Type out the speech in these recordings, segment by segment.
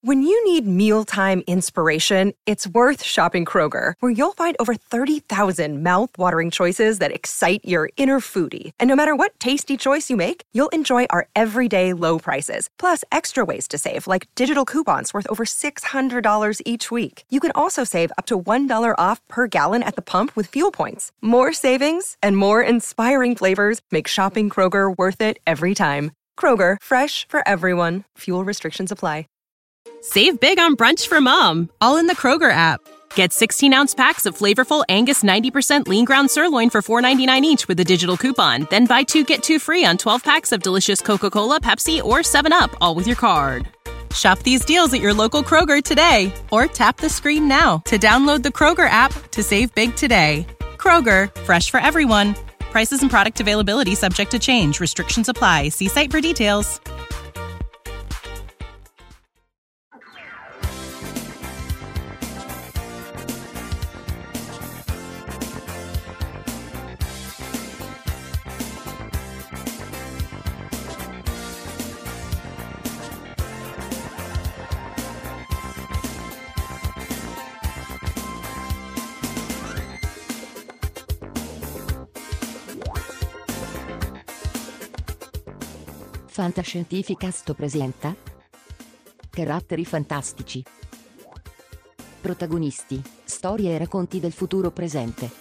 When you need mealtime inspiration, it's worth shopping Kroger, where you'll find over 30,000 mouth-watering choices that excite your inner foodie. And no matter what tasty choice you make, you'll enjoy our everyday low prices, plus extra ways to save, like digital coupons worth over $600 each week. You can also save up to $1 off per gallon at the pump with fuel points. More savings and more inspiring flavors make shopping Kroger worth it every time. Kroger, fresh for everyone. Fuel restrictions apply. Save big on brunch for mom, all in the Kroger app. Get 16-ounce packs of flavorful Angus 90% lean ground sirloin for $4.99 each with a digital coupon. Then buy 2, get 2 free on 12 packs of delicious Coca-Cola, Pepsi, or 7-Up, all with your card. Shop these deals at your local Kroger today, or tap the screen now to download the Kroger app to save big today. Kroger, fresh for everyone. Prices and product availability subject to change. Restrictions apply. See site for details. Fantascientificast presenta Caratteri fantastici. Protagonisti, storie e racconti del futuro presente.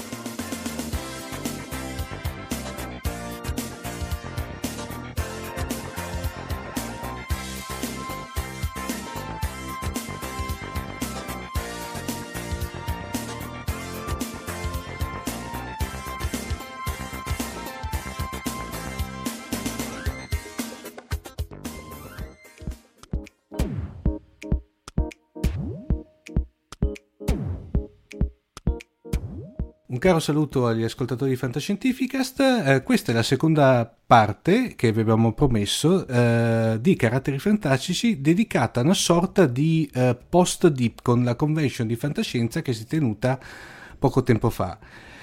Un caro saluto agli ascoltatori di Fantascientificast. Questa è la seconda parte che vi abbiamo promesso di Caratteri Fantastici, dedicata a una sorta di post-dip con la convention di fantascienza che si è tenuta poco tempo fa.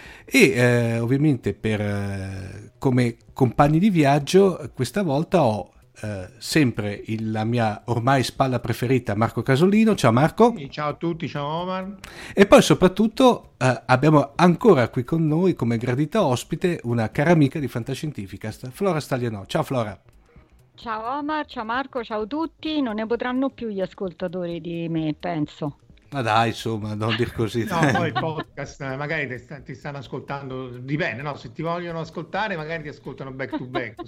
E ovviamente come compagni di viaggio questa volta ho sempre la mia ormai spalla preferita, Marco Casolino. Ciao Marco. Ciao a tutti, ciao Omar. E poi soprattutto abbiamo ancora qui con noi come gradita ospite una cara amica di Fantascientificast, Flora Staglianò. Ciao Flora. Ciao Omar, ciao Marco, ciao a tutti. Non ne potranno più gli ascoltatori di me, penso. Ma dai, insomma, non dir così. No, poi il podcast magari ti stanno ascoltando, dipende, no? Se ti vogliono ascoltare magari ti ascoltano back to back,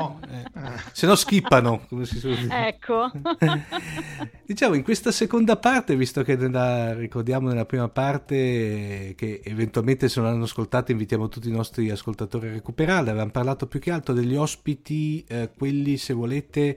se no skippano, come si suol dire. Ecco. Diciamo, in questa seconda parte, visto che ricordiamo nella prima parte che eventualmente se non hanno ascoltato invitiamo tutti i nostri ascoltatori a recuperarle, avevamo parlato più che altro degli ospiti, quelli se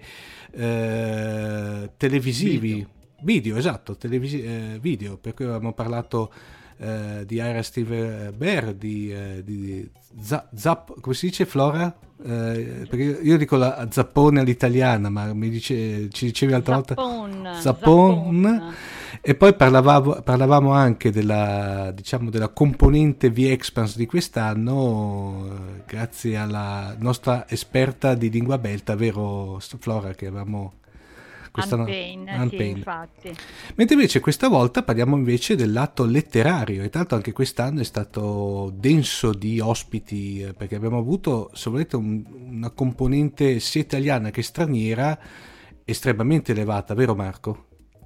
volete televisivi. Video, esatto, video, per cui avevamo parlato di Ira Steven Bear, di Zap, come si dice Flora? Perché io dico la zappone all'italiana, ma ci dicevi l'altra volta Zappone. E poi parlavamo anche della componente V-Expanse di quest'anno, grazie alla nostra esperta di lingua belta, vero Flora, che avevamo Unpain, sì, infatti. Mentre invece questa volta parliamo invece del lato letterario, e tanto anche quest'anno è stato denso di ospiti, perché abbiamo avuto, se volete, una componente sia italiana che straniera estremamente elevata, vero Marco?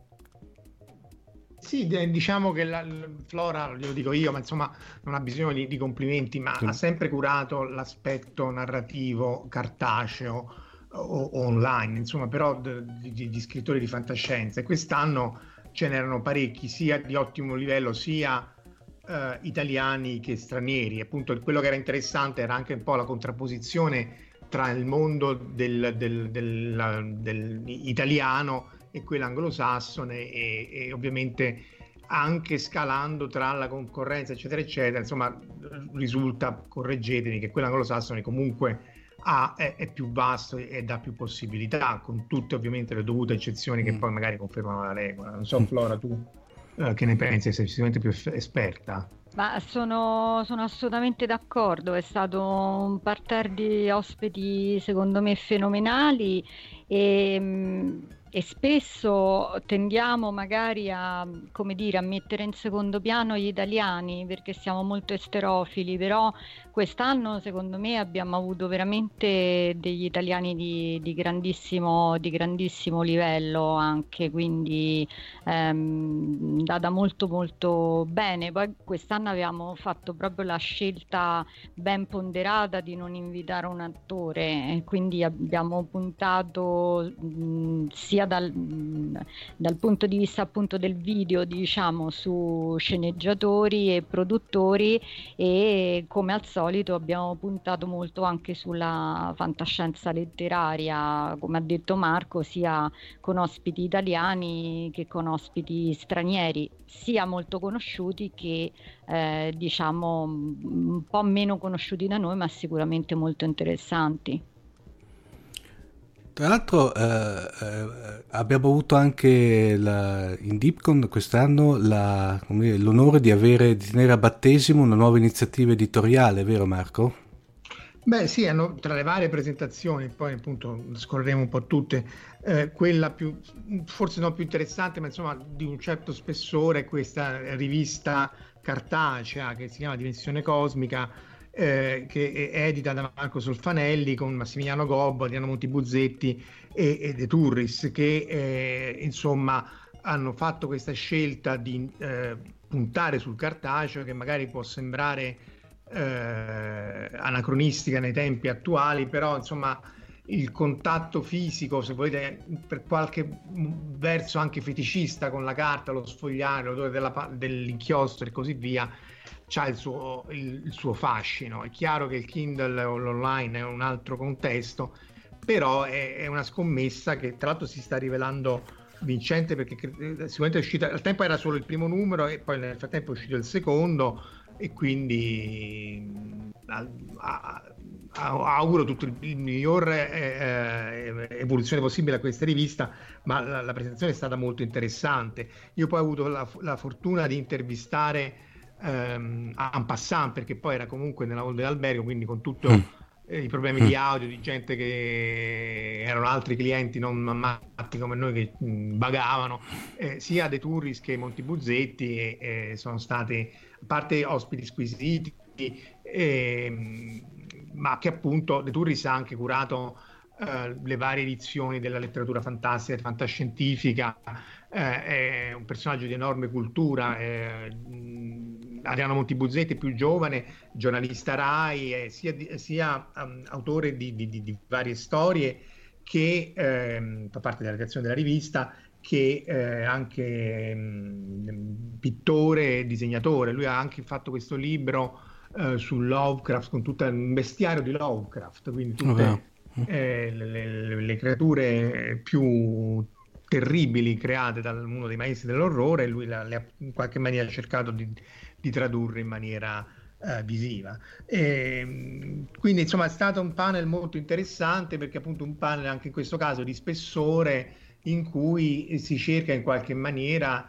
Sì, diciamo che Flora, glielo dico io, ma insomma non ha bisogno di complimenti, ma ha sempre curato l'aspetto narrativo cartaceo o online, insomma, però di scrittori di fantascienza, e quest'anno ce n'erano parecchi, sia di ottimo livello, sia italiani che stranieri. Appunto, quello che era interessante era anche un po' la contrapposizione tra il mondo del italiano e quello anglosassone, e ovviamente anche scalando tra la concorrenza eccetera eccetera, insomma risulta, correggetemi, che quello anglosassone comunque è più vasto e dà più possibilità, con tutte ovviamente le dovute eccezioni che poi magari confermano la regola. Non so Flora, tu che ne pensi? Sei sicuramente più esperta. Ma sono assolutamente d'accordo, è stato un parterre di ospiti secondo me fenomenali, e e spesso tendiamo magari a, come dire, a mettere in secondo piano gli italiani perché siamo molto esterofili, però quest'anno secondo me abbiamo avuto veramente degli italiani di grandissimo livello anche, quindi andata molto molto bene. Poi quest'anno abbiamo fatto proprio la scelta ben ponderata di non invitare un attore, quindi abbiamo puntato sia dal punto di vista appunto del video, diciamo, su sceneggiatori e produttori, e come al solito abbiamo puntato molto anche sulla fantascienza letteraria, come ha detto Marco, sia con ospiti italiani che con ospiti stranieri, sia molto conosciuti che diciamo un po' meno conosciuti da noi, ma sicuramente molto interessanti. Tra l'altro abbiamo avuto anche in Dipcon quest'anno l'onore di tenere a battesimo una nuova iniziativa editoriale, vero Marco? Beh sì, tra le varie presentazioni, poi appunto scorreremo un po' tutte, quella più, forse non più interessante, ma insomma di un certo spessore, questa rivista cartacea che si chiama Dimensione Cosmica, che è edita da Marco Solfanelli con Massimiliano Gobbo, Adriano Montibuzzetti e De Turris, che insomma hanno fatto questa scelta di puntare sul cartaceo, che magari può sembrare anacronistica nei tempi attuali, però insomma il contatto fisico, se volete, per qualche verso anche feticista con la carta, lo sfogliare, l'odore dell'inchiostro e così via, c'ha il suo fascino. È chiaro che il Kindle o l'online è un altro contesto, però è una scommessa che tra l'altro si sta rivelando vincente, perché sicuramente è uscita, al tempo era solo il primo numero e poi nel frattempo è uscito il secondo, e quindi auguro tutto il miglior evoluzione possibile a questa rivista, ma la presentazione è stata molto interessante. Io poi ho avuto la fortuna di intervistare en passant, perché poi era comunque nella hall dell'albergo, quindi con tutto i problemi di audio, di gente che erano altri clienti non matti come noi che vagavano, sia De Turris che Montibuzzetti, sono stati, a parte ospiti squisiti, ma che appunto De Turris ha anche curato le varie edizioni della letteratura fantastica e fantascientifica, è un personaggio di enorme cultura. Adriano Montibuzzetti è più giovane, giornalista Rai, sia autore di varie storie che fa parte della redazione della rivista, che anche pittore e disegnatore. Lui ha anche fatto questo libro su Lovecraft, con tutto un bestiario di Lovecraft, quindi tutte le creature più terribili create da uno dei maestri dell'orrore, e lui le ha in qualche maniera cercato di tradurre in maniera visiva. Quindi insomma è stato un panel molto interessante, perché appunto un panel anche in questo caso di spessore, in cui si cerca in qualche maniera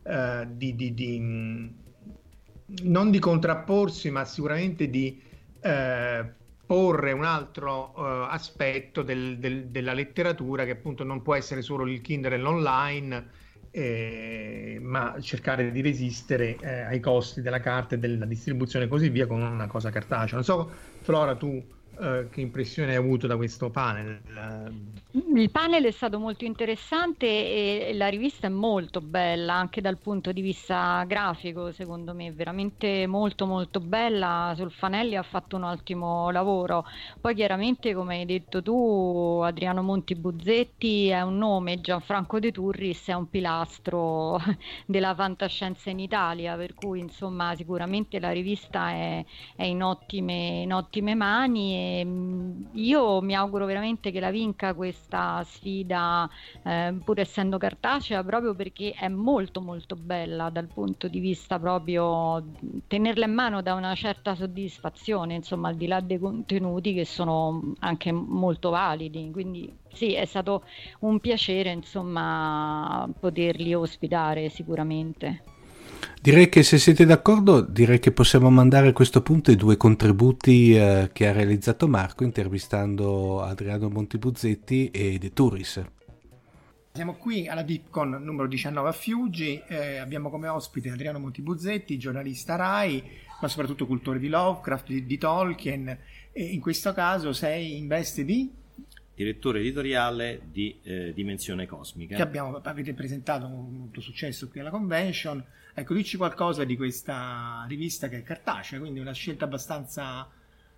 non di contrapporsi, ma sicuramente di porre un altro aspetto della letteratura, che appunto non può essere solo il Kindle e l'online, ma cercare di resistere ai costi della carta e della distribuzione e così via con una cosa cartacea. Non so, Flora, tu che impressione hai avuto da questo panel? Il panel è stato molto interessante e la rivista è molto bella anche dal punto di vista grafico, secondo me veramente molto molto bella. Solfanelli ha fatto un ottimo lavoro. Poi chiaramente, come hai detto tu, Adriano Montibuzzetti è un nome, Gianfranco De Turris è un pilastro della fantascienza in Italia, per cui insomma sicuramente la rivista è in ottime mani, e io mi auguro veramente che la vinca questa sfida, pur essendo cartacea, proprio perché è molto molto bella dal punto di vista proprio tenerla in mano, da una certa soddisfazione, insomma, al di là dei contenuti che sono anche molto validi. Quindi sì, è stato un piacere insomma poterli ospitare sicuramente. Direi che, se siete d'accordo, direi che possiamo mandare a questo punto i due contributi che ha realizzato Marco intervistando Adriano Montibuzzetti e De Turris. Siamo qui alla DeepCon numero 19 a Fiuggi, abbiamo come ospite Adriano Montibuzzetti, giornalista RAI, ma soprattutto cultore di Lovecraft, di Tolkien, e in questo caso sei in veste di? Direttore editoriale di Dimensione Cosmica. Che avete presentato con molto successo qui alla convention. Ecco, dici qualcosa di questa rivista che è cartacea, quindi una scelta abbastanza...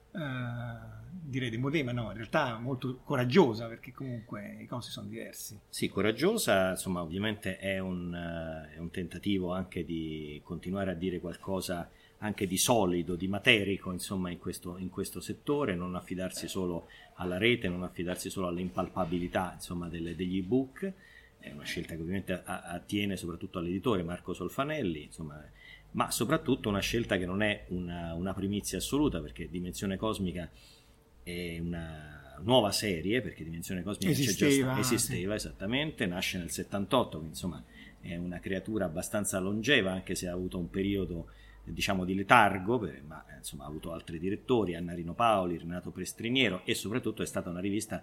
direi demodema, no, in realtà molto coraggiosa, perché comunque i costi sono diversi. Sì, coraggiosa, insomma, ovviamente è un tentativo anche di continuare a dire qualcosa anche di solido, di materico, insomma, in questo settore, non affidarsi solo alla rete, non affidarsi solo all'impalpabilità, insomma, degli ebook. È una scelta che ovviamente attiene soprattutto all'editore Marco Solfanelli, insomma, ma soprattutto una scelta che non è una primizia assoluta, perché Dimensione Cosmica è una nuova serie, perché Dimensione Cosmica esisteva, sì. Esattamente, nasce nel 78, quindi insomma è una creatura abbastanza longeva, anche se ha avuto un periodo, diciamo, di letargo, ma insomma ha avuto altri direttori, Anna Rino Paoli, Renato Prestriniero, e soprattutto è stata una rivista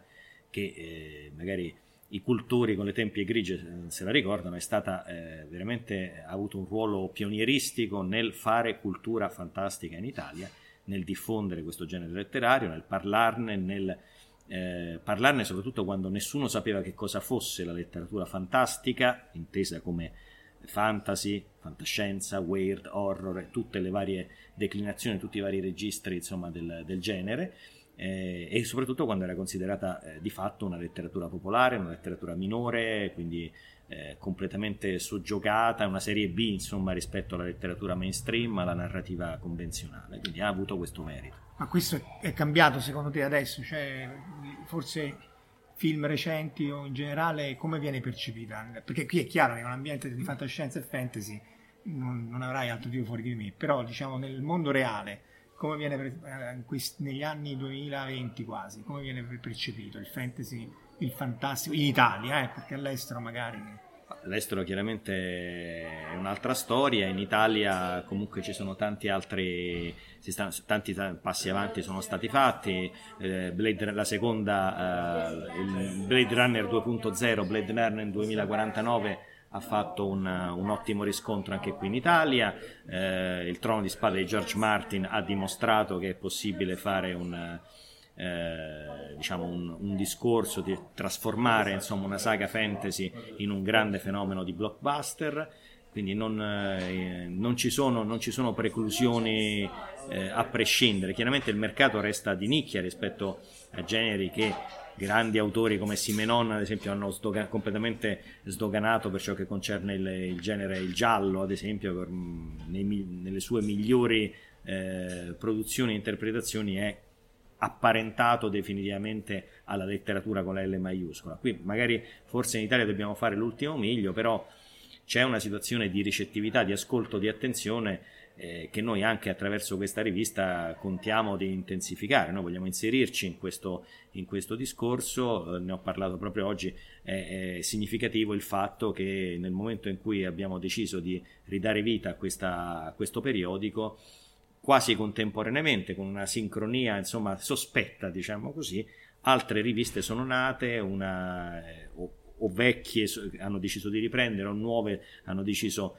che magari i cultori con le tempie grigie se la ricordano, è stata veramente, ha avuto un ruolo pionieristico nel fare cultura fantastica in Italia, nel diffondere questo genere letterario, nel parlarne, parlarne soprattutto quando nessuno sapeva che cosa fosse la letteratura fantastica, intesa come fantasy, fantascienza, weird, horror, tutte le varie declinazioni, tutti i vari registri, insomma, del genere. E soprattutto quando era considerata di fatto una letteratura popolare, una letteratura minore, quindi completamente soggiogata, una serie B, insomma, rispetto alla letteratura mainstream, alla narrativa convenzionale, quindi ha avuto questo merito. Ma questo è cambiato secondo te adesso? Cioè, forse film recenti o in generale come viene percepita? Perché qui è chiaro che in un ambiente di fantascienza e fantasy non avrai altro tipo fuori di me, però diciamo nel mondo reale come viene negli anni 2020 quasi, come viene percepito il fantasy, il fantastico in Italia, perché all'estero magari... All'estero chiaramente è un'altra storia, in Italia comunque ci sono tanti altri, tanti passi avanti sono stati fatti, la seconda, il Blade Runner 2.0, Blade Runner 2049, ha fatto un ottimo riscontro anche qui in Italia. Il Trono di Spade di George Martin ha dimostrato che è possibile fare un discorso, di trasformare, insomma, una saga fantasy in un grande fenomeno di blockbuster, quindi non ci sono preclusioni a prescindere. Chiaramente il mercato resta di nicchia rispetto a generi che grandi autori come Simenon ad esempio hanno completamente sdoganato per ciò che concerne il genere, il giallo ad esempio, nelle sue migliori produzioni e interpretazioni è apparentato definitivamente alla letteratura con la L maiuscola. Qui magari forse in Italia dobbiamo fare l'ultimo miglio, però c'è una situazione di ricettività, di ascolto, di attenzione che noi anche attraverso questa rivista contiamo di intensificare. Noi vogliamo inserirci in questo discorso, ne ho parlato proprio oggi. È significativo il fatto che nel momento in cui abbiamo deciso di ridare vita a questo periodico, quasi contemporaneamente, con una sincronia, insomma, sospetta, diciamo così, altre riviste sono nate, o vecchie hanno deciso di riprendere, o nuove hanno deciso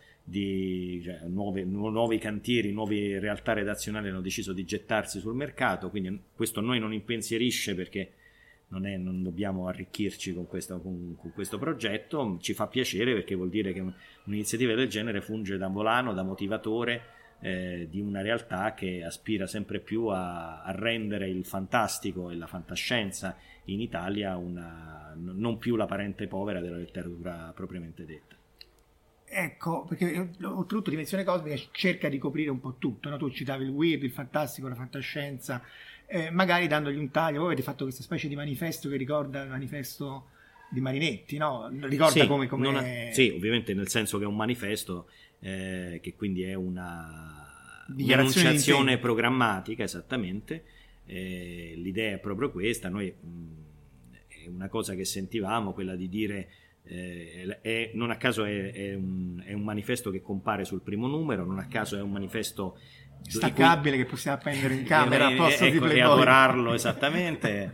nuovi cantieri, nuove realtà redazionali hanno deciso di gettarsi sul mercato. Quindi questo noi non impensierisce, perché non dobbiamo arricchirci con questo progetto. Ci fa piacere, perché vuol dire che un'iniziativa del genere funge da volano, da motivatore di una realtà che aspira sempre più a rendere il fantastico e la fantascienza in Italia non più la parente povera della letteratura propriamente detta. Ecco, perché oltretutto Dimensione Cosmica cerca di coprire un po' tutto, no? Tu citavi il weird, il fantastico, la fantascienza, magari dandogli un taglio. Voi avete fatto questa specie di manifesto che ricorda il manifesto di Marinetti, no? Ricorda sì, come... Sì, ovviamente, nel senso che è un manifesto che quindi è un'enunciazione programmatica, esattamente. L'idea è proprio questa. Noi è una cosa che sentivamo, quella di dire non a caso è un manifesto che compare sul primo numero, non a caso è un manifesto staccabile che possiamo appendere in camera al posto di Playboy e adorarlo, esattamente.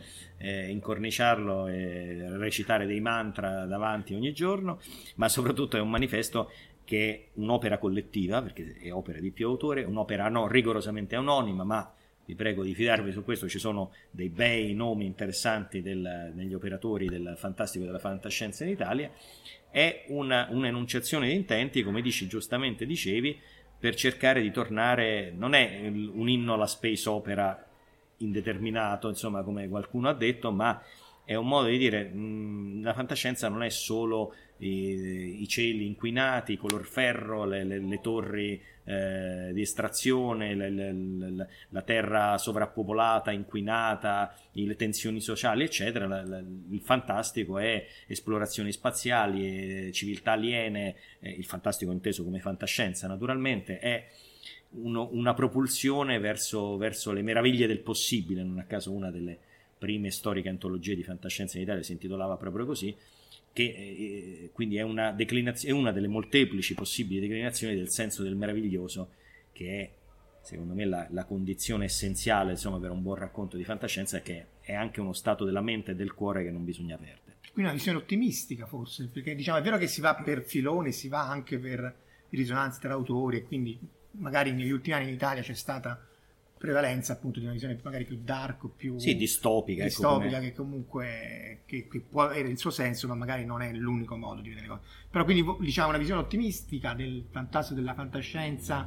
incorniciarlo e recitare dei mantra davanti ogni giorno, ma soprattutto è un manifesto che è un'opera collettiva, perché è opera di più autore, un'opera rigorosamente anonima, ma vi prego di fidarvi su questo, ci sono dei bei nomi interessanti negli operatori del fantastico e della fantascienza in Italia. È un'enunciazione di intenti, come giustamente dicevi, per cercare di tornare, non è un inno alla space opera indeterminato, insomma, come qualcuno ha detto, ma è un modo di dire la fantascienza non è solo i cieli inquinati, color ferro, le torri di estrazione, la terra sovrappopolata, inquinata, le tensioni sociali, eccetera. Il fantastico è esplorazioni spaziali, civiltà aliene, il fantastico inteso come fantascienza naturalmente, è una propulsione verso le meraviglie del possibile. Non a caso una delle prime storiche antologie di fantascienza in Italia si intitolava proprio così, che quindi è una delle molteplici possibili declinazioni del senso del meraviglioso, che è secondo me la condizione essenziale, insomma, per un buon racconto di fantascienza, che è anche uno stato della mente e del cuore che non bisogna perdere. Quindi una visione ottimistica forse, perché diciamo è vero che si va per filoni, si va anche per risonanze tra autori, e quindi magari negli ultimi anni in Italia c'è stata prevalenza appunto di una visione magari più dark, più distopica, che comunque che può avere il suo senso, ma magari non è l'unico modo di vedere le cose. Però quindi diciamo una visione ottimistica del fantastico, della fantascienza,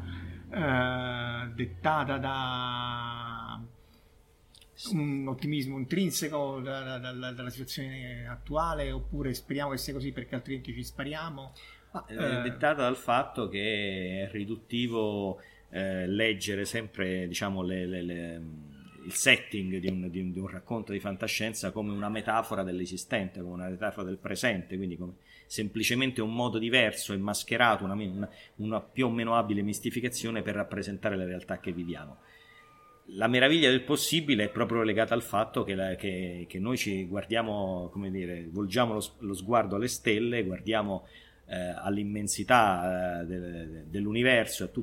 dettata da un ottimismo intrinseco dalla situazione attuale, oppure speriamo che sia così perché altrimenti ci spariamo. Dettata dal fatto che è riduttivo leggere sempre, diciamo, il setting di un racconto di fantascienza come una metafora dell'esistente, come una metafora del presente, quindi come semplicemente un modo diverso e mascherato, una più o meno abile mistificazione per rappresentare la realtà che viviamo. La meraviglia del possibile è proprio legata al fatto che noi ci guardiamo, come dire, volgiamo lo sguardo alle stelle, guardiamo all'immensità dell'universo e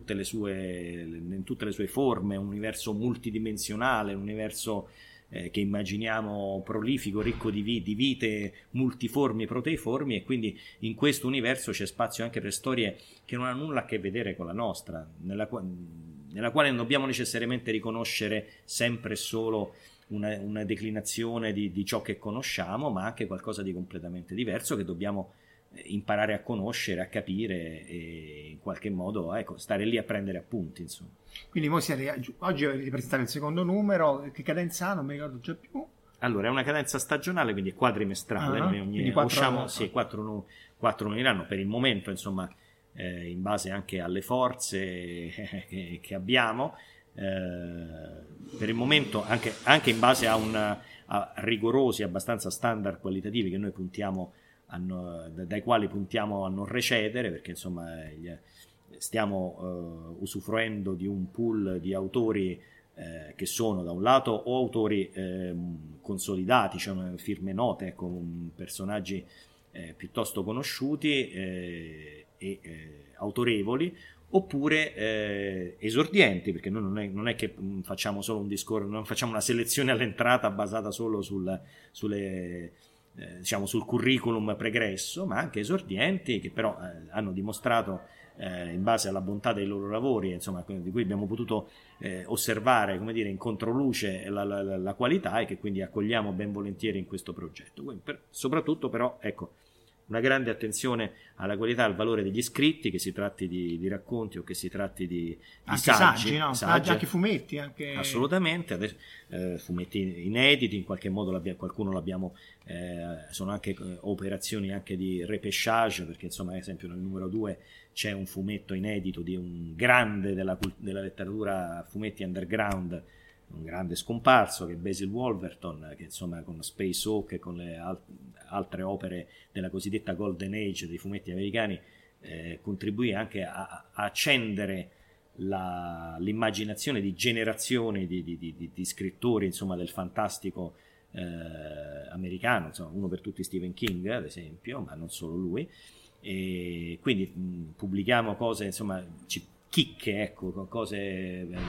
in tutte le sue forme, un universo multidimensionale, un universo che immaginiamo prolifico, ricco di vite multiformi, proteiformi, e quindi in questo universo c'è spazio anche per storie che non hanno nulla a che vedere con la nostra, nella quale non dobbiamo necessariamente riconoscere sempre solo una declinazione di ciò che conosciamo, ma anche qualcosa di completamente diverso che dobbiamo imparare a conoscere, a capire e in qualche modo stare lì a prendere appunti, insomma. Quindi oggi avete presentato il secondo numero, che cadenza ha? Non mi ricordo già più. Allora, è una cadenza stagionale, quindi è quadrimestrale, noi usciamo 4 numeri l'anno per il momento, insomma, in base anche alle forze che abbiamo, per il momento anche in base a rigorosi abbastanza standard qualitativi che noi puntiamo dai quali puntiamo a non recedere, perché insomma stiamo usufruendo di un pool di autori che sono da un lato o autori consolidati, cioè firme note con personaggi piuttosto conosciuti e autorevoli, oppure esordienti, perché noi non è che facciamo solo un discorso, non facciamo una selezione all'entrata basata solo diciamo sul curriculum pregresso, ma anche esordienti che però hanno dimostrato in base alla bontà dei loro lavori, insomma, di cui abbiamo potuto osservare, come dire, in controluce la qualità, e che quindi accogliamo ben volentieri in questo progetto. Soprattutto però, ecco, una grande attenzione alla qualità e al valore degli scritti, che si tratti di racconti o che si tratti di saggi, anche fumetti, anche... Assolutamente. Adesso, fumetti inediti, in qualche modo qualcuno l'abbiamo, sono anche operazioni anche di repêchage, perché insomma, ad esempio nel numero 2 c'è un fumetto inedito di un grande della letteratura fumetti underground, un grande scomparso, che è Basil Wolverton, che insomma con Space Hulk e con le altre opere della cosiddetta Golden Age dei fumetti americani contribuì anche a accendere l'immaginazione di generazioni di scrittori, insomma, del fantastico americano, insomma, uno per tutti Stephen King ad esempio, ma non solo lui, e quindi pubblichiamo cose, insomma, chicche, ecco, cose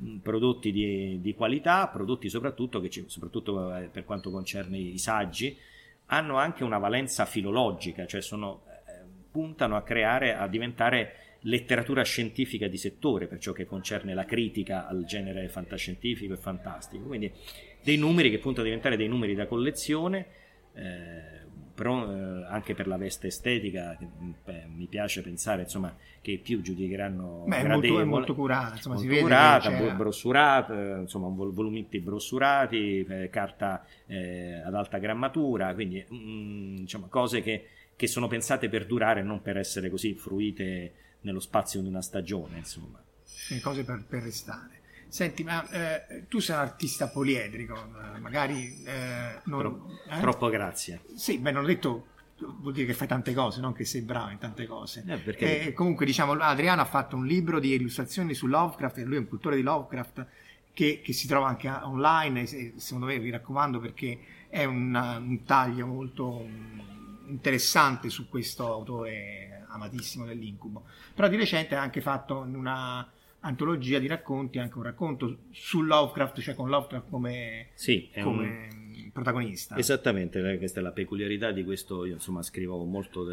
prodotti di qualità, prodotti soprattutto soprattutto per quanto concerne i saggi, hanno anche una valenza filologica, cioè puntano a diventare letteratura scientifica di settore per ciò che concerne la critica al genere fantascientifico e fantastico, quindi dei numeri che puntano a diventare dei numeri da collezione, però anche per la veste estetica mi piace pensare, insomma, che più giudicheranno gradevole, è molto curata, insomma, molto si curata, vede brossurata, insomma volumetti brossurati, carta ad alta grammatura, quindi diciamo, cose che sono pensate per durare, non per essere così fruite nello spazio di una stagione, insomma. Cose per restare. Senti, ma tu sei un artista poliedrico, magari troppo grazie. Sì, beh, non ho detto, vuol dire che fai tante cose, non che sei bravo in tante cose. Perché... comunque, diciamo, Adriano ha fatto un libro di illustrazioni su Lovecraft, e lui è un cultore di Lovecraft che si trova anche online, e secondo me vi raccomando, perché è un taglio molto interessante su questo autore amatissimo dell'incubo. Però di recente ha anche fatto una antologia di racconti, anche un racconto su Lovecraft, cioè con Lovecraft come protagonista. Esattamente, questa è la peculiarità di questo. Io insomma scrivo molto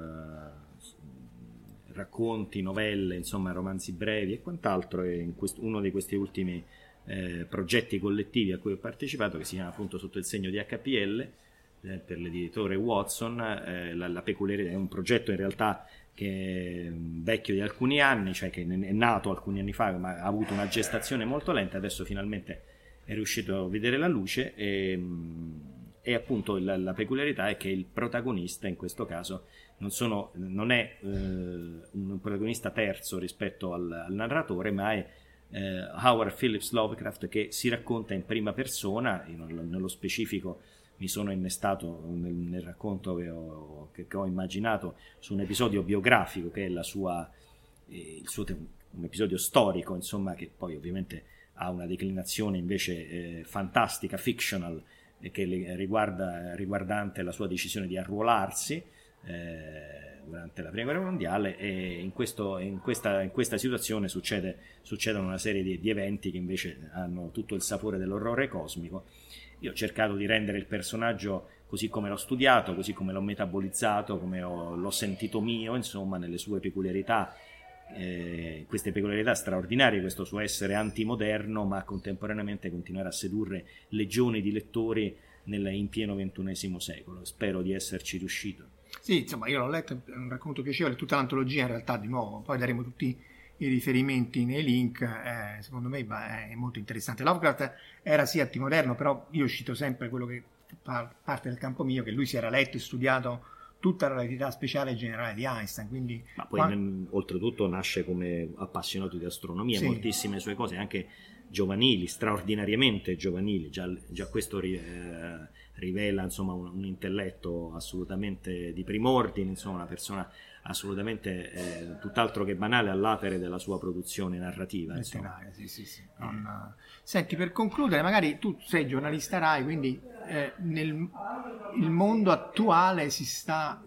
racconti, novelle, insomma romanzi brevi e quant'altro, e uno di questi ultimi progetti collettivi a cui ho partecipato, che si chiama appunto Sotto il segno di HPL, per l'editore Watson, la peculiarità è un progetto in realtà che è vecchio di alcuni anni, cioè che è nato alcuni anni fa, ma ha avuto una gestazione molto lenta, adesso finalmente è riuscito a vedere la luce, e appunto la peculiarità è che il protagonista in questo caso non è un protagonista terzo rispetto al narratore, ma è Howard Phillips Lovecraft, che si racconta in prima persona. Nello specifico mi sono innestato nel racconto che ho immaginato su un episodio biografico che è un episodio storico, insomma, che poi ovviamente ha una declinazione invece fantastica, fictional, che riguardante la sua decisione di arruolarsi durante la prima guerra mondiale, e in questa situazione succedono una serie di eventi che invece hanno tutto il sapore dell'orrore cosmico. Io ho cercato di rendere il personaggio così come l'ho studiato, così come l'ho metabolizzato, come l'ho sentito mio, insomma, nelle sue peculiarità, queste peculiarità straordinarie, questo suo essere antimoderno, ma contemporaneamente continuare a sedurre legioni di lettori in pieno XXI secolo. Spero di esserci riuscito. Sì, insomma, io l'ho letto, è un racconto piacevole, tutta l'antologia in realtà, di nuovo, poi daremo tutti i riferimenti nei link, secondo me è molto interessante. Lovecraft era sì antimoderno, però io cito sempre quello che fa parte del campo mio, che lui si era letto e studiato tutta la relatività speciale generale di Einstein, quindi... Ma poi oltretutto nasce come appassionato di astronomia, sì. Moltissime sue cose, anche giovanili, straordinariamente giovanili, già questo rivela, insomma, un intelletto assolutamente di prim'ordine, insomma, una persona assolutamente tutt'altro che banale all'atere della sua produzione narrativa, letteraria. Sì. Senti, per concludere, magari tu sei giornalista Rai, quindi il mondo attuale si sta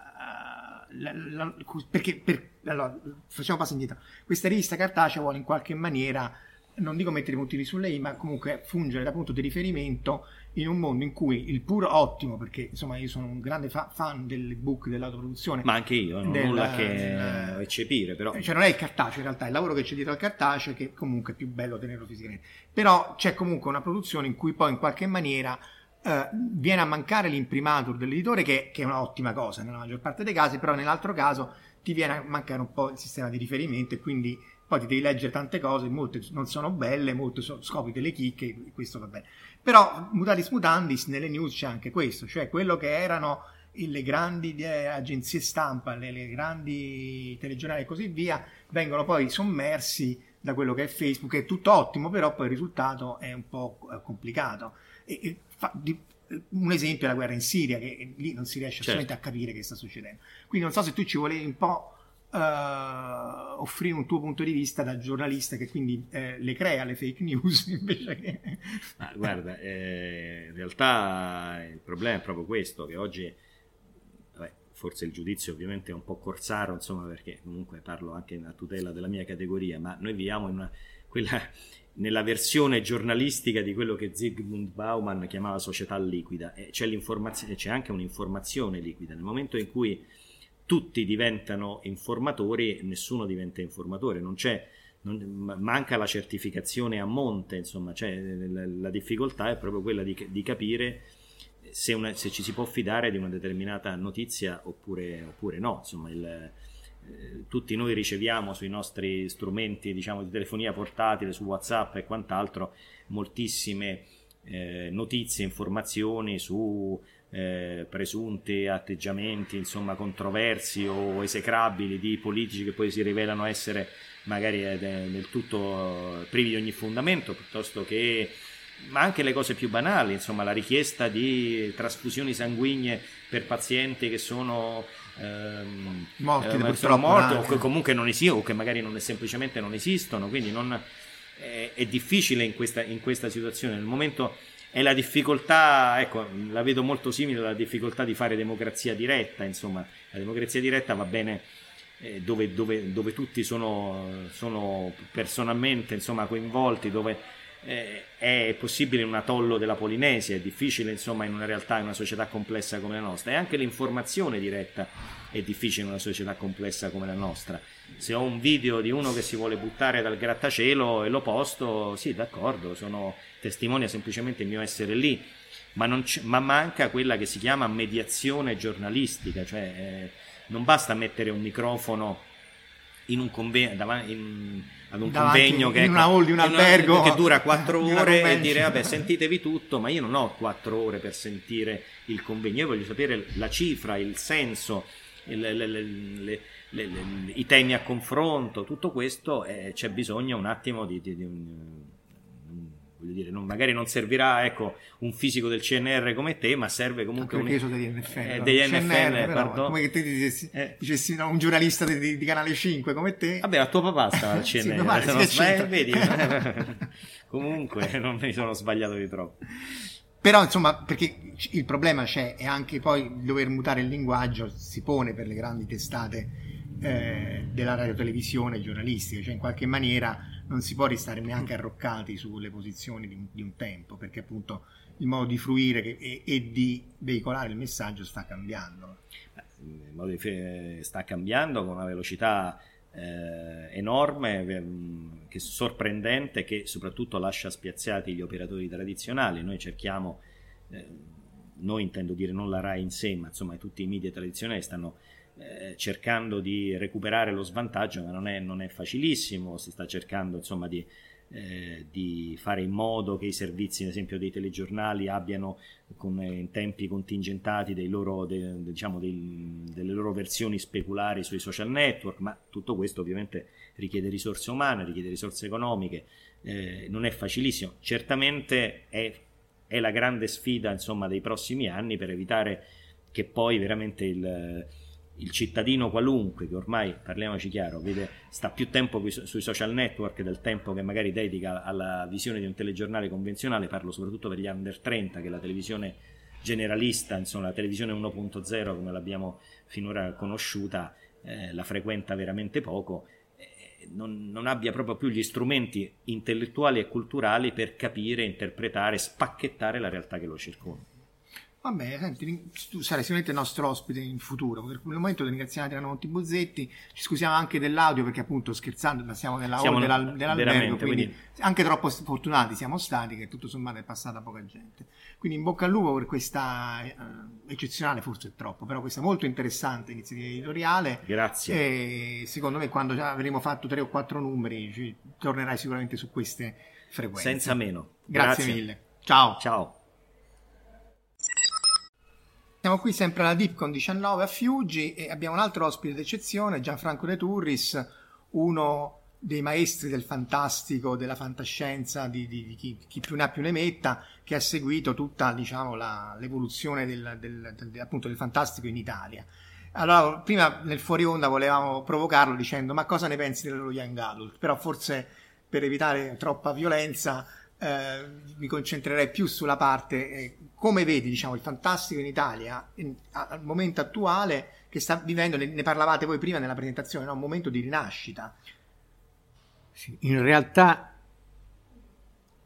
allora facciamo passi indietro. Questa rivista cartacea vuole in qualche maniera, non dico mettere i puntini sulle i, ma comunque fungere da punto di riferimento in un mondo in cui il pur ottimo, perché insomma io sono un grande fan del book, dell'autoproduzione, ma anche io non ho nulla che eccepire, però cioè non è il cartaceo, in realtà è il lavoro che c'è dietro al cartaceo, che comunque è più bello tenerlo fisicamente, però c'è comunque una produzione in cui poi in qualche maniera viene a mancare l'imprimatur dell'editore, che è un'ottima cosa nella maggior parte dei casi, però nell'altro caso ti viene a mancare un po' il sistema di riferimento, e quindi poi ti devi leggere tante cose, molte non sono belle, molte scopri delle chicche, questo va bene. Però mutatis mutandis, nelle news c'è anche questo, cioè quello che erano le grandi agenzie stampa, le grandi telegiornali e così via, vengono poi sommersi da quello che è Facebook, che è tutto ottimo, però poi il risultato è un po' complicato. Un esempio è la guerra in Siria, che lì non si riesce assolutamente a capire che sta succedendo. Quindi non so se tu ci volevi un po' offrire un tuo punto di vista da giornalista che quindi le crea le fake news invece che... Guarda, in realtà il problema è proprio questo, che oggi forse il giudizio ovviamente è un po' corsaro, insomma, perché comunque parlo anche a tutela della mia categoria, ma noi viviamo in nella versione giornalistica di quello che Zygmunt Bauman chiamava società liquida. C'è anche un'informazione liquida. Nel momento in cui tutti diventano informatori, nessuno diventa informatore, manca la certificazione a monte, insomma, la difficoltà è proprio quella di capire se ci si può fidare di una determinata notizia oppure no. Insomma, tutti noi riceviamo sui nostri strumenti, diciamo, di telefonia portatile, su WhatsApp e quant'altro, moltissime notizie, informazioni su presunti atteggiamenti, insomma, controversi o esecrabili di politici che poi si rivelano essere magari del tutto privi di ogni fondamento, piuttosto che, ma anche le cose più banali, insomma, la richiesta di trasfusioni sanguigne per pazienti che sono morti o che comunque non esistono, o che magari semplicemente non esistono. Quindi è difficile in questa situazione. Nel momento è la difficoltà, ecco, la vedo molto simile alla difficoltà di fare democrazia diretta. Insomma, la democrazia diretta va bene dove tutti sono personalmente, insomma, coinvolti, dove è possibile in un atollo della Polinesia, è difficile, insomma, in una realtà, in una società complessa come la nostra. E anche l'informazione diretta è difficile in una società complessa come la nostra. Se ho un video di uno che si vuole buttare dal grattacielo e lo posto, sì, d'accordo, testimonia semplicemente il mio essere lì, ma manca quella che si chiama mediazione giornalistica, cioè non basta mettere un microfono in un ad un convegno che, in una hall di un albergo che dura 4 ore e dire vabbè, sentitevi tutto, ma io non ho 4 ore per sentire il convegno, io voglio sapere la cifra, il senso, i temi a confronto, tutto questo, c'è bisogno un attimo voglio dire, magari non servirà, ecco, un fisico del CNR come te, ma serve comunque degli NFL, come che te dicessi un giornalista di Canale 5 come te. Vabbè, a tuo papà stava al CNR, sì, vedi. Comunque non mi sono sbagliato di troppo. Però, insomma, perché il problema c'è, e anche poi dover mutare il linguaggio si pone per le grandi testate della radiotelevisione giornalistica, cioè in qualche maniera non si può restare neanche arroccati sulle posizioni di un tempo, perché appunto il modo di fruire e di veicolare il messaggio sta cambiando. Il modo sta cambiando con una velocità enorme, che sorprendente, che soprattutto lascia spiazzati gli operatori tradizionali. Noi cerchiamo, noi intendo dire non la RAI in sé, ma insomma tutti i media tradizionali stanno cercando di recuperare lo svantaggio, ma non è facilissimo. Si sta cercando, insomma, di fare in modo che i servizi, ad esempio dei telegiornali, abbiano in tempi contingentati delle loro versioni speculari sui social network, ma tutto questo ovviamente richiede risorse umane, richiede risorse economiche, non è facilissimo. Certamente è la grande sfida, insomma, dei prossimi anni, per evitare che poi veramente il cittadino qualunque, che ormai, parliamoci chiaro, sta più tempo sui social network del tempo che magari dedica alla visione di un telegiornale convenzionale. Parlo soprattutto per gli under 30, che la televisione generalista, insomma la televisione 1.0 come l'abbiamo finora conosciuta, la frequenta veramente poco, non abbia proprio più gli strumenti intellettuali e culturali per capire, interpretare, spacchettare la realtà che lo circonda. Vabbè, senti, tu sarai sicuramente il nostro ospite in futuro. Per il momento ringraziamo Adriano Montibuzzetti, ci scusiamo anche dell'audio perché appunto, scherzando, ma siamo nella hall dell'albergo, quindi anche troppo fortunati siamo stati che tutto sommato è passata poca gente. Quindi in bocca al lupo per questa eccezionale, forse è troppo, però questa molto interessante iniziativa editoriale. Grazie. E secondo me quando già avremo fatto 3 o 4 numeri tornerai sicuramente su queste frequenze. Senza meno. Grazie mille. Ciao. Ciao. Siamo qui sempre alla DeepCon 19 a Fiuggi e abbiamo un altro ospite d'eccezione, Gianfranco De Turris, uno dei maestri del fantastico, della fantascienza, di chi più ne ha più ne metta, che ha seguito tutta, diciamo, l'evoluzione appunto del fantastico in Italia. Allora, prima nel fuori onda volevamo provocarlo dicendo: ma cosa ne pensi dello Young Adult? Però forse per evitare troppa violenza mi concentrerei più sulla parte come vedi, diciamo, il fantastico in Italia al momento attuale che sta vivendo, ne parlavate voi prima nella presentazione, no? Un momento di rinascita. Sì, in realtà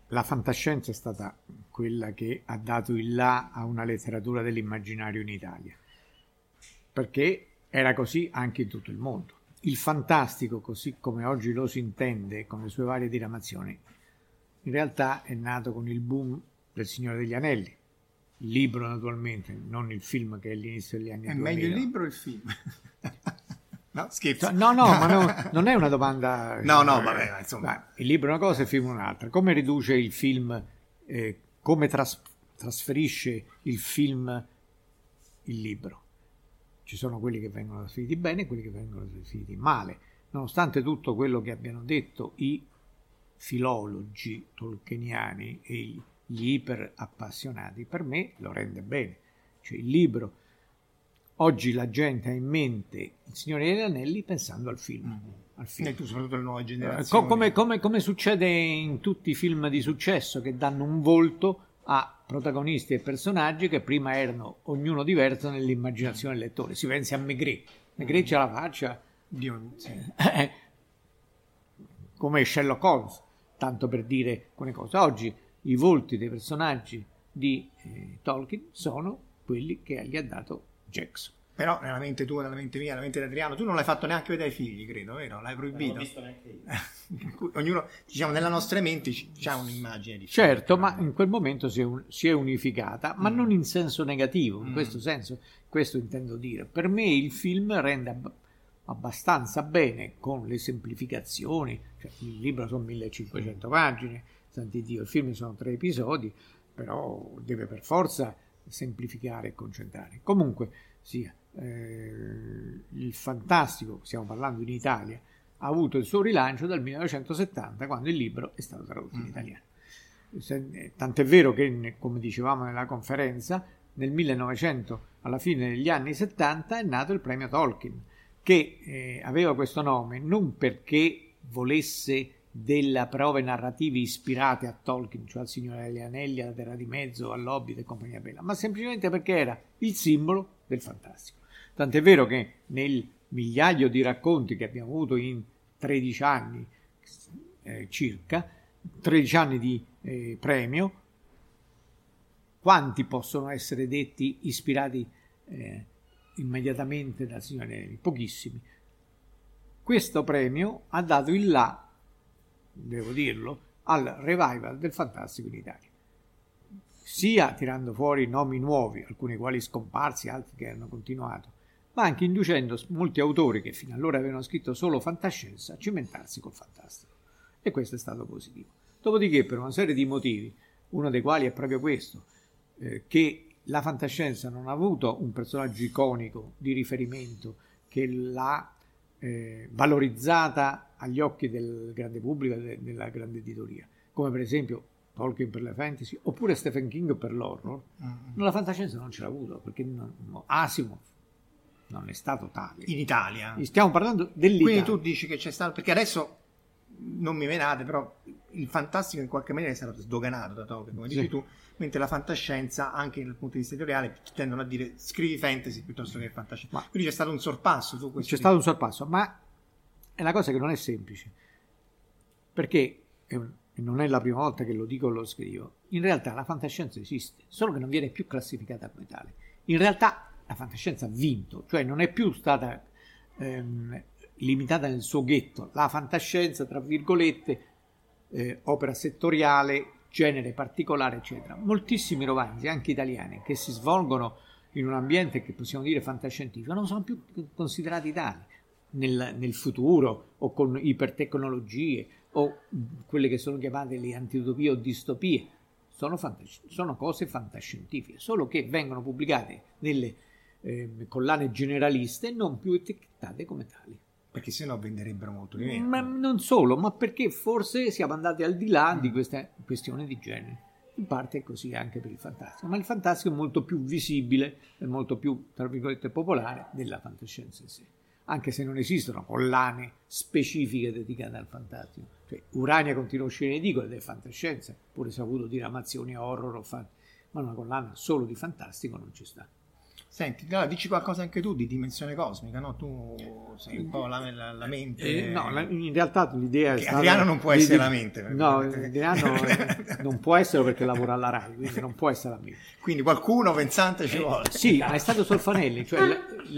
la fantascienza è stata quella che ha dato il là a una letteratura dell'immaginario in Italia, perché era così anche in tutto il mondo. Il fantastico, così come oggi lo si intende con le sue varie diramazioni, in realtà è nato con il boom del Signore degli Anelli. Il libro, naturalmente, non il film, che è l'inizio degli anni 2000. È meglio il libro o il film? No, scherzo. No, ma non è una domanda. No, vabbè, insomma. Il libro è una cosa e il film è un'altra. Come riduce il film, come trasferisce il film il libro? Ci sono quelli che vengono trasferiti bene e quelli che vengono trasferiti male. Nonostante tutto quello che abbiano detto i filologi tolkieniani e gli iper appassionati, per me lo rende bene. Cioè, il libro, oggi la gente ha in mente Il Signore degli Anelli pensando al film. E tu, soprattutto le nuove generazioni. Come succede in tutti i film di successo, che danno un volto a protagonisti e personaggi che prima erano ognuno diverso nell'immaginazione del lettore. Si pensi a Maigret. Maigret c'ha la faccia come Sherlock Holmes, tanto per dire alcune cose. Oggi i volti dei personaggi di Tolkien sono quelli che gli ha dato Jackson. Però nella mente tua, nella mente mia, nella mente di Adriano, tu non l'hai fatto neanche vedere ai figli, credo, vero? L'hai proibito. Non l'ho visto neanche io. Ognuno, diciamo, nella nostra mente c'ha un'immagine di certo, ma in quel momento si è unificata, ma non in senso negativo, in questo senso, questo intendo dire. Per me il film rende abbastanza bene con le semplificazioni, cioè, il libro sono 1500 pagine, santi Dio, il film sono 3 episodi, però deve per forza semplificare e concentrare. Comunque sia, il fantastico, stiamo parlando in Italia, ha avuto il suo rilancio dal 1970, quando il libro è stato tradotto in italiano. Tant'è vero che, come dicevamo nella conferenza, nel 1900, alla fine degli anni 70, è nato il premio Tolkien, che aveva questo nome non perché volesse delle prove narrative ispirate a Tolkien, cioè al Signore degli Anelli, alla Terra di Mezzo, all'Hobbit e compagnia bella, ma semplicemente perché era il simbolo del fantastico. Tant'è vero che nel migliaio di racconti che abbiamo avuto in 13 anni circa, 13 anni di premio, quanti possono essere detti ispirati immediatamente dal Signore degli Anelli? Pochissimi. Questo premio ha dato il là, devo dirlo, al revival del fantastico in Italia, sia tirando fuori nomi nuovi, alcuni quali scomparsi, altri che hanno continuato, ma anche inducendo molti autori che fino allora avevano scritto solo fantascienza a cimentarsi col fantastico, e questo è stato positivo. Dopodiché, per una serie di motivi, uno dei quali è proprio questo, che la fantascienza non ha avuto un personaggio iconico di riferimento che l'ha valorizzata agli occhi del grande pubblico e della grande editoria, come per esempio Tolkien per le fantasy oppure Stephen King per l'horror. La fantascienza non ce l'ha avuto, perché Asimov non è stato tale in Italia. Stiamo parlando dell'Italia. Quindi tu dici che c'è stato, perché adesso non mi menate, però il fantastico in qualche maniera è stato sdoganato da Tolkien, come dici tu, mentre la fantascienza, anche dal punto di vista editoriale, tendono a dire scrivi fantasy piuttosto che fantascienza. Quindi c'è stato un sorpasso su questo. C'è stato un sorpasso, ma è una cosa che non è semplice, perché non è la prima volta che lo dico o lo scrivo. In realtà la fantascienza esiste, solo che non viene più classificata come tale. In realtà la fantascienza ha vinto, cioè non è più stata limitata nel suo ghetto. La fantascienza, tra virgolette, opera settoriale, genere particolare, eccetera. Moltissimi romanzi, anche italiani, che si svolgono in un ambiente che possiamo dire fantascientifico, non sono più considerati tali. Nel futuro, o con ipertecnologie, o quelle che sono chiamate le antidopie o distopie, sono cose fantascientifiche, solo che vengono pubblicate nelle collane generaliste, non più etichettate come tali. Perché sennò venderebbero molto di meno. Ma non solo, ma perché forse siamo andati al di là di questa questione di genere. In parte è così anche per il fantastico, ma il fantastico è molto più visibile e molto più, tra virgolette, popolare della fantascienza in sé. Anche se non esistono collane specifiche dedicate al fantastico. Cioè, Urania continua a uscire in edicola ed è fantascienza, pure se ha avuto diramazioni horror o ma una collana solo di fantastico non ci sta. Senti, allora, dici qualcosa anche tu di dimensione cosmica, no? Tu sei un po' la mente... no, in realtà l'idea è stata... Adriano non può essere la mente. No, Adriano non può essere perché lavora alla RAI, quindi non può essere la mente. Quindi qualcuno pensante ci vuole. Sì, ma è stato Solfanelli, cioè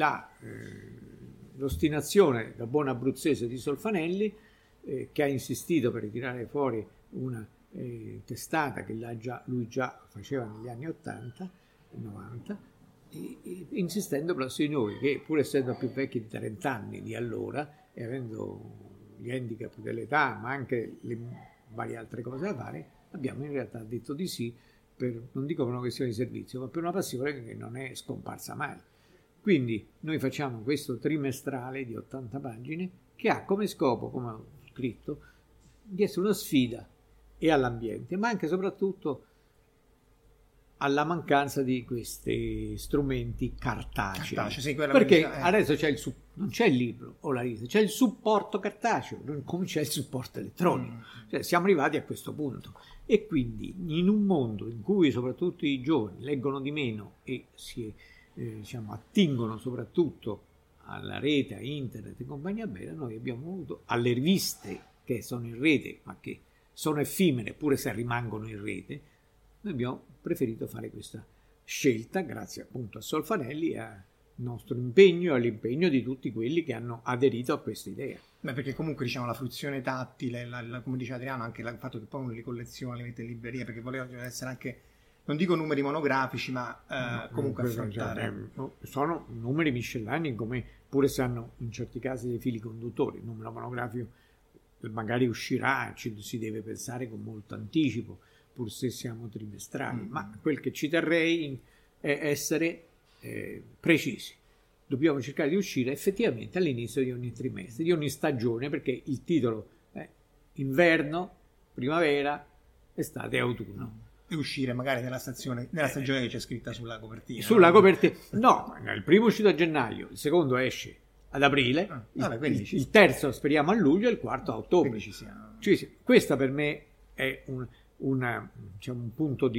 l'ostinazione da buon abruzzese di Solfanelli, che ha insistito per ritirare fuori una testata che lui già faceva negli anni 80 e 90, insistendo presso di noi che, pur essendo più vecchi di 30 anni di allora e avendo gli handicap dell'età ma anche le varie altre cose da fare, abbiamo in realtà detto di sì, non dico per una questione di servizio, ma per una passione che non è scomparsa mai. Quindi noi facciamo questo trimestrale di 80 pagine che ha come scopo, come ho scritto, di essere una sfida e all'ambiente, ma anche e soprattutto alla mancanza di questi strumenti cartacei. Sì, perché adesso non c'è il libro o la rivista, c'è il supporto cartaceo, non come c'è il supporto elettronico. Cioè, siamo arrivati a questo punto, e quindi in un mondo in cui soprattutto i giovani leggono di meno e si attingono soprattutto alla rete, a internet e compagnia bella, noi abbiamo avuto alle riviste che sono in rete ma che sono effimere pure se rimangono in rete, noi abbiamo preferito fare questa scelta grazie appunto a Solfanelli e al nostro impegno e all'impegno di tutti quelli che hanno aderito a questa idea. Beh, perché comunque diciamo la fruizione tattile, come dice Adriano, anche il fatto che poi uno li colleziona, li mette in libreria, perché volevano essere anche, non dico numeri monografici, ma comunque affrontare. Sono numeri miscellanei, come pure se hanno in certi casi dei fili conduttori. Il numero monografico magari uscirà, si deve pensare con molto anticipo, pur se siamo trimestrali, ma quel che ci terrei è essere precisi. Dobbiamo cercare di uscire effettivamente all'inizio di ogni trimestre, di ogni stagione, perché il titolo è inverno, primavera, estate e autunno. E uscire magari nella stagione che c'è scritta sulla copertina. Sulla copertina, no, il primo è uscito a gennaio, il secondo esce ad aprile, il terzo speriamo a luglio e il quarto a ottobre. Quindi ci siamo. Questa per me è un punto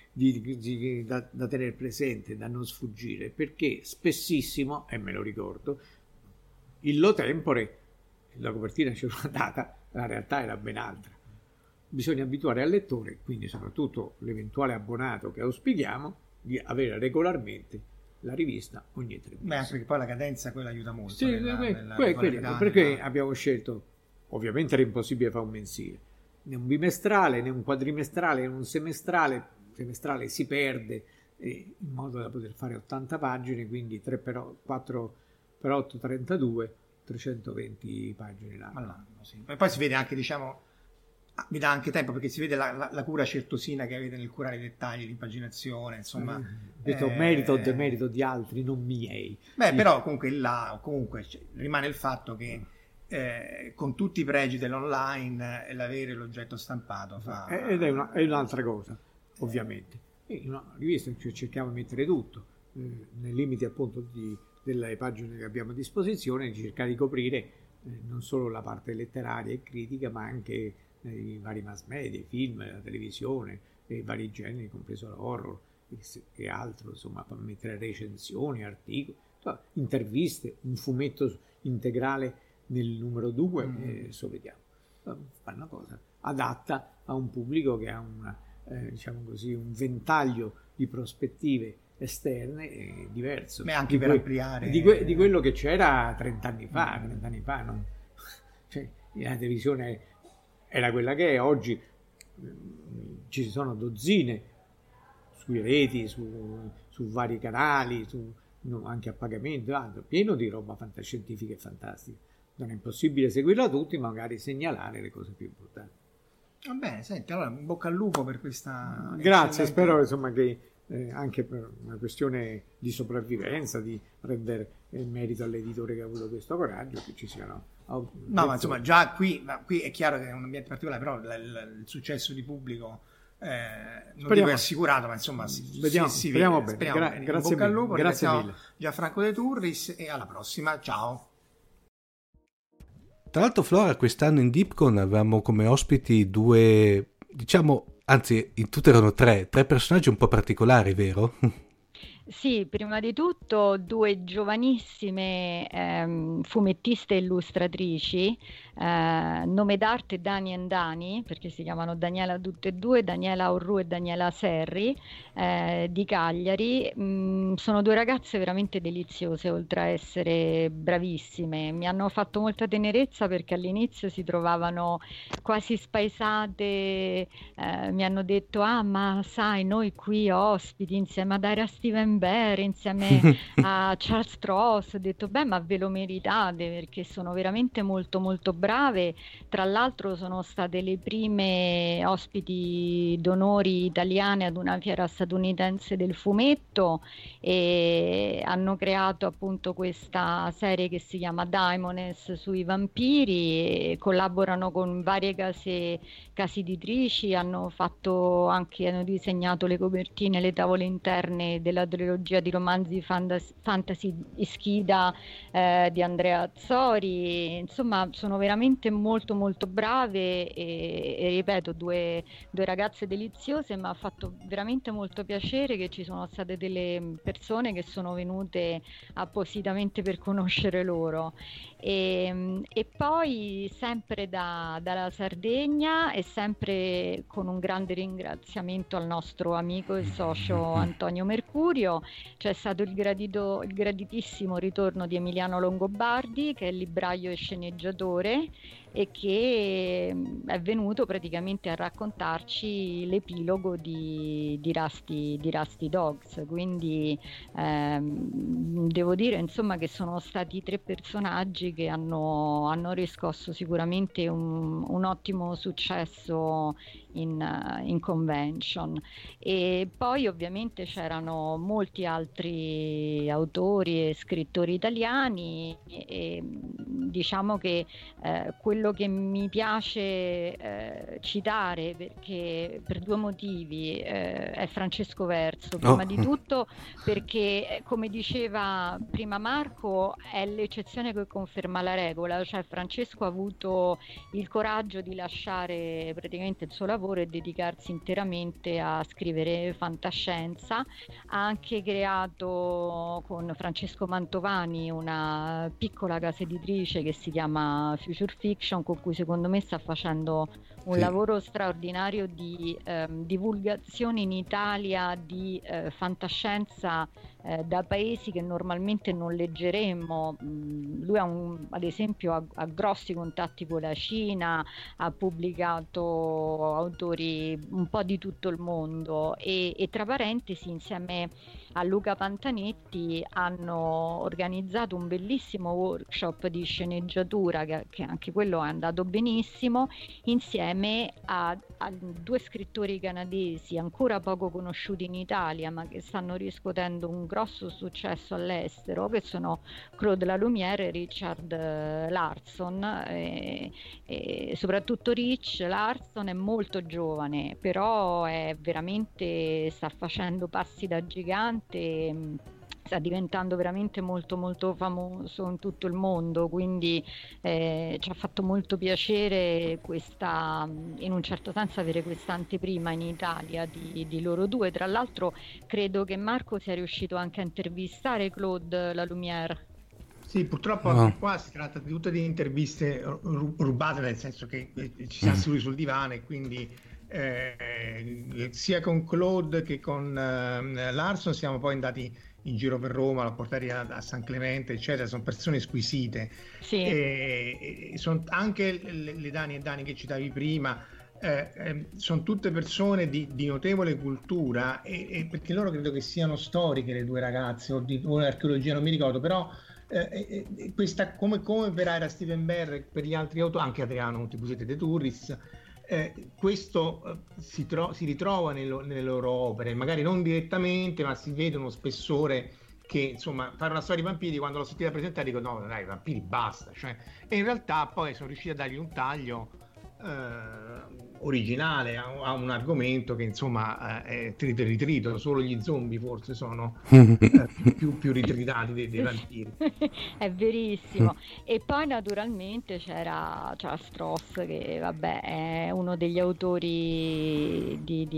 da tenere presente, da non sfuggire, perché spessissimo, e me lo ricordo, illo tempore, la copertina c'era una data, la realtà era ben altra. Bisogna abituare al lettore, quindi soprattutto l'eventuale abbonato che auspichiamo, di avere regolarmente la rivista ogni 3 mesi. Beh, anche perché poi la cadenza quella aiuta molto. Sì, perché abbiamo scelto, ovviamente era impossibile fare un mensile, né un bimestrale, né un quadrimestrale, né un semestrale. Semestrale si perde, in modo da poter fare 80 pagine, quindi 3 per 4 per 8, 32, 320 pagine l'anno. Sì. E poi si vede anche, vi dà anche tempo, perché si vede la cura certosina che avete nel curare i dettagli, l'impaginazione, insomma. Questo merito o demerito di altri, non miei. Però comunque rimane il fatto che con tutti i pregi dell'online l'avere l'oggetto stampato ed è un'altra cosa, ovviamente. In una rivista cerchiamo di mettere tutto nei limiti appunto delle pagine che abbiamo a disposizione, di cercare di coprire non solo la parte letteraria e critica, ma anche i vari mass media, i film, la televisione, i vari generi, compreso l'horror e altro, insomma, per mettere recensioni, articoli, interviste, un fumetto integrale nel numero 2, adesso vediamo. Fa una cosa adatta a un pubblico che ha un ventaglio di prospettive esterne diverso. Ma anche per ampliare di quello che c'era 30 anni fa. 30 anni fa la televisione era quella che è oggi. Ci sono dozzine sui reti, su vari canali, anche a pagamento, pieno di roba fantascientifica e fantastica. Non è impossibile seguirla tutti, ma magari segnalare le cose più importanti. Va bene, senti, allora in bocca al lupo per questa... Grazie, spero insomma che anche per una questione di sopravvivenza, di rendere merito all'editore che ha avuto questo coraggio, che ci siano... ma insomma già qui è chiaro che è un ambiente particolare, però il successo di pubblico non dico è assicurato, ma insomma speriamo bene. Bene. Grazie in bocca al lupo, grazie mille. Gianfranco De Turris, e alla prossima, ciao. Tra l'altro, Flora, quest'anno in Dipcon avevamo come ospiti in tutto erano tre personaggi un po' particolari, vero? Sì, prima di tutto due giovanissime fumettiste e illustratrici, nome d'arte Dani and Dani, perché si chiamano Daniela tutte e due, Daniela Orru e Daniela Serri, di Cagliari. Sono due ragazze veramente deliziose, oltre a essere bravissime. Mi hanno fatto molta tenerezza perché all'inizio si trovavano quasi spaesate, mi hanno detto: ah, ma sai, noi qui ospiti insieme ad Ira Steven Behr, insieme a Charles Stross. Ho detto: beh, ma ve lo meritate, perché sono veramente molto molto brave. Tra l'altro sono state le prime ospiti d'onori italiane ad una fiera statunitense del fumetto e hanno creato appunto questa serie che si chiama Daimones sui vampiri, e collaborano con varie case editrici, hanno disegnato le copertine, le tavole interne della trilogia di romanzi fantasy Ischida di Andrea Azzori. Insomma, sono veramente molto molto brave e ripeto, due ragazze deliziose. Ma ha fatto veramente molto piacere che ci sono state delle persone che sono venute appositamente per conoscere loro. E poi sempre dalla Sardegna, e sempre con un grande ringraziamento al nostro amico e socio Antonio Mercurio, c'è stato il graditissimo ritorno di Emiliano Longobardi, che è libraio e sceneggiatore, e che è venuto praticamente a raccontarci l'epilogo di Rusty Dogs. Quindi devo dire, insomma, che sono stati tre personaggi che hanno riscosso sicuramente un ottimo successo in convention. E poi ovviamente c'erano molti altri autori e scrittori italiani, e diciamo che quello che mi piace citare, perché per due motivi, è Francesco Verso. Prima di tutto perché, come diceva prima Marco, è l'eccezione che conferma la regola, cioè Francesco ha avuto il coraggio di lasciare praticamente il suo lavoro e dedicarsi interamente a scrivere fantascienza. Ha anche creato con Francesco Mantovani una piccola casa editrice che si chiama Future Fiction, con cui secondo me sta facendo un lavoro straordinario di divulgazione in Italia di fantascienza da paesi che normalmente non leggeremmo. Lui ad esempio ha grossi contatti con la Cina, ha pubblicato autori un po' di tutto il mondo, e tra parentesi, insieme a Luca Pantanetti hanno organizzato un bellissimo workshop di sceneggiatura che anche quello è andato benissimo, insieme a due scrittori canadesi ancora poco conosciuti in Italia, ma che stanno riscuotendo un grosso successo all'estero, che sono Claude Lalumière e Richard Larson. E soprattutto Larson è molto giovane, però sta facendo passi da gigante, sta diventando veramente molto molto famoso in tutto il mondo, quindi ci ha fatto molto piacere in un certo senso avere questa anteprima in Italia di loro due. Tra l'altro credo che Marco sia riuscito anche a intervistare Claude Lalumière. Sì, purtroppo anche qua si tratta di tutte di interviste rubate, nel senso che ci siamo seduti sul divano, e quindi sia con Claude che con Larson siamo poi andati in giro per Roma, la portare a San Clemente, eccetera. Sono persone squisite. Sì. E sono anche le Dani e Dani che citavi prima, sono tutte persone di notevole cultura, e perché loro credo che siano storiche, le due ragazze, o archeologia, non mi ricordo, però questa come per Ira Steven Behr e per gli altri autori, anche Adriano Tipusete De Turris, questo si ritrova nelle loro opere, magari non direttamente, ma si vede uno spessore che, insomma, fare una storia di vampiri, quando l'ho sentita presentare dico no dai, vampiri basta, cioè, e in realtà poi sono riusciti a dargli un taglio originale, ha un argomento che insomma è trito e ritrito, solo gli zombie forse sono più ritritati dei vampiri. È verissimo. E poi naturalmente c'era Strauss, che vabbè è uno degli autori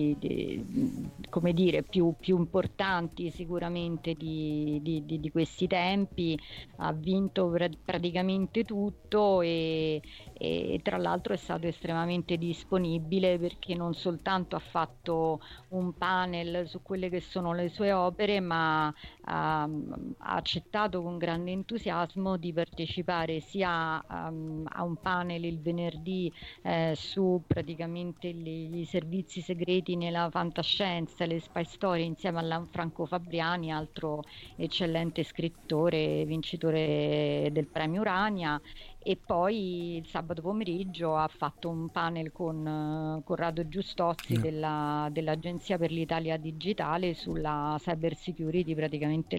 come dire più importanti sicuramente di questi tempi, ha vinto praticamente tutto e tra l'altro è stato estremamente disponibile, perché non soltanto ha fatto un panel su quelle che sono le sue opere, ma ha accettato con grande entusiasmo di partecipare sia a un panel il venerdì su praticamente gli servizi segreti nella fantascienza, le spy story, insieme a Lanfranco Fabriani, altro eccellente scrittore, vincitore del premio Urania. E poi il sabato pomeriggio ha fatto un panel con Corrado Giustozzi dell'Agenzia per l'Italia Digitale sulla cyber security, praticamente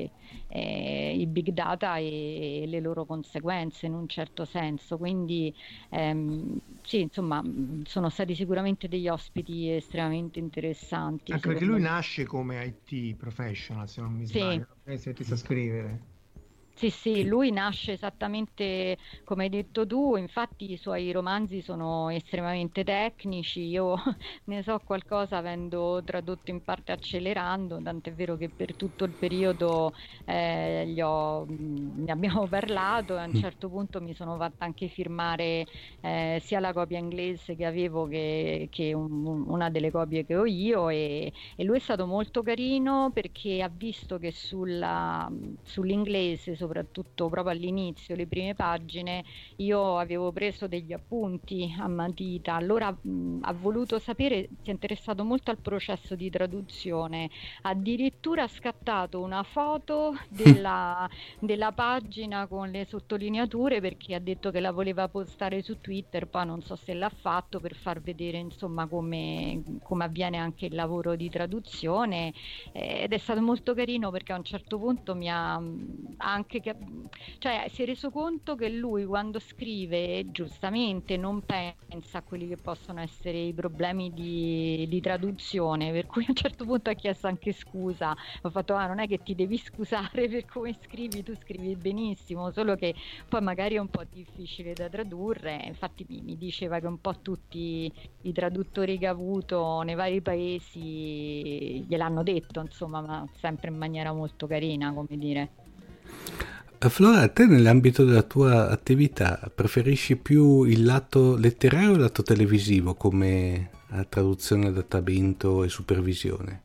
i big data e le loro conseguenze in un certo senso. Quindi sì, insomma, sono stati sicuramente degli ospiti estremamente interessanti. Anche perché lui nasce come IT professional, se non mi sbaglio, si sa scrivere. Sì, lui nasce esattamente come hai detto tu, infatti i suoi romanzi sono estremamente tecnici, io ne so qualcosa avendo tradotto in parte accelerando, tant'è vero che per tutto il periodo ne abbiamo parlato, e a un certo punto mi sono fatta anche firmare sia la copia inglese che avevo che una delle copie che ho io, e lui è stato molto carino perché ha visto che sull'inglese, soprattutto proprio all'inizio, le prime pagine, io avevo preso degli appunti a matita. Allora ha voluto sapere, si è interessato molto al processo di traduzione, addirittura ha scattato una foto della pagina con le sottolineature, perché ha detto che la voleva postare su Twitter, poi non so se l'ha fatto, per far vedere insomma come avviene anche il lavoro di traduzione, ed è stato molto carino perché a un certo punto mi ha anche si è reso conto che lui, quando scrive, giustamente non pensa a quelli che possono essere i problemi di traduzione, per cui a un certo punto ha chiesto anche scusa, ho fatto non è che ti devi scusare per come scrivi, tu scrivi benissimo, solo che poi magari è un po' difficile da tradurre. Infatti mi diceva che un po' tutti i traduttori che ha avuto nei vari paesi gliel'hanno detto, insomma, ma sempre in maniera molto carina, come dire. Flora, te nell'ambito della tua attività preferisci più il lato letterario o il lato televisivo come traduzione, adattamento e supervisione?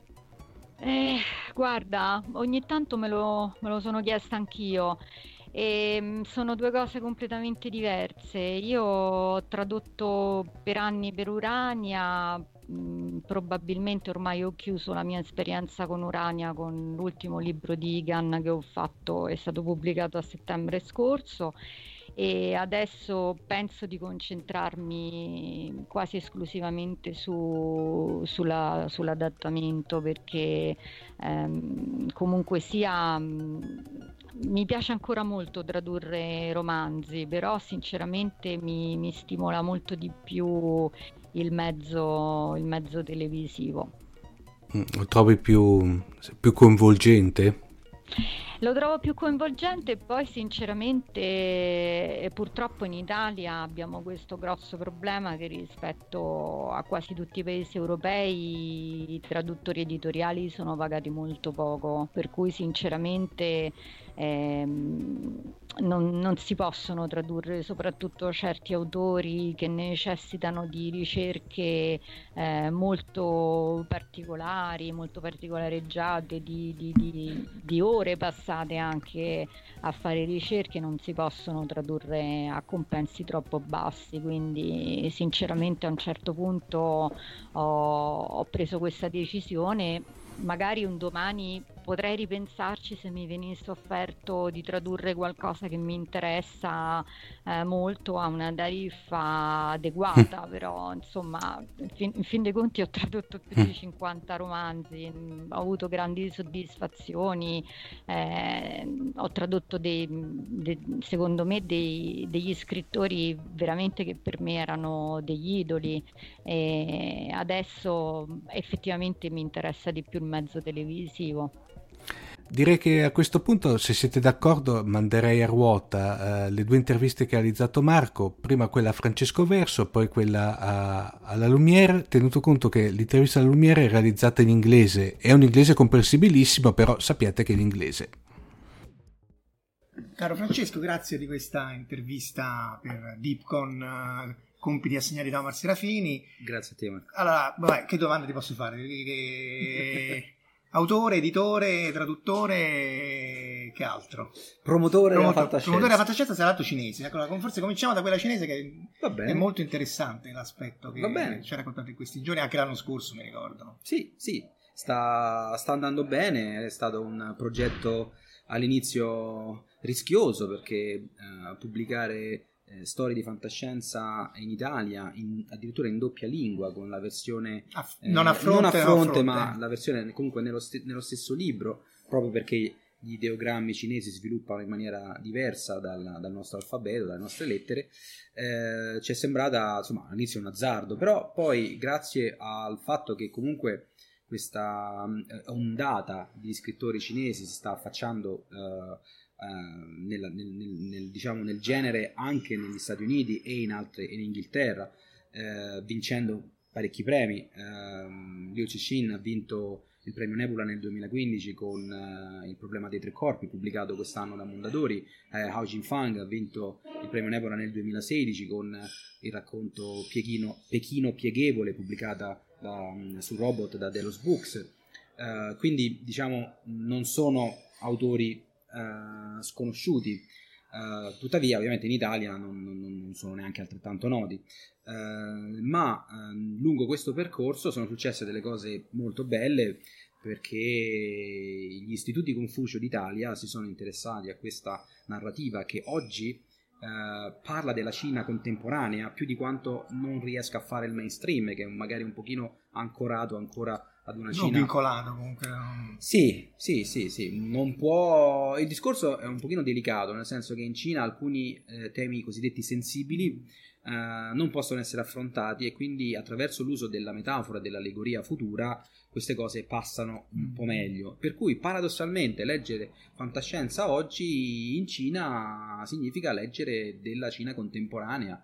Guarda, ogni tanto me lo sono chiesta anch'io, e sono due cose completamente diverse. Io ho tradotto per anni per Urania, probabilmente ormai ho chiuso la mia esperienza con Urania con l'ultimo libro di Egan che ho fatto, è stato pubblicato a settembre scorso, e adesso penso di concentrarmi quasi esclusivamente sull'adattamento, perché comunque sia mi piace ancora molto tradurre romanzi, però sinceramente mi stimola molto di più il mezzo televisivo. Lo trovi più coinvolgente? Lo trovo più coinvolgente, e poi sinceramente purtroppo in Italia abbiamo questo grosso problema che rispetto a quasi tutti i paesi europei i traduttori editoriali sono pagati molto poco, per cui sinceramente non si possono tradurre soprattutto certi autori che necessitano di ricerche molto particolari, molto particolareggiate, di ore passate anche a fare ricerche, non si possono tradurre a compensi troppo bassi. Quindi sinceramente a un certo punto ho preso questa decisione. Magari un domani potrei ripensarci se mi venisse offerto di tradurre qualcosa che mi interessa molto a una tariffa adeguata, però insomma in fin dei conti ho tradotto più di 50 romanzi, ho avuto grandi soddisfazioni, ho tradotto secondo me degli scrittori veramente che per me erano degli idoli, e adesso effettivamente mi interessa di più il mezzo televisivo. Direi che a questo punto, se siete d'accordo, manderei a ruota le 2 interviste che ha realizzato Marco, prima quella a Francesco Verso, poi quella alla Lumière, tenuto conto che l'intervista alla Lumière è realizzata in inglese, è un inglese comprensibilissimo, però sappiate che è in inglese. Caro Francesco, grazie di questa intervista per Deepcon, compiti assegnati da Omar Serafini. Grazie a te, Marco. Allora, vabbè, che domande ti posso fare? Autore, editore, traduttore, che altro? Promotore della fantascienza. Promotore della fantascienza sarà l'atto cinese. Ecco, forse cominciamo da quella cinese che è molto interessante, l'aspetto che ci ha raccontato in questi giorni, anche l'anno scorso mi ricordo. Sì, sta andando bene, è stato un progetto all'inizio rischioso perché pubblicare storie di fantascienza in Italia addirittura in doppia lingua con la versione non a fronte ma la versione comunque nello stesso libro, proprio perché gli ideogrammi cinesi sviluppano in maniera diversa dal nostro alfabeto, dalle nostre lettere, ci è sembrata insomma all'inizio un azzardo, però poi grazie al fatto che comunque questa ondata di scrittori cinesi si sta affacciando nel genere anche negli Stati Uniti e in Inghilterra, vincendo parecchi premi. Liu Cixin ha vinto il premio Nebula nel 2015 con Il problema dei 3 corpi, pubblicato quest'anno da Mondadori. Hao Jinfang ha vinto il premio Nebula nel 2016 con il racconto Pechino pieghevole, pubblicata su Robot da Delos Books. Quindi diciamo non sono autori sconosciuti, tuttavia ovviamente in Italia non sono neanche altrettanto noti, ma lungo questo percorso sono successe delle cose molto belle, perché gli istituti Confucio d'Italia si sono interessati a questa narrativa che oggi parla della Cina contemporanea più di quanto non riesca a fare il mainstream, che è magari un pochino ancorato ancora ad una Cina vincolato comunque. Sì, non può. Il discorso è un pochino delicato, nel senso che in Cina alcuni temi cosiddetti sensibili non possono essere affrontati, e quindi attraverso l'uso della metafora, dell'allegoria futura, queste cose passano un po' meglio. Per cui paradossalmente leggere fantascienza oggi in Cina significa leggere della Cina contemporanea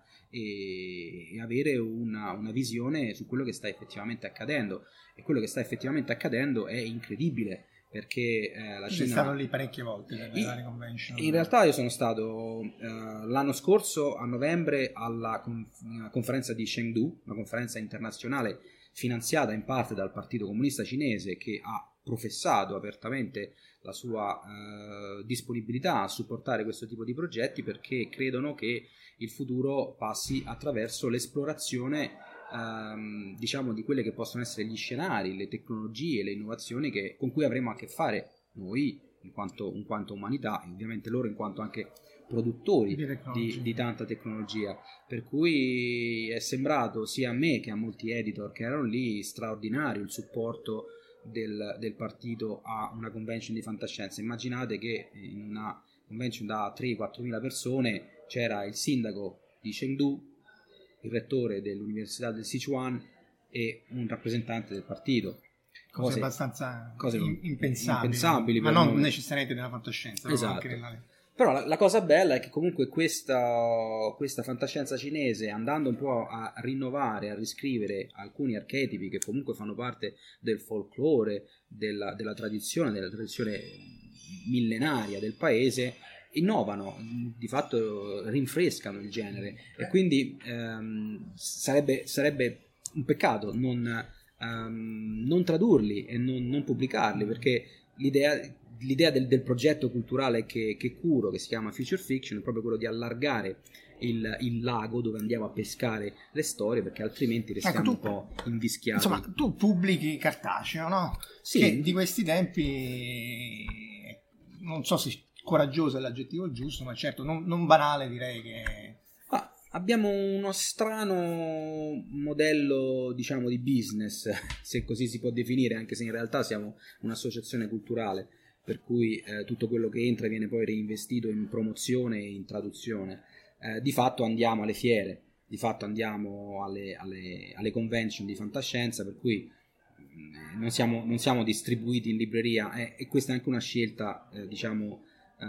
e avere una visione su quello che sta effettivamente accadendo. E quello che sta effettivamente accadendo è incredibile, perché la Cina... Sei stato lì parecchie volte per le convention. In realtà io sono stato l'anno scorso a novembre alla conferenza di Chengdu, una conferenza internazionale finanziata in parte dal Partito Comunista Cinese, che ha professato apertamente la sua disponibilità a supportare questo tipo di progetti, perché credono che il futuro passi attraverso l'esplorazione diciamo di quelle che possono essere gli scenari, le tecnologie, le innovazioni con cui avremo a che fare noi in quanto umanità, e ovviamente loro in quanto anche produttori di tanta tecnologia. Per cui è sembrato sia a me che a molti editor che erano lì straordinario il supporto del partito a una convention di fantascienza. Immaginate che in una convention da 3-4 mila persone c'era il sindaco di Chengdu, il rettore dell'università del Sichuan e un rappresentante del partito. Cose abbastanza impensabili ma non necessariamente nella fantascienza. Esatto. Però la cosa bella è che comunque questa fantascienza cinese, andando un po' a rinnovare, a riscrivere alcuni archetipi che comunque fanno parte del folklore, della tradizione millenaria del paese, innovano, di fatto rinfrescano il genere, e quindi sarebbe un peccato non tradurli e non pubblicarli, perché l'idea del progetto culturale che curo, che si chiama Future Fiction, è proprio quello di allargare il lago dove andiamo a pescare le storie, perché altrimenti restiamo un po' invischiati. Insomma, tu pubblichi cartaceo, no? Sì. Che di questi tempi, non so se coraggioso è l'aggettivo giusto, ma certo non banale, direi che... Abbiamo uno strano modello, diciamo, di business, se così si può definire, anche se in realtà siamo un'associazione culturale, per cui tutto quello che entra viene poi reinvestito in promozione e in traduzione. Di fatto andiamo alle fiere, di fatto andiamo alle convention di fantascienza, per cui non siamo distribuiti in libreria, e questa è anche una scelta, diciamo,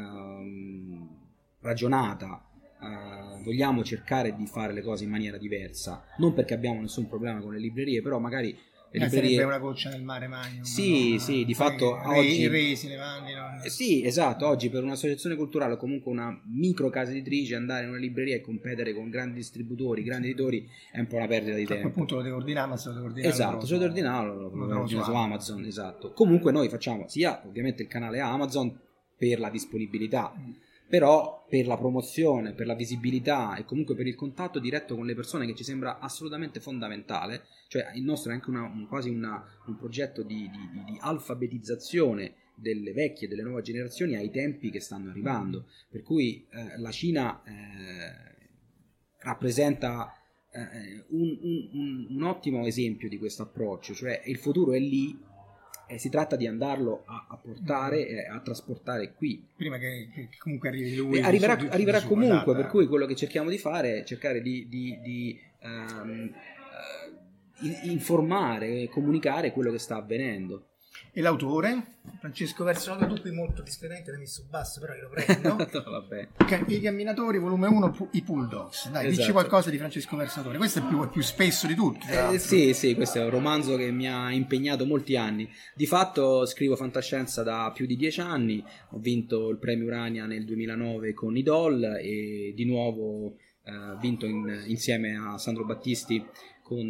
ragionata. Vogliamo cercare di fare le cose in maniera diversa, non perché abbiamo nessun problema con le librerie, però magari le librerie sarebbe una goccia nel mare Magnum, sì, di fatto oggi i resi, le mandi, no? Sì, esatto, oggi per un'associazione culturale o comunque una micro casa editrice andare in una libreria e competere con grandi distributori, grandi editori è un po' una perdita di tempo. Appunto lo devo ordinare, ma se lo devo ordinare esatto, se lo devo ordinare lo su Amazon, esatto. Comunque noi facciamo sia ovviamente il canale Amazon per la disponibilità, però per la promozione, per la visibilità e comunque per il contatto diretto con le persone, che ci sembra assolutamente fondamentale. Cioè il nostro è anche quasi un progetto di alfabetizzazione delle vecchie e delle nuove generazioni ai tempi che stanno arrivando, per cui la Cina rappresenta un ottimo esempio di questo approccio, cioè il futuro è lì. Si tratta di andarlo a portare, a trasportare qui. Prima che comunque arrivi lui. Arriverà comunque, per cui quello che cerchiamo di fare è cercare di informare e comunicare quello che sta avvenendo. E l'autore? Francesco Versonoto, tu qui molto discretamente l'hai messo basso, però io lo prendo. Vabbè. I camminatori, volume 1, i Pool Dogs. Dai, esatto. Dici qualcosa di Francesco Versonoto. Questo è più spesso di tutti. Sì, questo è un romanzo che mi ha impegnato molti anni. Di fatto scrivo fantascienza da più di 10 anni. Ho vinto il premio Urania nel 2009 con Idol e di nuovo vinto insieme a Sandro Battisti con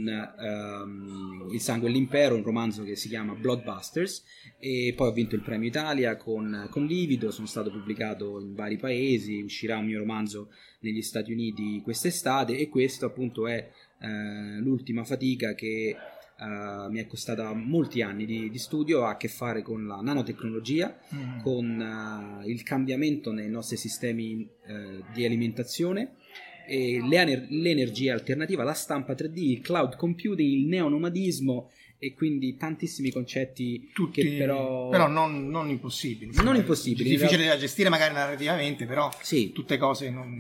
Il sangue e l'impero, un romanzo che si chiama Bloodbusters, e poi ho vinto il premio Italia con Livido, sono stato pubblicato in vari paesi, uscirà un mio romanzo negli Stati Uniti quest'estate, e questo appunto è l'ultima fatica che mi è costata molti anni di studio, ha a che fare con la nanotecnologia, con il cambiamento nei nostri sistemi di alimentazione, e l'energia alternativa, la stampa 3D, il cloud computing, il neonomadismo, e quindi tantissimi concetti tutti, che però non impossibili. Non impossibili. Difficile da gestire magari narrativamente, però sì, tutte cose non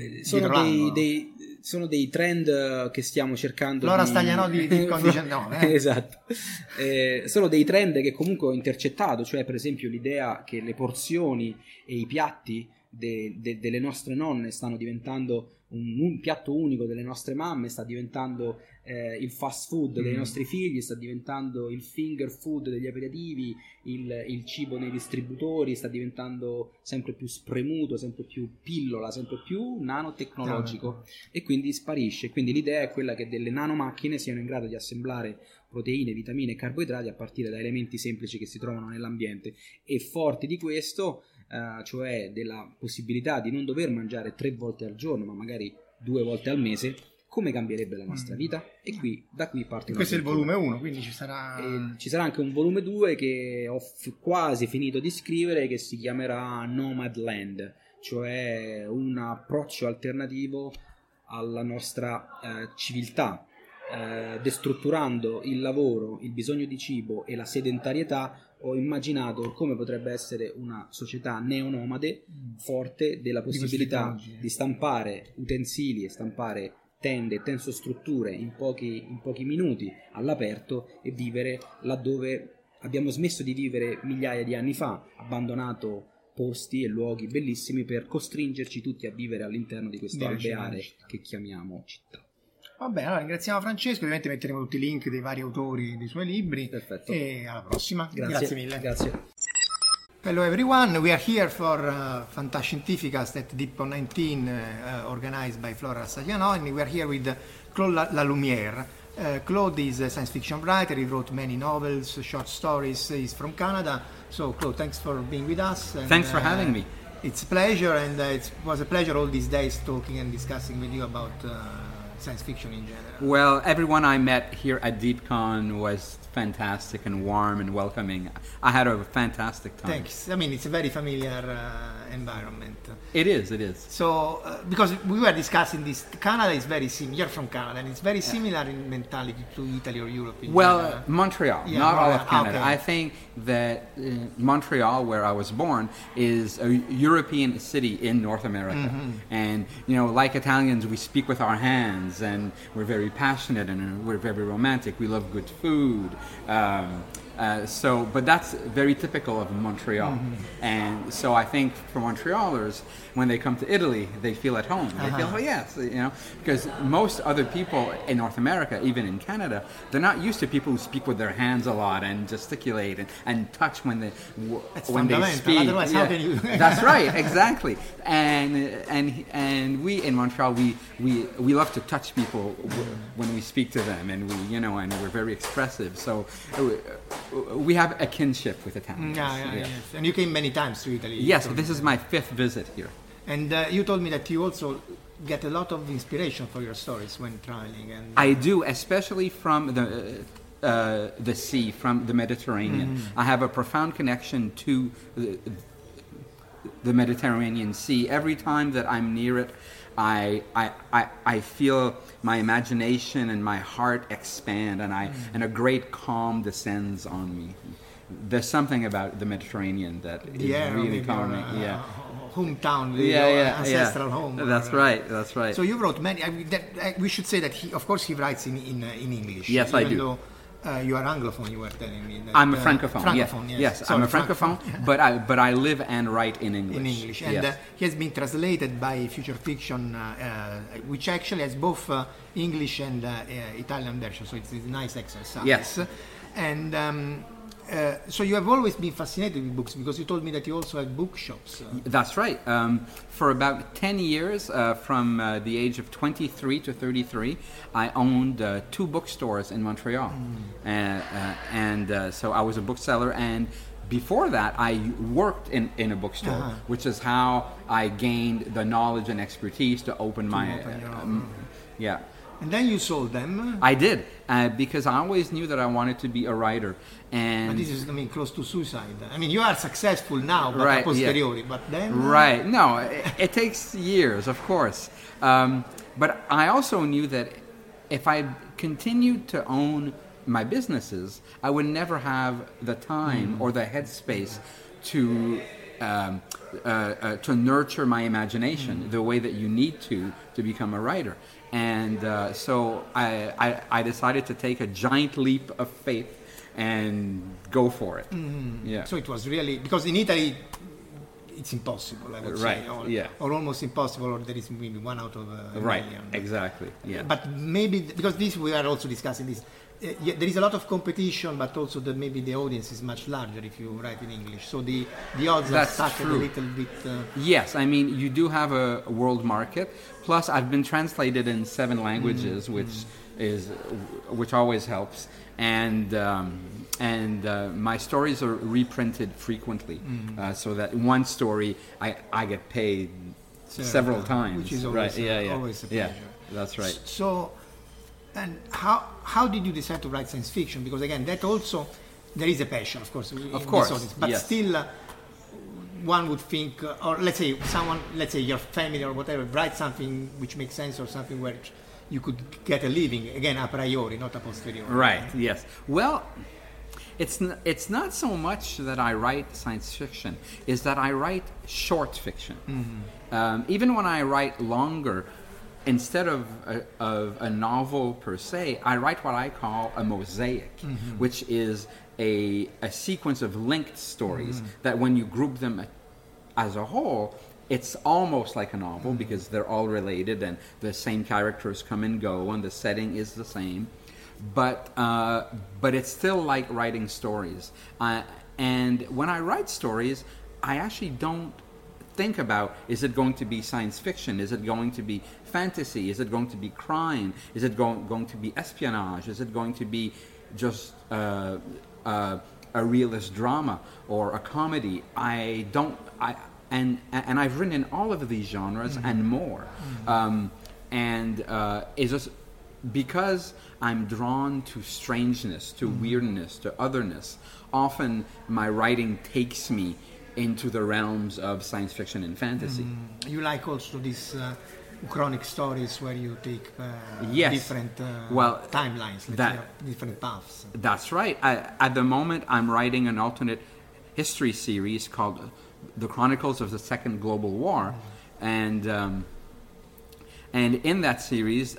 sono dei trend che stiamo cercando Laura Staglianò con 19 esatto. Sono dei trend che comunque ho intercettato, cioè per esempio l'idea che le porzioni e i piatti delle nostre nonne stanno diventando un piatto unico delle nostre mamme, sta diventando il fast food dei nostri figli, sta diventando il finger food degli aperitivi, il cibo nei distributori sta diventando sempre più spremuto, sempre più pillola, sempre più nanotecnologico, e quindi sparisce. Quindi l'idea è quella che delle nanomacchine siano in grado di assemblare proteine, vitamine e carboidrati a partire da elementi semplici che si trovano nell'ambiente, e forti di questo, cioè della possibilità di non dover mangiare 3 volte al giorno ma magari 2 volte al mese, come cambierebbe la nostra vita? E da qui parte. Questo è il volume 1, quindi ci sarà anche un volume 2 che ho quasi finito di scrivere, che si chiamerà Nomadland, cioè un approccio alternativo alla nostra civiltà, destrutturando il lavoro, il bisogno di cibo e la sedentarietà. Ho immaginato come potrebbe essere una società neonomade forte della possibilità di stampare utensili e stampare tende e tensostrutture in pochi minuti all'aperto, e vivere laddove abbiamo smesso di vivere migliaia di anni fa, abbandonato posti e luoghi bellissimi per costringerci tutti a vivere all'interno di questo alveare che chiamiamo città. Va bene, allora ringraziamo Francesco, ovviamente metteremo tutti i link dei vari autori dei suoi libri. Perfetto. E alla prossima. Grazie mille. Grazie. Hello everyone, we are here for Fantascientificast at DIPPO 19 organized by Flora Staglianò, and we are here with Claude Lalumière. Claude is a science fiction writer, he wrote many novels, short stories, he's from Canada. So Claude, thanks for being with us. And, thanks for having me. It's a pleasure, and it was a pleasure all these days talking and discussing with you about science fiction in general. Well, everyone I met here at DeepCon was fantastic and warm and welcoming. I had a fantastic time. Thanks. I mean, it's a very familiar environment. It is. So, because we were discussing this, Canada is very similar. You're from Canada, and it's very similar in mentality to Italy or Europe. Well, Montreal, not all of Canada. Okay. I think that Montreal, where I was born, is a European city in North America. And, like Italians, we speak with our hands, and we're very passionate, and we're very romantic. We love good food. But that's very typical of Montreal. And so I think for Montrealers, when they come to Italy, they feel at home. They feel, because most other people in North America, even in Canada, they're not used to people who speak with their hands a lot and gesticulate and touch when they speak. Otherwise, how can you? That's right, exactly. And we in Montreal, we love to touch people when we speak to them, and and we're very expressive. So we have a kinship with Italians. Yes. And you came many times to Italy. Yes, this is my 5th visit here. And you told me that you also get a lot of inspiration for your stories when traveling. And I do, especially from the sea, from the Mediterranean. I have a profound connection to the Mediterranean Sea. Every time that I'm near it, I feel my imagination and my heart expand, and a great calm descends on me. There's something about the Mediterranean that is really calming. Hometown, ancestral home. That's right. So you wrote many. We should say that he writes in English. Yes, I do. Though, you are Anglophone, you were telling me. That, I'm a Francophone. Francophone, yes. Sorry, I'm a Francophone, but I live and write in English. In English, and he has been translated by Future Fiction, which actually has both English and Italian version. So it's a nice exercise. Yes. And so you have always been fascinated with books, because you told me that you also had bookshops. That's right. For about 10 years, from the age of 23 to 33, I owned 2 bookstores in Montreal. So I was a bookseller, and before that, I worked in a bookstore, which is how I gained the knowledge and expertise to open my... And then you sold them? I did, because I always knew that I wanted to be a writer. But this is, close to suicide. You are successful now, but a posteriori. But then... Right. No, it takes years, of course. But I also knew that if I continued to own my businesses, I would never have the time or the headspace to nurture my imagination the way that you need to become a writer. And so I decided to take a giant leap of faith and go for it. Yeah. So it was really, because in Italy it's impossible, I would say, or almost impossible, or there is maybe 1 out of a million. Exactly. Yeah. But maybe because we are also discussing this. There is a lot of competition, but also maybe the audience is much larger if you write in English. So the odds are stacked a little bit. Yes, you do have a world market. Plus, I've been translated in 7 languages, which always helps. And my stories are reprinted frequently, so that one story I get paid several times. Which is always, always a pleasure. Yeah, that's right. So. And how did you decide to write science fiction? Because again, that also, there is a passion, of course. But still, one would think, or let's say your family or whatever, write something which makes sense, or something where you could get a living, again, a priori, not a posteriori. Right, yes. Well, it's not so much that I write science fiction, is that I write short fiction. Even when I write longer, instead of a novel per se, I write what I call a mosaic, which is a sequence of linked stories that when you group them as a whole, it's almost like a novel because they're all related and the same characters come and go and the setting is the same. But it's still like writing stories. And when I write stories, I actually don't think about, is it going to be science fiction? Is it going to be fantasy? Is it going to be crime? Is it going to be espionage? Is it going to be just a realist drama or a comedy? I and I've written in all of these genres and more. And it's just because I'm drawn to strangeness, to weirdness, to otherness. Often my writing takes me into the realms of science fiction and fantasy. You like also these chronic stories where you take different timelines, different paths. That's right. At the moment, I'm writing an alternate history series called The Chronicles of the Second Global War, and in that series,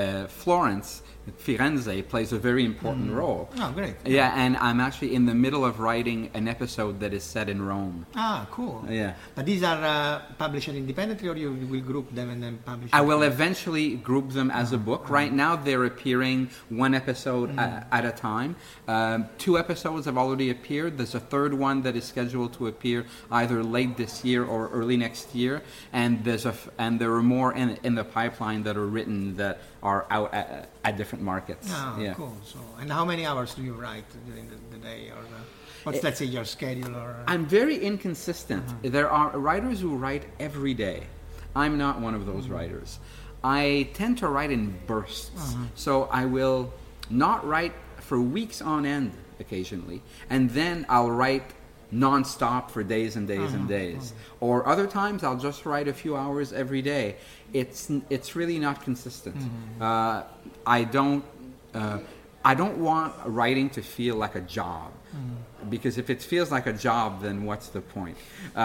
Firenze plays a very important role. Oh, great. Yeah, and I'm actually in the middle of writing an episode that is set in Rome. Ah, cool. Yeah. But these are published independently, or you will group them and then publish I will eventually group them as a book. Right now, they're appearing one episode at a time. 2 episodes have already appeared. There's a third one that is scheduled to appear either late this year or early next year. And there are more in the pipeline that are written that are out at different markets. Oh, yeah. Cool. So, and how many hours do you write during the day, or what's, let's say, your schedule? Or I'm very inconsistent. There are writers who write every day. I'm not one of those writers. I tend to write in bursts. So I will not write for weeks on end occasionally, and then I'll write non-stop for days and days and days. Or other times I'll just write a few hours every day. It's really not consistent. I don't want writing to feel like a job, because if it feels like a job, then what's the point?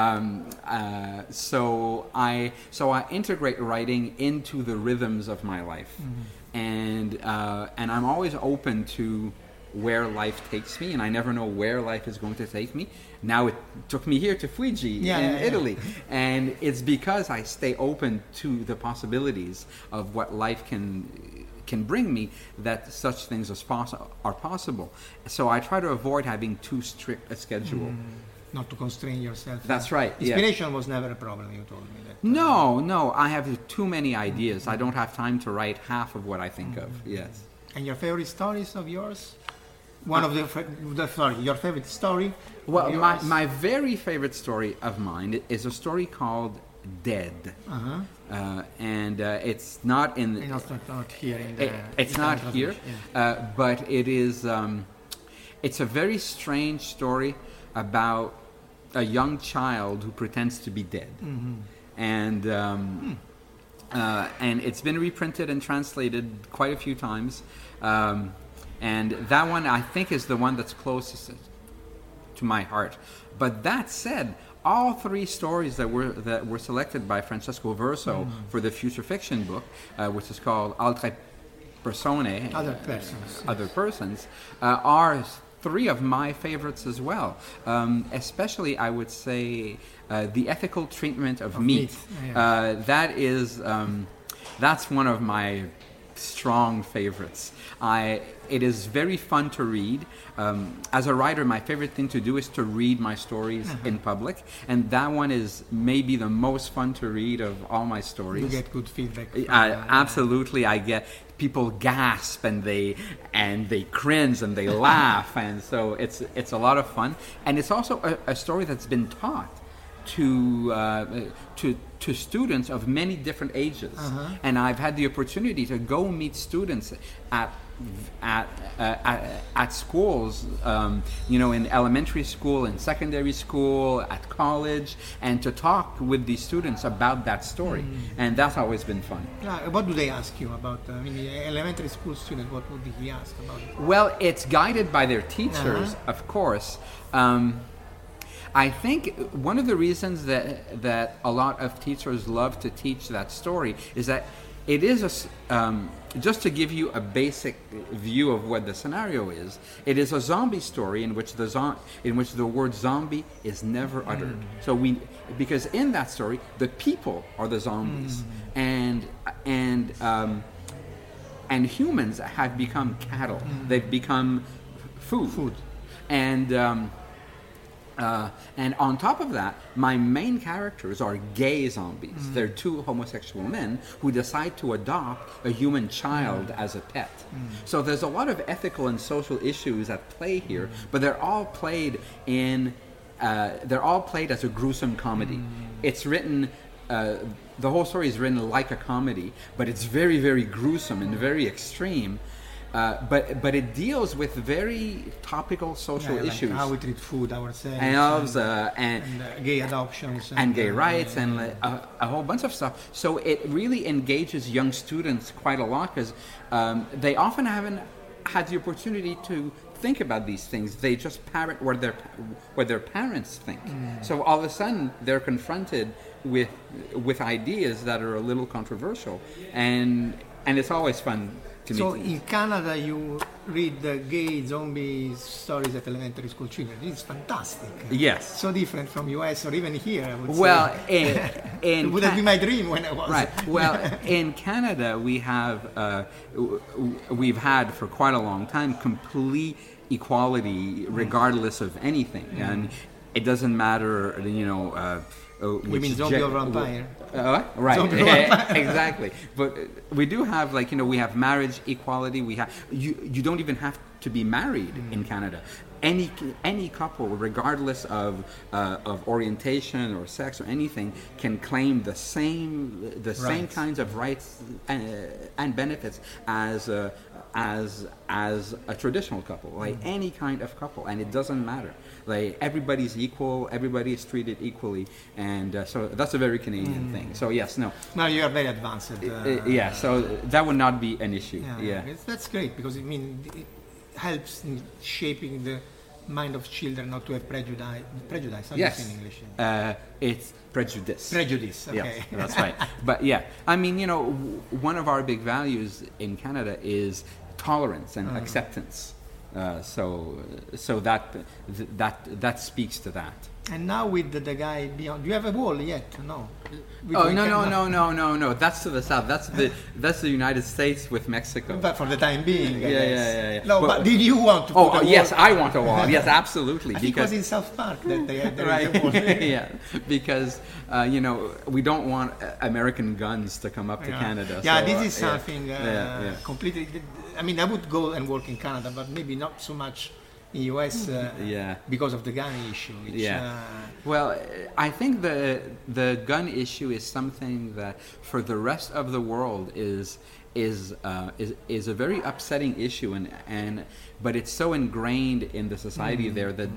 So I integrate writing into the rhythms of my life, and I'm always open to where life takes me, and I never know where life is going to take me. Now it took me here to Fuji in Italy, and it's because I stay open to the possibilities of what life can bring me that such things are possible. So I try to avoid having too strict a schedule. Not to constrain yourself. That's right. Inspiration was never a problem, you told me that. No, I have too many ideas. I don't have time to write half of what I think of. Yes. And your favorite stories of yours? Your favorite story? Well, my very favorite story of mine is a story called Dead, and it's not in. It's not here in the. It's not here, but it is. It's a very strange story about a young child who pretends to be dead, and it's been reprinted and translated quite a few times. And that one, I think, is the one that's closest to my heart. But that said, all 3 stories that were selected by Francesco Verso for the future fiction book, which is called Altre Persone, Other Persons, are 3 of my favorites as well. Especially, I would say, The Ethical Treatment of Meat. That is, that's one of my strong favorites. It is very fun to read. As a writer, my favorite thing to do is to read my stories in public, and that one is maybe the most fun to read of all my stories. You get good feedback. Absolutely, I get people gasp and they cringe and they laugh, and so it's a lot of fun. And it's also a story that's been taught to students of many different ages, and I've had the opportunity to go meet students at schools, in elementary school, in secondary school, at college, and to talk with these students about that story, and that's always been fun. What do they ask you about? The elementary school student, what would he ask about it? Well, it's guided by their teachers, of course. I think one of the reasons that a lot of teachers love to teach that story is that it is just to give you a basic view of what the scenario is. It is a zombie story in which the word zombie is never uttered. So because in that story the people are the zombies, and humans have become cattle. They've become food. And on top of that, my main characters are gay zombies. They're 2 homosexual men who decide to adopt a human child as a pet. So there's a lot of ethical and social issues at play here, but they're all played as a gruesome comedy. it's written. The whole story is written like a comedy, but it's very, very gruesome and very extreme. But it deals with very topical social issues. Like how we treat food ourselves, and gay adoptions. And gay rights, and a whole bunch of stuff. So it really engages young students quite a lot, because they often haven't had the opportunity to think about these things. They just parrot what their parents think. So all of a sudden they're confronted with ideas that are a little controversial, and it's always fun to So meet. in Canada you read the gay zombie stories at elementary school children. It's fantastic. Yes. So different from US or even here, I would Well, say. It would have been my dream when I was. Right. Well, in Canada, we've had for quite a long time complete equality, regardless of anything, and it doesn't matter, You mean zombie or vampire? Right. Zombie or vampire. Exactly. But we do have, we have marriage equality. We have you don't even have to be married in Canada. Any couple, regardless of orientation or sex or anything, can claim the same kinds of rights and benefits as a traditional couple, like any kind of couple, and it doesn't matter. Like everybody's equal, everybody is treated equally, and so that's a very Canadian thing. So yes, no. Now you are very advanced. Yeah, so that would not be an issue. Yeah. That's great, because it helps in shaping the mind of children not to have prejudice. How do you say in English? It's prejudice. Prejudice, okay. Yeah, that's right. But yeah, I mean, one of our big values in Canada is tolerance and acceptance. So that speaks to that. And now with the guy beyond, do you have a wall yet? No. No. That's to the south. That's the United States with Mexico. But for the time being, I guess. Yeah. No, but did you want to put a wall? Yes, I want a wall. Yes, absolutely. Because in South Park that they had right. a wall. Yeah, because we don't want American guns to come up to Canada. Yeah, so, this is something completely. I mean, I would go and work in Canada, but maybe not so much in US because of the gun issue. Well, I think the gun issue is something that for the rest of the world is a very upsetting issue, but it's so ingrained in the society there that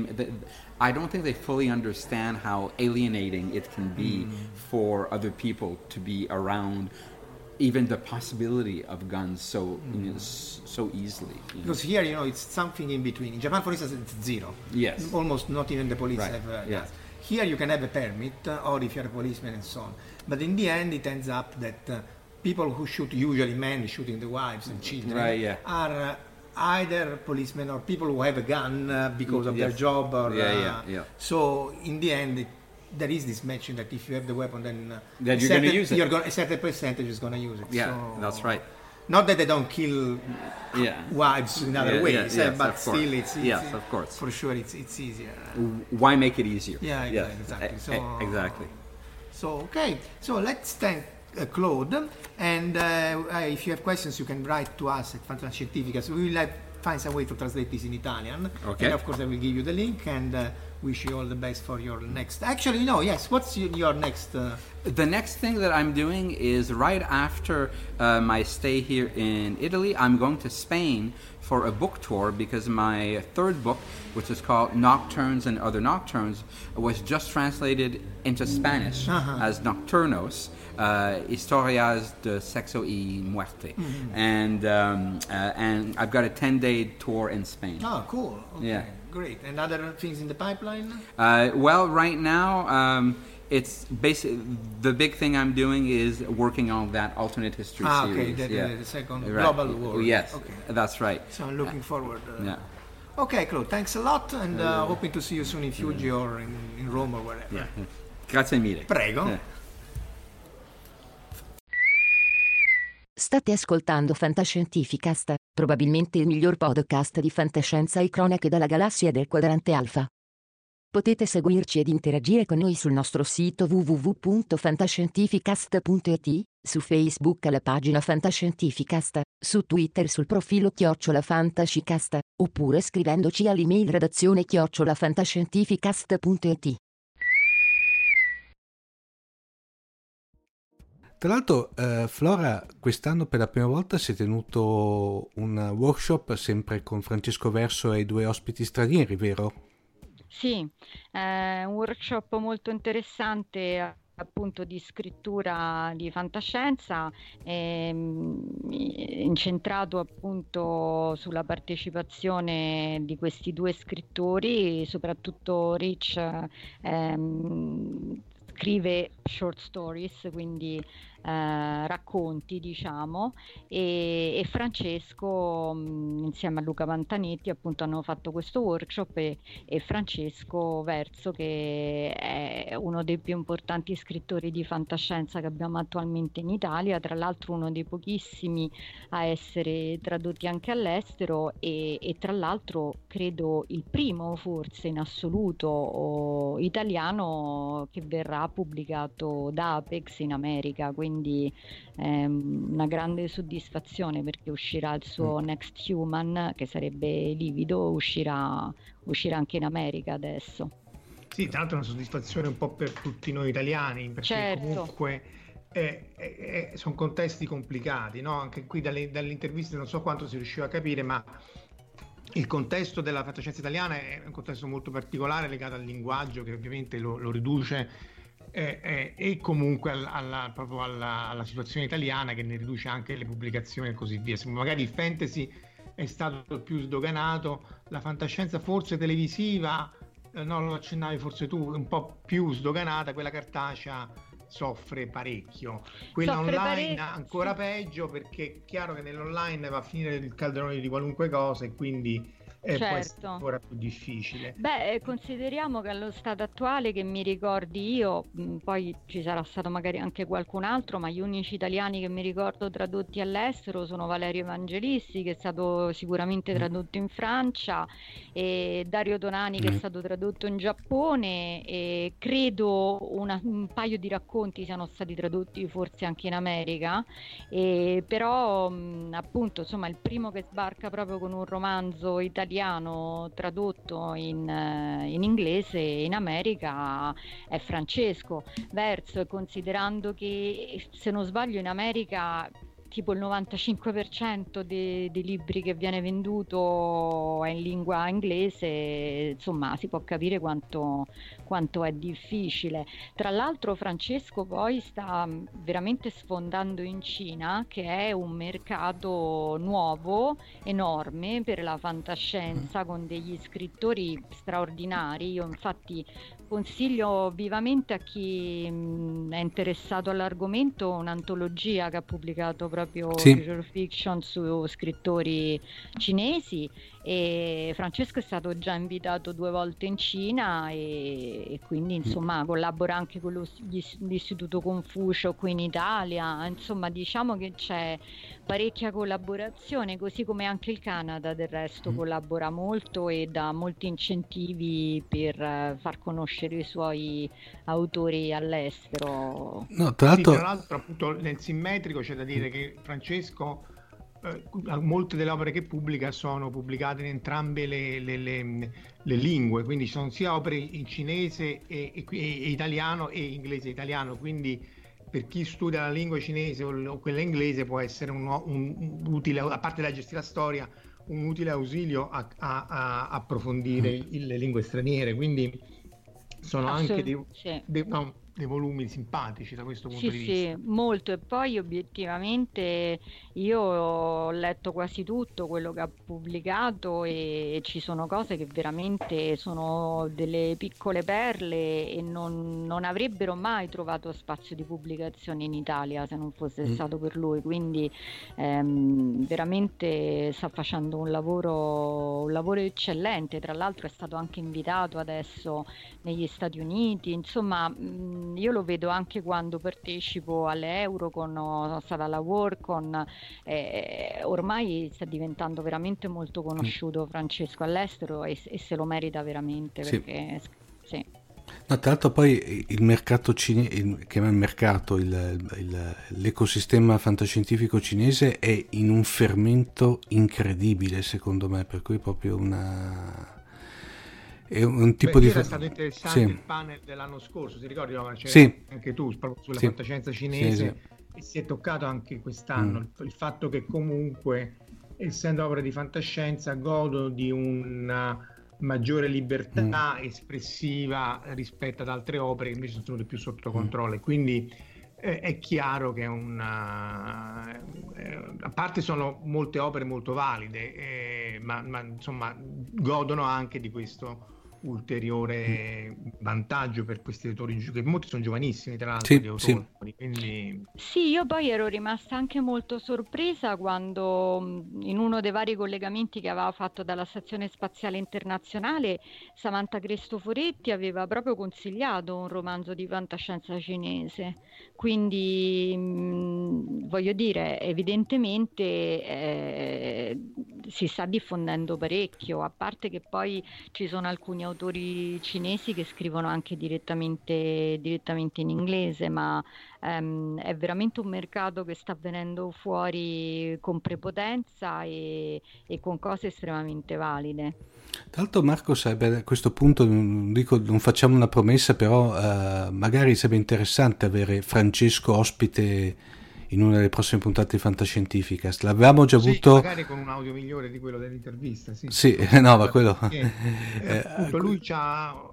I don't think they fully understand how alienating it can be for other people to be around even the possibility of guns so easily. Because here, it's something in between. In Japan, for instance, it's zero. Yes. Almost not even the police have guns. Here you can have a permit, or if you're a policeman and so on. But in the end, it ends up that people who shoot, usually men shooting the wives and children, are either policemen or people who have a gun because of their job. Or, So in the end, there is this mention that if you have the weapon, then you're going to use it. A certain percentage is going to use it. Yeah, that's right. Not that they don't kill wives in other ways, but still, it's of course. For sure, it's easier. Why make it easier? Yeah, exactly. Exactly. So okay, so let's thank Claude, and if you have questions, you can write to us at Fantascientificast. We will find some way to translate this in Italian. Okay. And of course, I will give you the link and wish you all the best for your next. Actually, no, yes. What's your next? The next thing that I'm doing is right after my stay here in Italy, I'm going to Spain for a book tour, because my third book, which is called Nocturnes and Other Nocturnes, was just translated into Spanish as Nocturnos, Historias de Sexo y Muerte, and I've got a 10-day tour in Spain. Oh, cool. Okay. Yeah. Great. And other things in the pipeline? Well, right now, it's basically the big thing I'm doing is working on that alternate history series. Okay, the second global war. Yes, okay. That's right. So I'm looking forward. Yeah. Okay, Claude, thanks a lot, and hoping to see you soon in Fuji or in Rome or wherever. Yeah. Grazie mille. Prego. State ascoltando Fantascientificast, probabilmente il miglior podcast di fantascienza e cronache dalla galassia del quadrante alfa. Potete seguirci ed interagire con noi sul nostro sito www.fantascientificast.it, su Facebook alla pagina Fantascientificast, su Twitter sul profilo @Fantascicast, oppure scrivendoci all'email redazione@fantascientificast.it. Tra l'altro, Flora, quest'anno per la prima volta si è tenuto un workshop sempre con Francesco Verso e 2 ospiti stranieri, vero? Sì, un workshop molto interessante, appunto di scrittura di fantascienza, incentrato appunto sulla partecipazione di questi 2 scrittori, soprattutto Rich scrive short stories, quindi racconti, diciamo, e Francesco insieme a Luca Pantanetti appunto hanno fatto questo workshop, e Francesco Verso, che è uno dei più importanti scrittori di fantascienza che abbiamo attualmente in Italia, tra l'altro uno dei pochissimi a essere tradotti anche all'estero, e tra l'altro credo il primo forse in assoluto italiano che verrà pubblicato da Apex in America, quindi una grande soddisfazione, perché uscirà il suo Next Human, che sarebbe livido, uscirà anche in America adesso. Sì, tra l'altro è una soddisfazione un po' per tutti noi italiani, perché certo, comunque sono contesti complicati, no? Anche qui dalle interviste non so quanto si riusciva a capire, ma il contesto della fantascienza italiana è un contesto molto particolare, legato al linguaggio, che ovviamente lo riduce, e comunque proprio alla situazione italiana, che ne riduce anche le pubblicazioni e così via. Se magari il fantasy è stato più sdoganato, la fantascienza forse televisiva, no, lo accennavi forse tu, un po' più sdoganata, quella cartacea soffre parecchio, quella online ancora peggio, perché è chiaro che nell'online va a finire il calderone di qualunque cosa, e quindi può essere ancora più difficile. Beh, consideriamo che allo stato attuale, che mi ricordi io, poi ci sarà stato magari anche qualcun altro, ma gli unici italiani che mi ricordo tradotti all'estero sono Valerio Evangelisti, che è stato sicuramente tradotto in Francia, e Dario Tonani, che è stato tradotto in Giappone, e credo un paio di racconti siano stati tradotti forse anche in America, però appunto, insomma, il primo che sbarca proprio con un romanzo italiano tradotto in inglese in America è Francesco Verso, e considerando che, se non sbaglio, in America tipo il 95% dei libri che viene venduto è in lingua inglese, insomma si può capire quanto è difficile. Tra l'altro Francesco poi sta veramente sfondando in Cina, che è un mercato nuovo, enorme per la fantascienza, con degli scrittori straordinari. Io infatti consiglio vivamente a chi è interessato all'argomento un'antologia che ha pubblicato proprio Future Fiction su scrittori cinesi, e Francesco è stato già invitato 2 volte in Cina, e quindi insomma collabora anche con l'Istituto Confucio qui in Italia. Insomma, diciamo che c'è parecchia collaborazione, così come anche il Canada del resto collabora molto e dà molti incentivi per far conoscere i suoi autori all'estero. No, tra l'altro appunto nel simmetrico c'è da dire che Francesco, molte delle opere che pubblica sono pubblicate in entrambe le lingue, quindi ci sono sia opere in cinese e italiano, e inglese e italiano, quindi per chi studia la lingua cinese o quella inglese può essere un utile, a parte da gestire la storia, un utile ausilio a approfondire le lingue straniere, quindi sono anche dei volumi simpatici da questo punto di vista. Sì, molto. E poi obiettivamente io ho letto quasi tutto quello che ha pubblicato, e ci sono cose che veramente sono delle piccole perle e non avrebbero mai trovato spazio di pubblicazione in Italia se non fosse stato per lui, quindi veramente sta facendo un lavoro eccellente. Tra l'altro è stato anche invitato adesso negli Stati Uniti, insomma io lo vedo anche quando partecipo alle Eurocon, sono stata alla Worldcon, ormai sta diventando veramente molto conosciuto Francesco all'estero, e se lo merita veramente, perché sì. No, tra l'altro poi il mercato cinese, l'ecosistema fantascientifico cinese è in un fermento incredibile, secondo me, per cui proprio è un tipo di... Era stato interessante il panel dell'anno scorso, ti ricordi? C'era anche tu proprio sulla fantascienza cinese. si è toccato anche quest'anno il fatto che comunque, essendo opere di fantascienza, godono di una maggiore libertà espressiva rispetto ad altre opere che invece sono tenute più sotto controllo, e quindi è chiaro che a parte sono molte opere molto valide, ma insomma godono anche di questo ulteriore vantaggio per questi autori, che molti sono giovanissimi tra l'altro, di autori, quindi... Sì, io poi ero rimasta anche molto sorpresa quando in uno dei vari collegamenti che aveva fatto dalla Stazione Spaziale Internazionale Samantha Cristoforetti aveva proprio consigliato un romanzo di fantascienza cinese, quindi voglio dire, evidentemente si sta diffondendo parecchio, a parte che poi ci sono alcuni autori cinesi che scrivono anche direttamente in inglese, ma è veramente un mercato che sta venendo fuori con prepotenza e con cose estremamente valide. Tra l'altro, Marco, sarebbe a questo punto, non facciamo una promessa, però magari sarebbe interessante avere Francesco ospite in una delle prossime puntate di Fantascientificast. L'avevamo già avuto, magari con un audio migliore di quello dell'intervista. No, ma quello appunto lui c'ha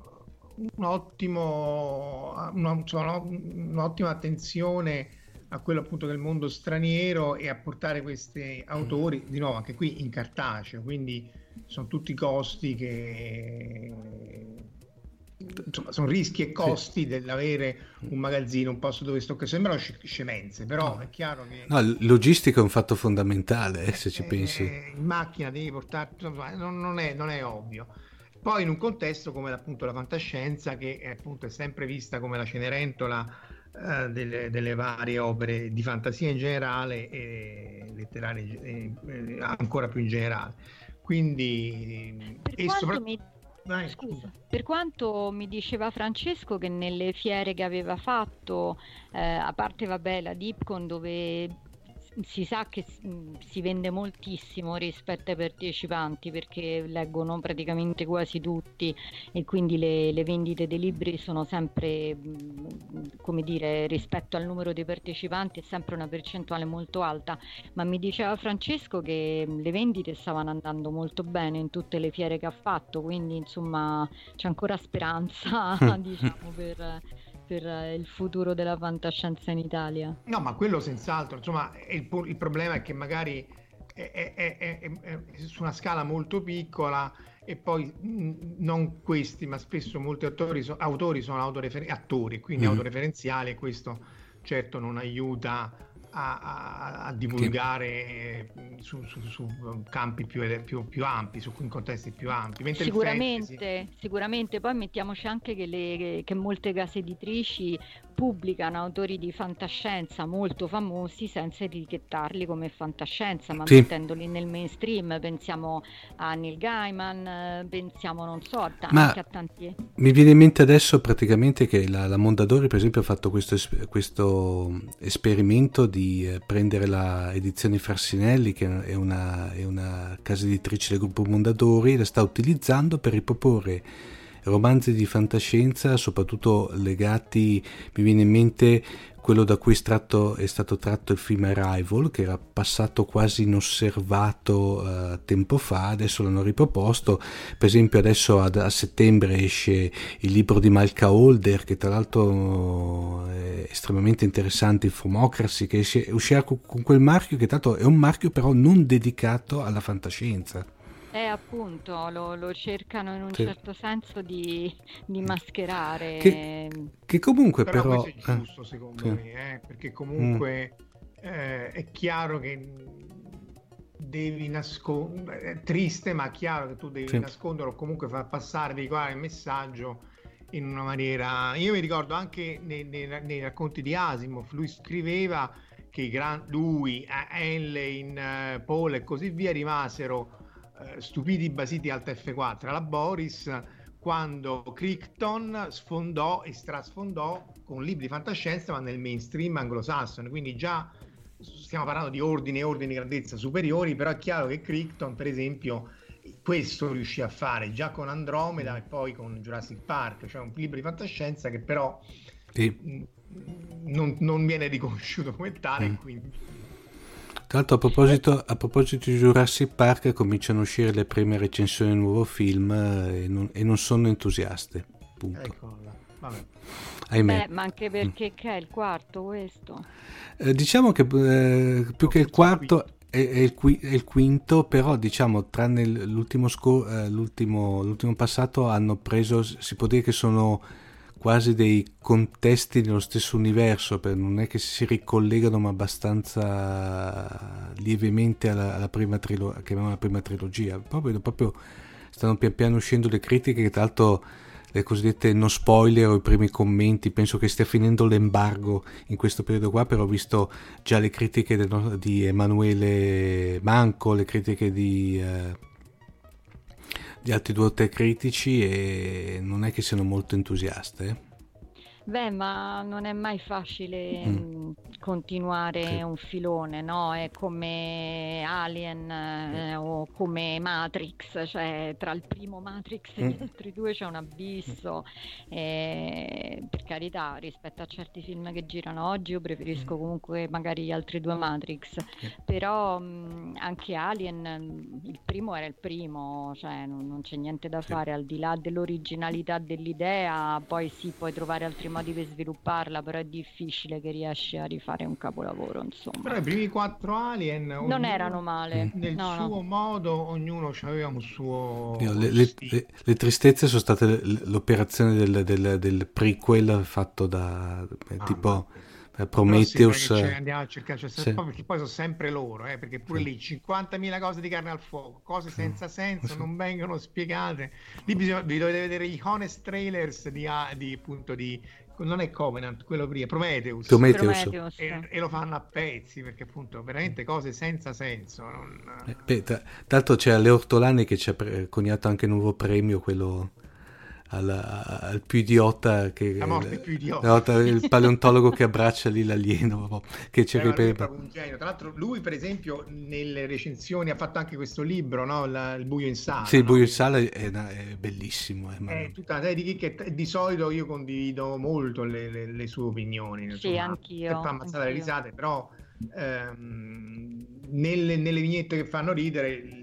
un'ottima attenzione a quello appunto del mondo straniero e a portare questi autori di nuovo anche qui in cartaceo, quindi sono tutti costi che insomma sono rischi e costi dell'avere un magazzino, un posto dove stoccare, sembrano scemenze, però è chiaro che logistica è un fatto fondamentale, se ci pensi. In macchina devi portare, non è ovvio. Poi in un contesto come appunto la fantascienza, che appunto è sempre vista come la Cenerentola delle varie opere di fantasia in generale e letterarie ancora più in generale. Quindi per quanto mi diceva Francesco che nelle fiere che aveva fatto, a parte la Dipcon, dove si sa che si vende moltissimo rispetto ai partecipanti, perché leggono praticamente quasi tutti, e quindi le vendite dei libri sono sempre, come dire, rispetto al numero dei partecipanti è sempre una percentuale molto alta, ma mi diceva Francesco che le vendite stavano andando molto bene in tutte le fiere che ha fatto, quindi insomma c'è ancora speranza diciamo per il futuro della fantascienza in Italia. No, ma quello senz'altro, insomma, il problema è che magari è su una scala molto piccola, e poi non questi, ma spesso molti autori sono attori, quindi autoreferenziali, e questo certo non aiuta a divulgare su campi più ampi, in contesti più ampi. Mentre sicuramente poi mettiamoci anche che molte case editrici pubblicano autori di fantascienza molto famosi senza etichettarli come fantascienza, ma mettendoli nel mainstream. Pensiamo a Neil Gaiman, pensiamo anche a tanti. Mi viene in mente adesso praticamente che la Mondadori per esempio ha fatto questo esperimento di prendere la edizione Frassinelli, che è una casa editrice del gruppo Mondadori, la sta utilizzando per riproporre romanzi di fantascienza, soprattutto legati, mi viene in mente quello da cui è stato tratto il film Arrival, che era passato quasi inosservato tempo fa, adesso l'hanno riproposto. Per esempio adesso a settembre esce il libro di Malka Holder, che tra l'altro è estremamente interessante, Infomocracy, che uscirà con quel marchio, che tanto è un marchio però non dedicato alla fantascienza. Appunto, lo cercano in un certo senso di mascherare. Che comunque però questo è giusto secondo me, perché comunque è chiaro che devi nascondere, è triste, ma è chiaro che tu devi nascondere o comunque far passare, veicolare il messaggio in una maniera. Io mi ricordo anche nei racconti di Asimov, lui scriveva che lui, Heinlein, Poe e così via rimasero stupidi, basiti Alt F4 alla Boris quando Crichton sfondò e strasfondò con libri di fantascienza, ma nel mainstream anglosassone, quindi già stiamo parlando di ordini di grandezza superiori, però è chiaro che Crichton per esempio questo riuscì a fare già con Andromeda e poi con Jurassic Park, cioè un libro di fantascienza che però non viene riconosciuto come tale, quindi... Tra l'altro, a proposito di Jurassic Park, cominciano a uscire le prime recensioni del nuovo film e non sono entusiaste, punto. Eccola, vabbè. Ahimè. Ma anche perché che è il quarto questo? Diciamo che più che il quarto è il quinto, però diciamo tranne l'ultimo passato hanno preso, si può dire che sono quasi dei contesti nello stesso universo, non è che si ricollegano, ma abbastanza lievemente alla prima trilogia. Proprio stanno pian piano uscendo le critiche, che tra l'altro le cosiddette no spoiler o i primi commenti, penso che stia finendo l'embargo in questo periodo qua, però ho visto già le critiche di Emanuele Manco, le critiche di altri 2 o 3 critici, e non è che siano molto entusiaste. Beh, ma non è mai facile continuare un filone, no? È come Alien o come Matrix, cioè tra il primo Matrix e gli altri 2 c'è un abisso. Per carità, rispetto a certi film che girano oggi, io preferisco comunque magari gli altri 2 Matrix, però anche Alien, il primo era il primo, cioè non c'è niente da fare, al di là dell'originalità dell'idea, poi sì, puoi trovare altri modi per svilupparla, però è difficile che riesci a rifare un capolavoro, insomma. Però i primi 4 Alien non erano male nel suo modo, ognuno aveva un suo le tristezze sono state l'operazione del prequel fatto da tipo Prometheus. Andiamo a cercare, perché poi sono sempre loro, perché pure lì 50.000 cose di carne al fuoco, cose senza senso, non vengono spiegate. Lì vi dovete vedere gli honest trailers di non è Covenant, quello prima, Prometheus. E lo fanno a pezzi, perché appunto veramente cose senza senso. Tra l'altro c'era Leo Ortolani che ci ha coniato anche un nuovo premio, quello al più idiota, che la morte più idiota, il paleontologo che abbraccia lì l'alieno, che c'è un genio. Tra l'altro lui per esempio nelle recensioni ha fatto anche questo libro, no? Il buio in sala. Sì, il buio in sala è bellissimo, è tutta una serie di solito io condivido molto le sue opinioni, insomma, sì, anch'io, per far ammazzare le risate, però nelle vignette che fanno ridere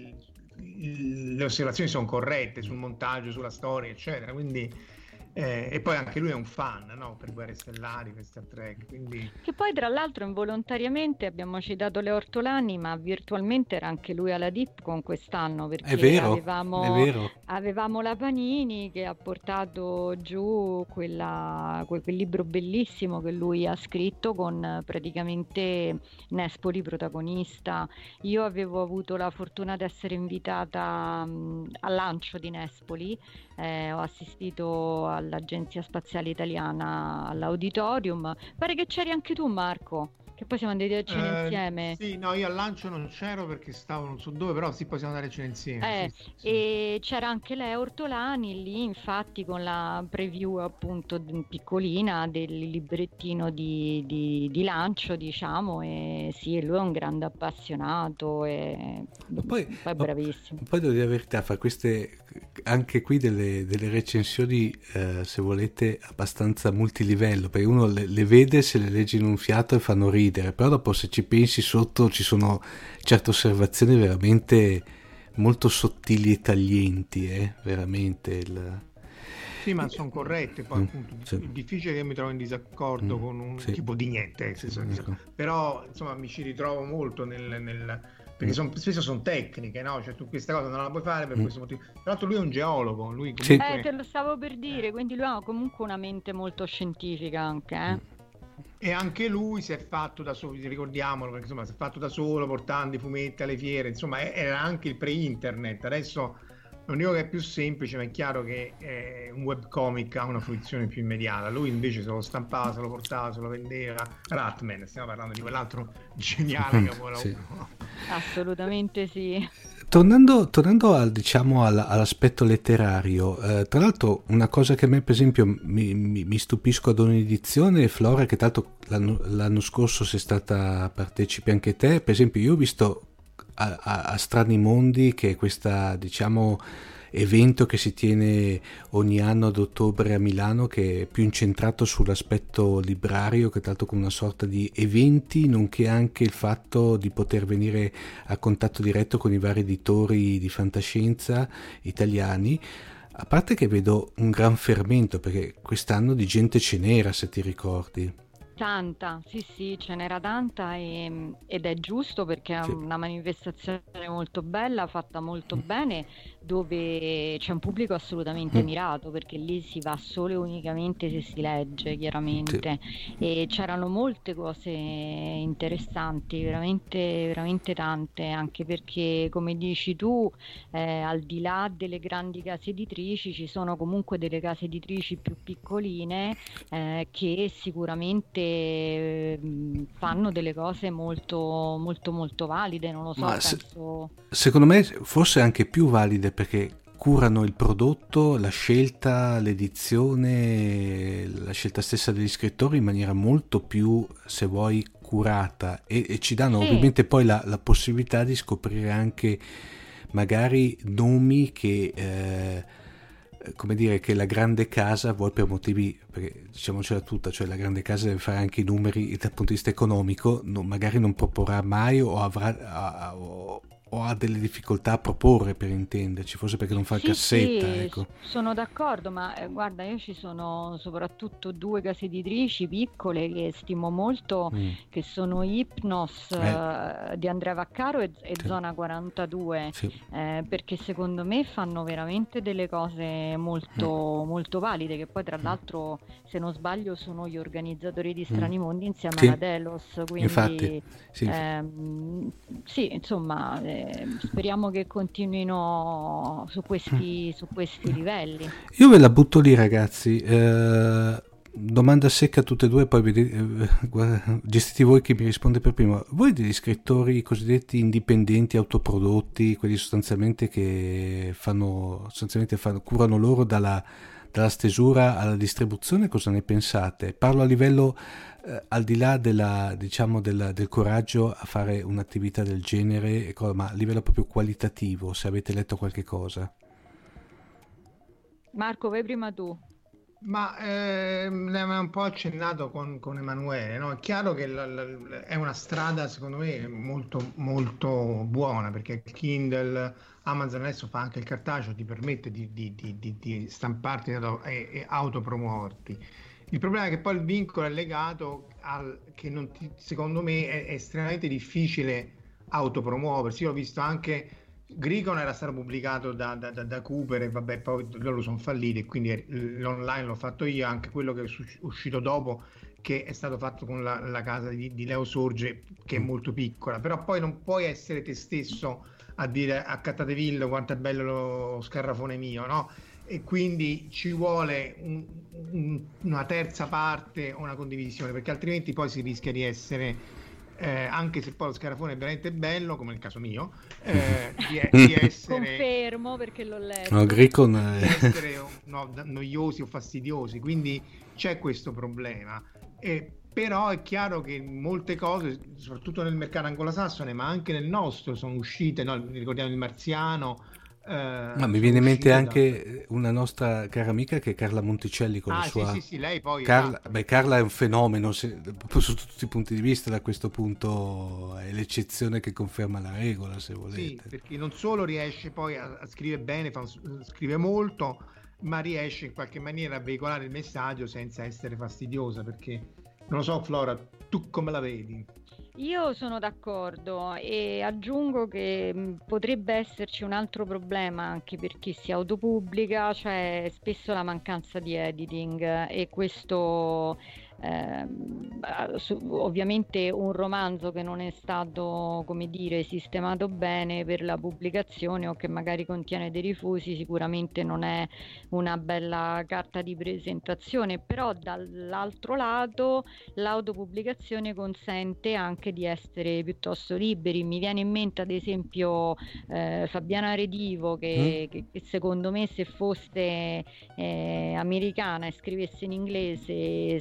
le osservazioni sono corrette sul montaggio, sulla storia, eccetera, quindi e poi anche lui è un fan, no? Per Guerre Stellari, per Star Trek, quindi... Che poi tra l'altro involontariamente abbiamo citato Leo Ortolani, ma virtualmente era anche lui alla Dipcon quest'anno, perché è vero. avevamo la Panini che ha portato giù quel libro bellissimo che lui ha scritto con praticamente Nespoli protagonista. Io avevo avuto la fortuna di essere invitata al lancio di Nespoli, ho assistito all'Agenzia Spaziale Italiana all'Auditorium. Pare che c'eri anche tu, Marco, che poi siamo andati a cena insieme. Sì, no, io al lancio non c'ero perché stavo non so dove, però sì, poi siamo andati a cena insieme. Sì. E c'era anche Leo Ortolani lì, infatti, con la preview appunto piccolina del librettino di lancio, diciamo, e sì, lui è un grande appassionato e poi è bravissimo. Poi devo dire la verità, fa queste anche qui delle recensioni, se volete, abbastanza multilivello, perché uno le vede, se le legge in un fiato e fanno ridere, però dopo se ci pensi sotto ci sono certe osservazioni veramente molto sottili e taglienti, veramente sì, ma sono corrette, poi appunto è difficile che mi trovo in disaccordo con un tipo di niente, però insomma mi ci ritrovo molto perché spesso sono tecniche, no? Cioè tu questa cosa non la puoi fare per questo motivo. Tra l'altro lui è un geologo, lui comunque... te lo stavo per dire, quindi lui ha comunque una mente molto scientifica anche, E anche lui si è fatto da solo, ricordiamolo, perché insomma si è fatto da solo portando i fumetti alle fiere, insomma era anche il pre-internet. Adesso non dico che è più semplice, ma è chiaro che un webcomic ha una fruizione più immediata. Lui invece se lo stampava, se lo portava, se lo vendeva. Ratman, stiamo parlando di quell'altro geniale capolavoro. Assolutamente sì. Tornando all'aspetto letterario, tra l'altro una cosa che a me per esempio mi stupisco ad ogni edizione, Flora, che tanto l'anno scorso sei stata partecipe anche te, per esempio io ho visto a Strani Mondi, che è questa, diciamo, evento che si tiene ogni anno ad ottobre a Milano, che è più incentrato sull'aspetto librario, che tra l'altro con una sorta di eventi, nonché anche il fatto di poter venire a contatto diretto con i vari editori di fantascienza italiani. A parte che vedo un gran fermento, perché quest'anno di gente ce n'era, se ti ricordi. Tanta, sì, ce n'era tanta ed è giusto, perché è Sì. una manifestazione molto bella, fatta molto bene, dove c'è un pubblico assolutamente mirato, perché lì si va solo e unicamente se si legge, chiaramente. E c'erano molte cose interessanti, veramente, veramente tante, anche perché, come dici tu, al di là delle grandi case editrici, ci sono comunque delle case editrici più piccoline che sicuramente fanno delle cose molto molto molto valide, non lo so, Ma penso... secondo me forse anche più valide, perché curano il prodotto, la scelta, l'edizione, la scelta stessa degli scrittori in maniera molto più, se vuoi, curata, e ci danno Sì. ovviamente poi la possibilità di scoprire anche magari nomi che come dire, che la grande casa vuole, per motivi, perché diciamocela tutta, cioè la grande casa deve fare anche i numeri dal punto di vista economico, magari non proporrà mai o avrà o ha delle difficoltà a proporre, per intenderci, forse perché non fa Sì, cassetta, sì, ecco. sono d'accordo, ma guarda, io ci sono soprattutto due case editrici piccole che stimo molto, che sono Hypnos di Andrea Vaccaro e Sì. Zona 42, Sì. perché secondo me fanno veramente delle cose molto, molto valide, che poi tra l'altro, se non sbaglio, sono gli organizzatori di Strani Mondi insieme Sì. alla Delos, quindi Infatti, sì. sì, insomma, speriamo che continuino su questi livelli. Io ve la butto lì, ragazzi. Domanda secca a tutte e due, poi gestite voi chi mi risponde per primo. Voi degli scrittori cosiddetti indipendenti, autoprodotti, quelli sostanzialmente che curano loro dalla stesura alla distribuzione, cosa ne pensate? Parlo a livello al di là del coraggio a fare un'attività del genere, ma a livello proprio qualitativo, se avete letto qualche cosa. Marco, vai prima tu. Ma ne aveva un po' accennato con Emanuele, no? È chiaro che è una strada, secondo me, molto, molto buona, perché il Kindle, Amazon adesso fa anche il cartaceo, ti permette di stamparti e autopromuoverti. Il problema è che poi il vincolo è legato che secondo me è estremamente difficile autopromuoversi. Io ho visto anche Gricon era stato pubblicato da Cooper e vabbè, poi loro sono falliti e quindi l'online l'ho fatto io, anche quello che è uscito dopo, che è stato fatto con la casa di Leo Sorge, che è molto piccola, però poi non puoi essere te stesso a dire a Cattateville quanto è bello lo scarrafone mio, no? E quindi ci vuole una terza parte o una condivisione, perché altrimenti poi si rischia di essere anche se poi lo scarafone è veramente bello, come nel caso mio, di essere... Confermo, perché l'ho letto. No, Gricon di essere noiosi o fastidiosi, quindi c'è questo problema. Però è chiaro che molte cose, soprattutto nel mercato anglosassone, ma anche nel nostro, sono uscite, no? Ricordiamo il Marziano. Ma mi viene in mente anche una nostra cara amica che è Carla Monticelli con la sua... Sì, lei poi... Carla è un fenomeno su tutti i punti di vista, da questo punto è l'eccezione che conferma la regola, se volete. Sì, perché non solo riesce poi a scrivere bene, scrive molto, ma riesce in qualche maniera a veicolare il messaggio senza essere fastidiosa, perché non lo so, Flora, tu come la vedi? Io sono d'accordo e aggiungo che potrebbe esserci un altro problema anche per chi si autopubblica, cioè spesso la mancanza di editing, e questo ovviamente un romanzo che non è stato, come dire, sistemato bene per la pubblicazione o che magari contiene dei rifusi, sicuramente non è una bella carta di presentazione, però dall'altro lato l'autopubblicazione consente anche di essere piuttosto liberi. Mi viene in mente ad esempio Fabiana Redivo che secondo me, se fosse americana e scrivesse in inglese, sarebbe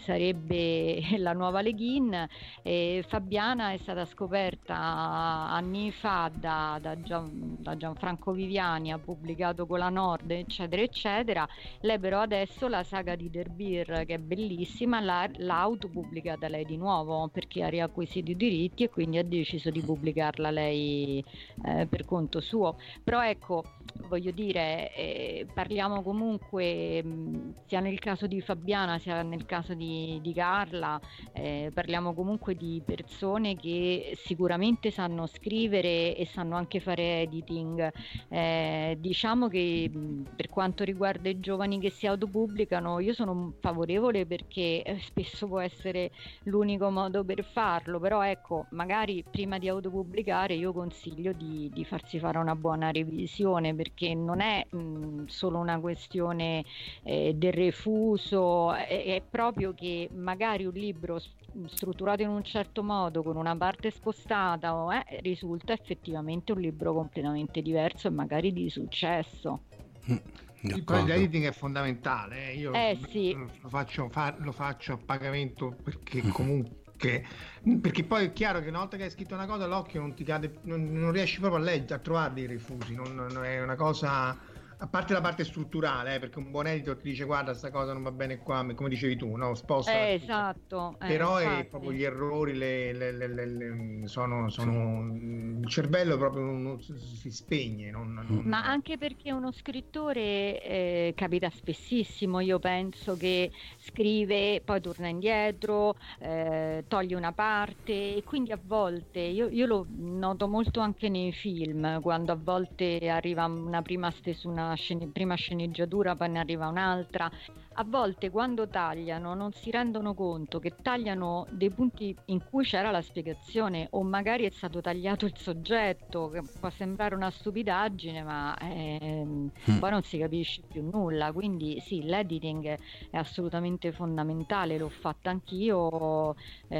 sarebbe la nuova Le Guin. Fabiana è stata scoperta anni fa da Gianfranco Viviani, ha pubblicato con la Nord, eccetera eccetera. Lei però adesso la saga di Der Beer, che è bellissima, l'ha autopubblicata lei di nuovo, perché ha riacquisito i diritti e quindi ha deciso di pubblicarla lei per conto suo. Però ecco, voglio dire, parliamo comunque sia nel caso di Fabiana sia nel caso di Carla, parliamo comunque di persone che sicuramente sanno scrivere e sanno anche fare editing. Diciamo che per quanto riguarda i giovani che si autopubblicano, io sono favorevole, perché spesso può essere l'unico modo per farlo, però ecco, magari prima di autopubblicare io consiglio di farsi fare una buona revisione, perché non è solo una questione del refuso, è proprio che magari un libro strutturato in un certo modo, con una parte spostata, risulta effettivamente un libro completamente diverso e magari di successo. L'editing è fondamentale, io sì. lo faccio a pagamento, perché comunque perché poi è chiaro che una volta che hai scritto una cosa l'occhio non ti cade, non riesci proprio a leggere, a trovarli i refusi, non è una cosa, a parte la parte strutturale, perché un buon editor ti dice guarda sta cosa non va bene qua, come dicevi tu, no? Sposta, esatto, però infatti. è proprio gli errori sono il cervello proprio si spegne, ma anche perché uno scrittore capita spessissimo, io penso che scrive, poi torna indietro, toglie una parte, e quindi a volte io lo noto molto anche nei film, quando a volte arriva una prima sceneggiatura, poi ne arriva un'altra. A volte quando tagliano non si rendono conto che tagliano dei punti in cui c'era la spiegazione, o magari è stato tagliato il soggetto, che può sembrare una stupidaggine, ma poi non si capisce più nulla. Quindi sì, l'editing è assolutamente fondamentale, l'ho fatta anch'io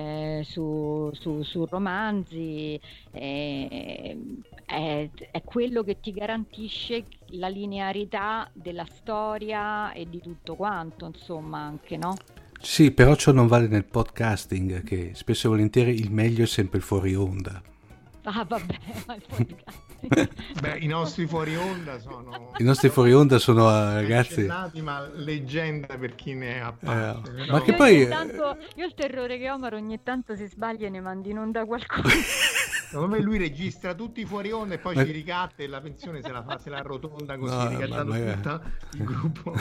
su romanzi, è quello che ti garantisce la linearità della storia e di tutto quanto, insomma, anche, no? Sì, però ciò non vale nel podcasting, che spesso e volentieri il meglio è sempre il fuori onda. Ah, vabbè, ma il podcast. Beh, i nostri fuori onda sono ragazzi, ma leggenda per chi ne ha parte. Però... ma che poi io il terrore che ho, ma ogni tanto si sbaglia e ne mandi in onda qualcosa. Secondo me lui registra tutti i fuori onda e poi ci ricatta, e la pensione se la arrotonda così, ricattando tutto il gruppo.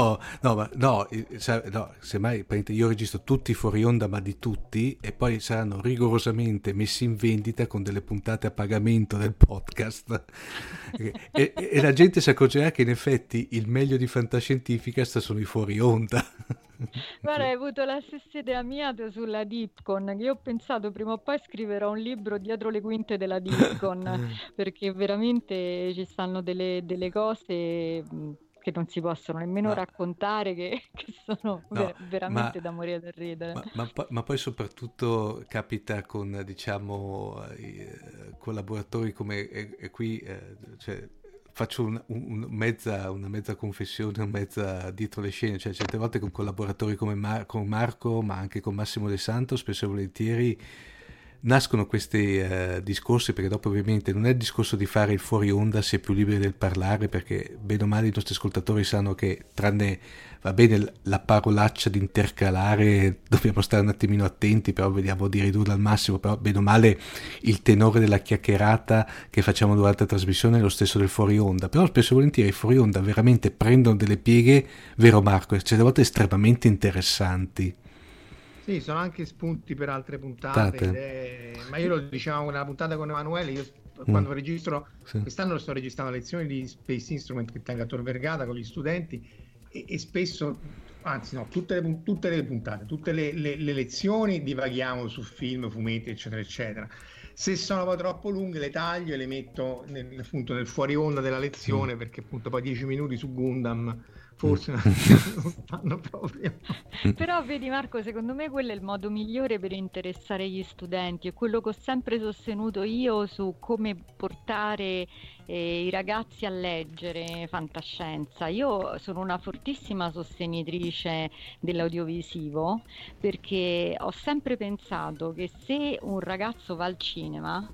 Semmai io registro tutti i fuori onda, ma di tutti, e poi saranno rigorosamente messi in vendita con delle puntate a pagamento del podcast. e la gente si accorgerà che in effetti il meglio di Fantascientificast sono i fuori onda. Guarda, hai avuto la stessa idea mia sulla Dipcon, che io ho pensato prima o poi scriverò un libro dietro le quinte della Dipcon, perché veramente ci stanno delle cose che non si possono nemmeno raccontare, che sono veramente da morire da ridere. Ma poi soprattutto capita con, diciamo, collaboratori come qui, cioè, faccio una mezza confessione, una mezza dietro le scene, cioè certe volte con collaboratori come con Marco, ma anche con Massimo De Santo, spesso e volentieri nascono questi discorsi, perché dopo ovviamente non è il discorso di fare il fuori onda, si è più liberi del parlare, perché bene o male i nostri ascoltatori sanno che, tranne va bene la parolaccia di intercalare, dobbiamo stare un attimino attenti, però vediamo di ridurla al massimo, però bene o male il tenore della chiacchierata che facciamo durante la trasmissione è lo stesso del fuori onda, però spesso e volentieri i fuori onda veramente prendono delle pieghe, vero Marco, certe volte estremamente interessanti. Sì, sono anche spunti per altre puntate, ma io lo dicevo nella puntata con Emanuele, io quando registro, quest'anno sto registrando lezioni di Space Instrument che tengo a Tor Vergata con gli studenti, e spesso, anzi no, tutte le puntate, tutte le lezioni divaghiamo su film, fumetti, eccetera eccetera. Se sono poi troppo lunghe le taglio e le metto appunto nel fuori onda della lezione, perché appunto poi 10 minuti su Gundam forse non stanno proprio. Però vedi Marco, secondo me quello è il modo migliore per interessare gli studenti, è quello che ho sempre sostenuto io su come portare i ragazzi a leggere fantascienza. Io sono una fortissima sostenitrice dell'audiovisivo, perché ho sempre pensato che se un ragazzo va al cinema,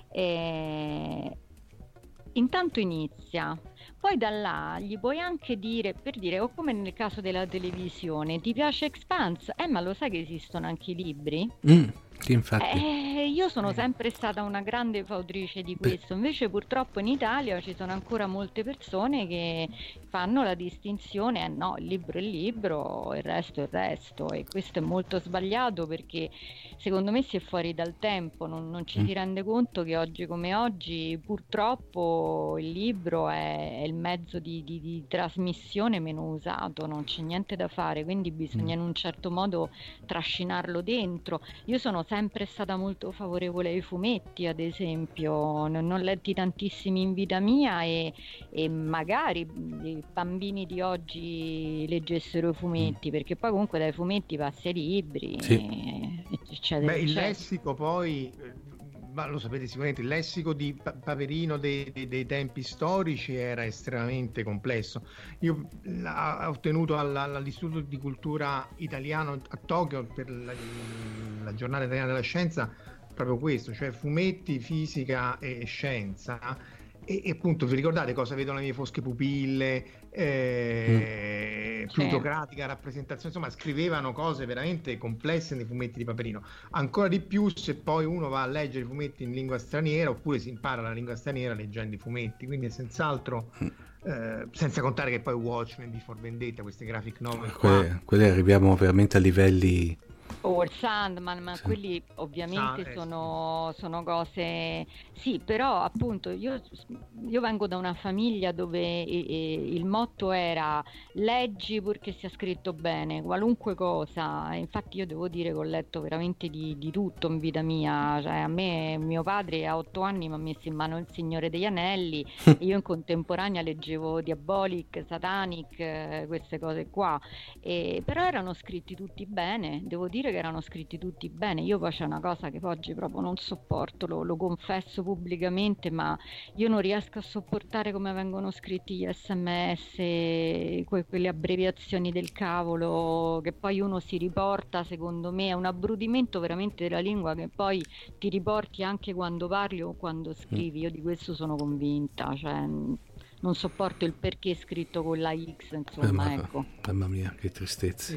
intanto inizia, poi da là gli puoi anche dire, per dire, o come nel caso della televisione, ti piace Expanse? Ma lo sai che esistono anche i libri? Sì, infatti. Io sono sempre stata una grande fautrice di questo, invece purtroppo in Italia ci sono ancora molte persone che fanno la distinzione, no, il libro è il libro, il resto è il resto, e questo è molto sbagliato, perché secondo me si è fuori dal tempo, non ci si rende conto che oggi come oggi purtroppo il libro è il mezzo di trasmissione meno usato, non c'è niente da fare, quindi bisogna in un certo modo trascinarlo dentro. Io sono sempre stata molto favorevole ai fumetti, ad esempio, non ho letti tantissimi in vita mia, e magari i bambini di oggi leggessero i fumetti, perché poi comunque dai fumetti passi ai libri, eccetera. Il lessico poi, ma lo sapete sicuramente, il lessico di Paperino dei tempi storici era estremamente complesso. Io ho ottenuto all'Istituto di Cultura Italiano a Tokyo per la giornata italiana della scienza proprio questo, cioè fumetti, fisica e scienza. E appunto, vi ricordate Cosa vedono le mie fosche pupille, plutocratica rappresentazione, insomma scrivevano cose veramente complesse nei fumetti di Paperino, ancora di più se poi uno va a leggere i fumetti in lingua straniera, oppure si impara la lingua straniera leggendo i fumetti, quindi è senz'altro, senza contare che poi Watchmen, V for Vendetta, queste graphic novel quelle arriviamo veramente a livelli, o il Sandman, ma quelli ovviamente sono cose, sì, però appunto io vengo da una famiglia dove il motto era leggi purché sia scritto bene, qualunque cosa. Infatti io devo dire che ho letto veramente di tutto in vita mia, cioè a me mio padre a 8 anni mi ha messo in mano Il Signore degli Anelli e io in contemporanea leggevo Diabolic, Satanic, queste cose qua, però erano scritti tutti bene, devo dire che erano scritti tutti bene. Io poi c'è una cosa che oggi proprio non sopporto, lo confesso pubblicamente, ma io non riesco a sopportare come vengono scritti gli SMS, quelle abbreviazioni del cavolo, che poi uno si riporta, secondo me è un abbrudimento veramente della lingua, che poi ti riporti anche quando parli o quando scrivi. Io di questo sono convinta, cioè non sopporto il perché scritto con la X, insomma, ecco. Mamma mia, che tristezza.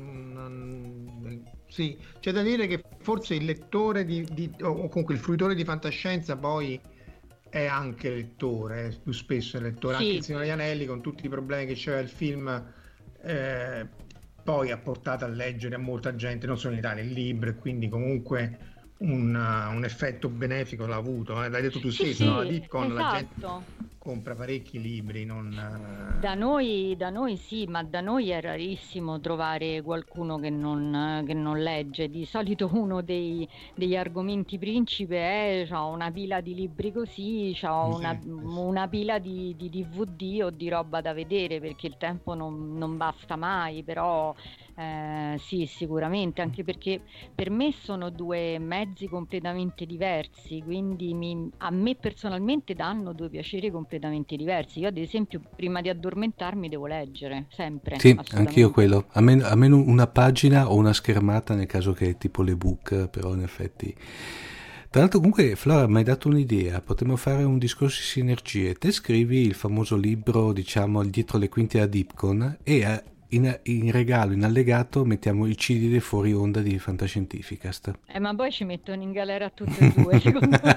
Sì, c'è da dire che forse il lettore o comunque il fruitore di fantascienza poi è anche lettore, più spesso è lettore, anche Il Signore degli Anelli, con tutti i problemi che c'era il film, poi ha portato a leggere a molta gente, non solo in Italia, il libro, e quindi comunque un effetto benefico l'ha avuto, l'hai detto tu stesso, no? La Dipcon, esatto. La gente compra parecchi libri, da noi sì, ma da noi è rarissimo trovare qualcuno che non legge. Di solito uno degli argomenti principe è c'ho una pila di libri così, c'ho una pila di DVD o di roba da vedere, perché il tempo non basta mai, però sì, sicuramente, anche perché per me sono due mezzi completamente diversi, quindi a me personalmente danno due piaceri completamente diversi. Io ad esempio prima di addormentarmi devo leggere sempre. Sì, anch'io quello, almeno una pagina o una schermata, nel caso che è tipo l'ebook, però in effetti. Tra l'altro comunque Flora mi hai dato un'idea, potremmo fare un discorso di sinergie. Te scrivi il famoso libro, diciamo, dietro le quinte a Dipcon, e in regalo, in allegato, mettiamo il CD dei fuori onda di Fantascientificast. Ma poi ci mettono in galera tutte e due, secondo me.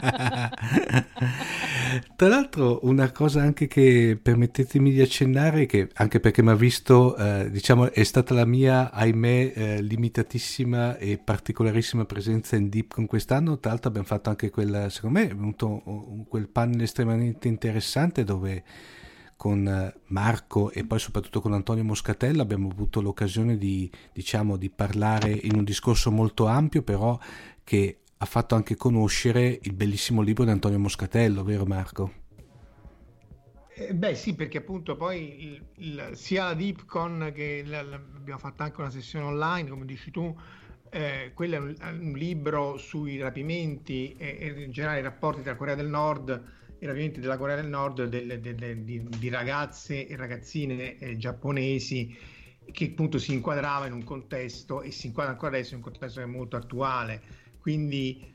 Tra l'altro una cosa anche che permettetemi di accennare, che anche perché mi ha visto, diciamo, è stata la mia, ahimè, limitatissima e particolarissima presenza in Dipcon quest'anno. Tra l'altro abbiamo fatto anche secondo me è venuto quel panel estremamente interessante dove con Marco e poi soprattutto con Antonio Moscatello abbiamo avuto l'occasione di parlare in un discorso molto ampio, però che ha fatto anche conoscere il bellissimo libro di Antonio Moscatello, vero Marco? Beh sì, perché appunto poi sia la DeepCon che abbiamo fatto anche una sessione online, come dici tu, quello è un libro sui rapimenti e in generale i rapporti tra Corea del Nord e i rapimenti della Corea del Nord di ragazze e ragazzine giapponesi, che appunto si inquadrava in un contesto e si inquadra ancora adesso in un contesto che è molto attuale. Quindi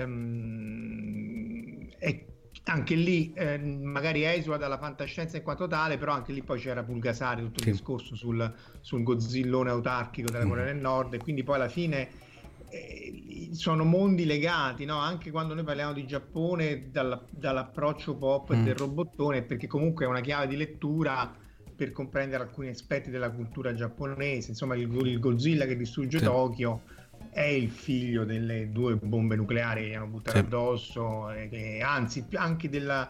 anche lì magari esula dalla fantascienza in quanto tale, però anche lì poi c'era Pulgasari, tutto il discorso sul Godzillone autarchico della Corea del Nord, e quindi poi alla fine sono mondi legati, no? Anche quando noi parliamo di Giappone dall'approccio pop e del robottone, perché comunque è una chiave di lettura per comprendere alcuni aspetti della cultura giapponese. Insomma, il Godzilla che distrugge Tokyo è il figlio delle 2 bombe nucleari che gli hanno buttato addosso, anzi anche dai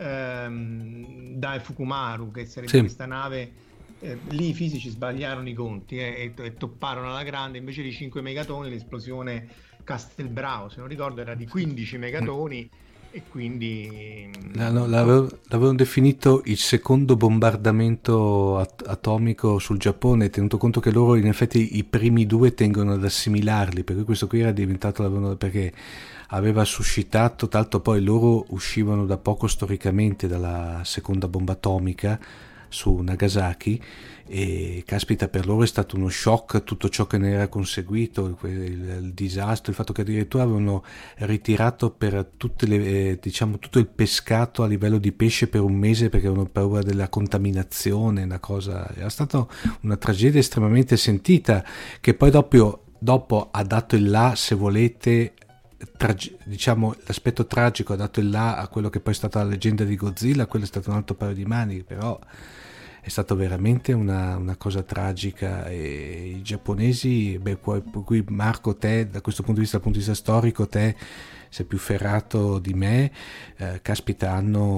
Fukumaru, che sarebbe questa nave. Lì i fisici sbagliarono i conti e topparono alla grande, invece di 5 megatoni l'esplosione Castelbravo, se non ricordo, era di 15 megatoni. E quindi l'avevano definito il secondo bombardamento atomico sul Giappone, tenuto conto che loro in effetti i primi 2 tendono ad assimilarli, per cui questo qui era diventato, perché aveva suscitato, tanto poi loro uscivano da poco storicamente dalla seconda bomba atomica su Nagasaki, e caspita, per loro è stato uno shock tutto ciò che ne era conseguito, il disastro, il fatto che addirittura avevano ritirato per tutte le tutto il pescato a livello di pesce per un mese perché avevano paura della contaminazione. Era stata una tragedia estremamente sentita, che poi dopo ha dato il là, se volete, l'aspetto tragico ha dato il là a quello che poi è stata la leggenda di Godzilla. Quello è stato un altro paio di maniche, però è stato veramente una cosa tragica. E i giapponesi, qui Marco, te da questo punto di vista, dal punto di vista storico, te sei più ferrato di me, caspita,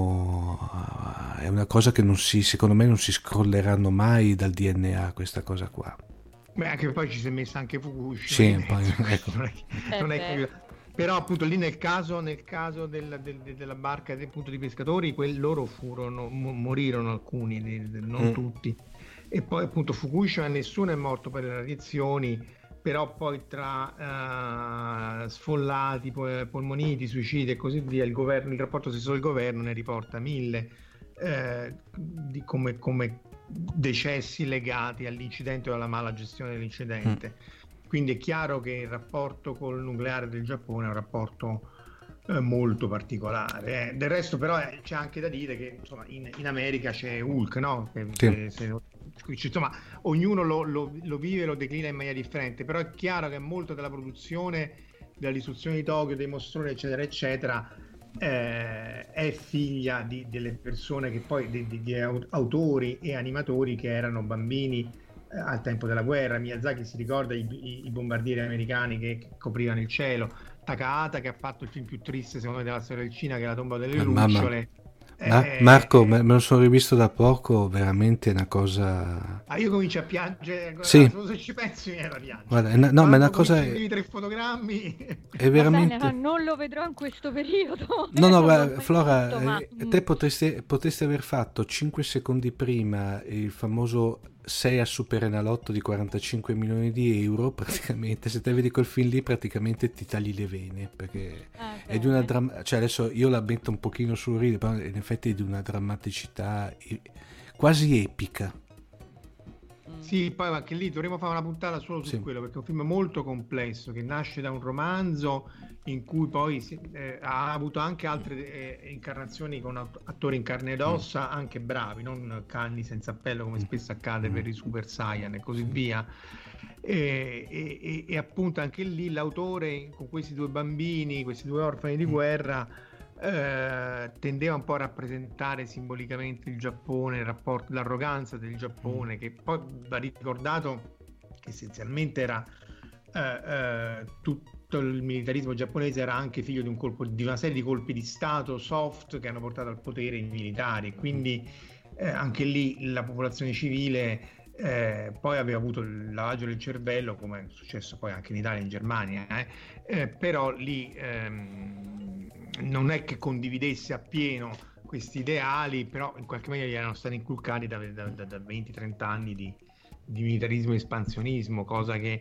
è una cosa che secondo me non si scrolleranno mai dal DNA, questa cosa qua. Beh, anche poi ci si è messa anche Fukushima. Sì, poi, ecco. non è però appunto lì nel caso della barca appunto di pescatori, loro morirono alcuni, non tutti, e poi appunto Fukushima nessuno è morto per le radiazioni, però poi tra sfollati, polmoniti, suicidi e così via, il rapporto stesso del governo ne riporta 1000 come decessi legati all'incidente o alla mala gestione dell'incidente. Quindi è chiaro che il rapporto col nucleare del Giappone è un rapporto molto particolare. Del resto però c'è anche da dire che insomma in America c'è Hulk, no? Insomma, ognuno lo vive, lo declina in maniera differente, però è chiaro che molto della produzione della distruzione di Tokyo, dei mostroni eccetera eccetera, è figlia delle persone che poi di autori e animatori che erano bambini al tempo della guerra. Miyazaki si ricorda i bombardieri americani che coprivano il cielo, Takahata che ha fatto il film più triste secondo me della storia del cinema, che è La tomba delle lucciole. Marco, me lo sono rivisto da poco, veramente è una cosa. Io comincio a piangere, sì. Solo se ci pensi mi viene da piangere. Guarda, no, ma è una cosa. 3 fotogrammi. È veramente. Bene, non lo vedrò in questo periodo. No, guarda, Flora, te potresti aver fatto 5 secondi prima il famoso 6 a Super Enalotto di 45 milioni di euro, praticamente. Se te vedi quel film lì, praticamente ti tagli le vene, perché è di una cioè adesso io la metto un pochino sul ride, però in effetti è di una drammaticità quasi epica. Sì, poi anche lì dovremmo fare una puntata solo su quello, perché è un film molto complesso che nasce da un romanzo in cui poi ha avuto anche altre incarnazioni con attori in carne ed ossa, anche bravi, non cani senza appello come spesso accade per i Super Saiyan e così via. E appunto anche lì l'autore con questi 2 bambini, questi 2 orfani di guerra, tendeva un po' a rappresentare simbolicamente il Giappone, il rapporto, l'arroganza del Giappone, che poi va ricordato che essenzialmente era tutto il militarismo giapponese era anche figlio di una serie di colpi di stato soft che hanno portato al potere i militari, quindi anche lì la popolazione civile poi aveva avuto il lavaggio del cervello, come è successo poi anche in Italia e in Germania, però lì non è che condividesse appieno questi ideali, però in qualche maniera gli erano stati inculcati da 20-30 anni di militarismo e espansionismo, cosa che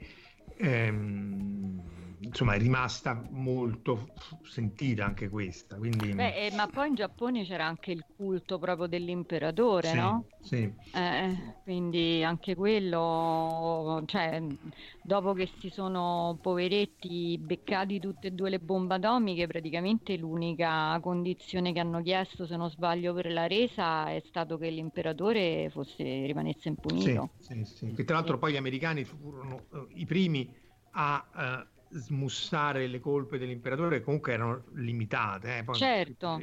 insomma è rimasta molto sentita anche questa. Quindi... ma poi in Giappone c'era anche il culto proprio dell'imperatore, sì, no? Sì. Quindi anche quello, cioè, dopo che si sono poveretti beccati tutte e due le bombe atomiche, praticamente l'unica condizione che hanno chiesto, se non sbaglio, per la resa è stato che l'imperatore rimanesse impunito. Sì. Che tra l'altro poi gli americani furono i primi a smussare le colpe dell'imperatore, che comunque erano limitate, poi certo,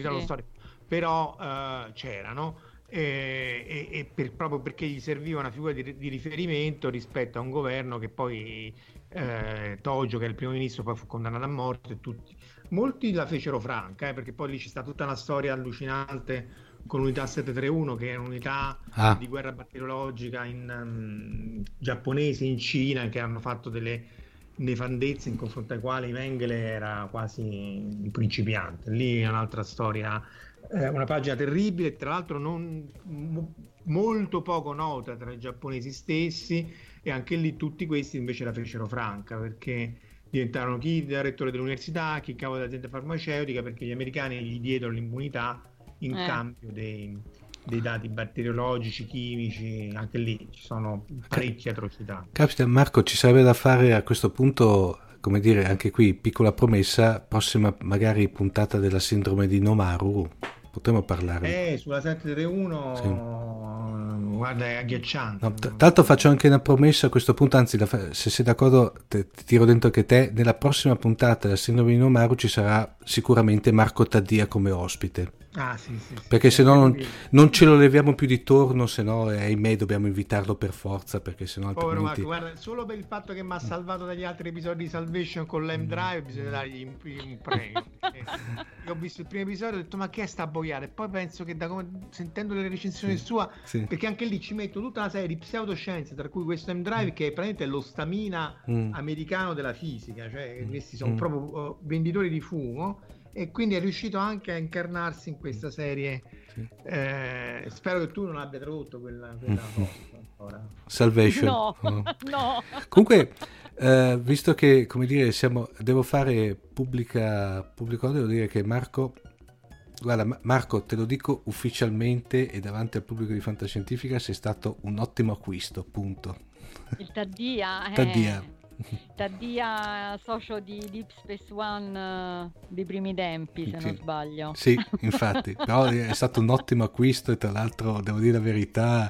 però c'erano, e proprio perché gli serviva una figura di riferimento rispetto a un governo che poi Tojo, che è il primo ministro, poi fu condannato a morte, molti la fecero franca, perché poi lì c'è stata tutta una storia allucinante con l'unità 731, che è un'unità di guerra batteriologica in giapponese, in Cina, che hanno fatto delle nefandezze in confronto ai quali Mengele era quasi un principiante. Lì è un'altra storia, una pagina terribile, tra l'altro molto poco nota tra i giapponesi stessi, e anche lì tutti questi invece la fecero franca, perché diventarono chi direttore dell'università, chi capo dell'azienda farmaceutica, perché gli americani gli diedero l'immunità in cambio dei dati batteriologici, chimici. Anche lì ci sono parecchie atrocità. Capita, Marco, ci sarebbe da fare a questo punto, come dire, anche qui piccola promessa, prossima magari puntata della sindrome di Nomaru, potremmo parlare. Sulla 731 sì. Guarda, è agghiacciante. Tanto faccio anche una promessa a questo punto, anzi se sei d'accordo ti tiro dentro anche te, nella prossima puntata della sindrome di Nomaru ci sarà sicuramente Marco Taddia come ospite. Sì. Perché se no non ce lo leviamo più di torno, se no ahimè dobbiamo invitarlo per forza, perché se no povero altrimenti... Marco, guarda, solo per il fatto che mi ha salvato dagli altri episodi di Salvation con l'M-Drive bisogna dargli un premio. Io ho visto il primo episodio e ho detto ma che è sta boiata, e poi penso che sentendo le recensioni sua, perché anche lì ci metto tutta una serie di pseudoscienze, tra cui questo M-Drive che è praticamente lo stamina americano della fisica, cioè questi sono proprio venditori di fumo, e quindi è riuscito anche a incarnarsi in questa serie. Spero che tu non abbia tradotto quella cosa. Salvation. No. Comunque, visto che, come dire, devo fare pubblico, devo dire che Marco, guarda Marco, te lo dico ufficialmente e davanti al pubblico di Fantascientifica, sei stato un ottimo acquisto, punto. Il Taddia. Taddia, socio di Deep Space One dei primi tempi, se non sbaglio. Sì, infatti, però è stato un ottimo acquisto, e tra l'altro devo dire la verità,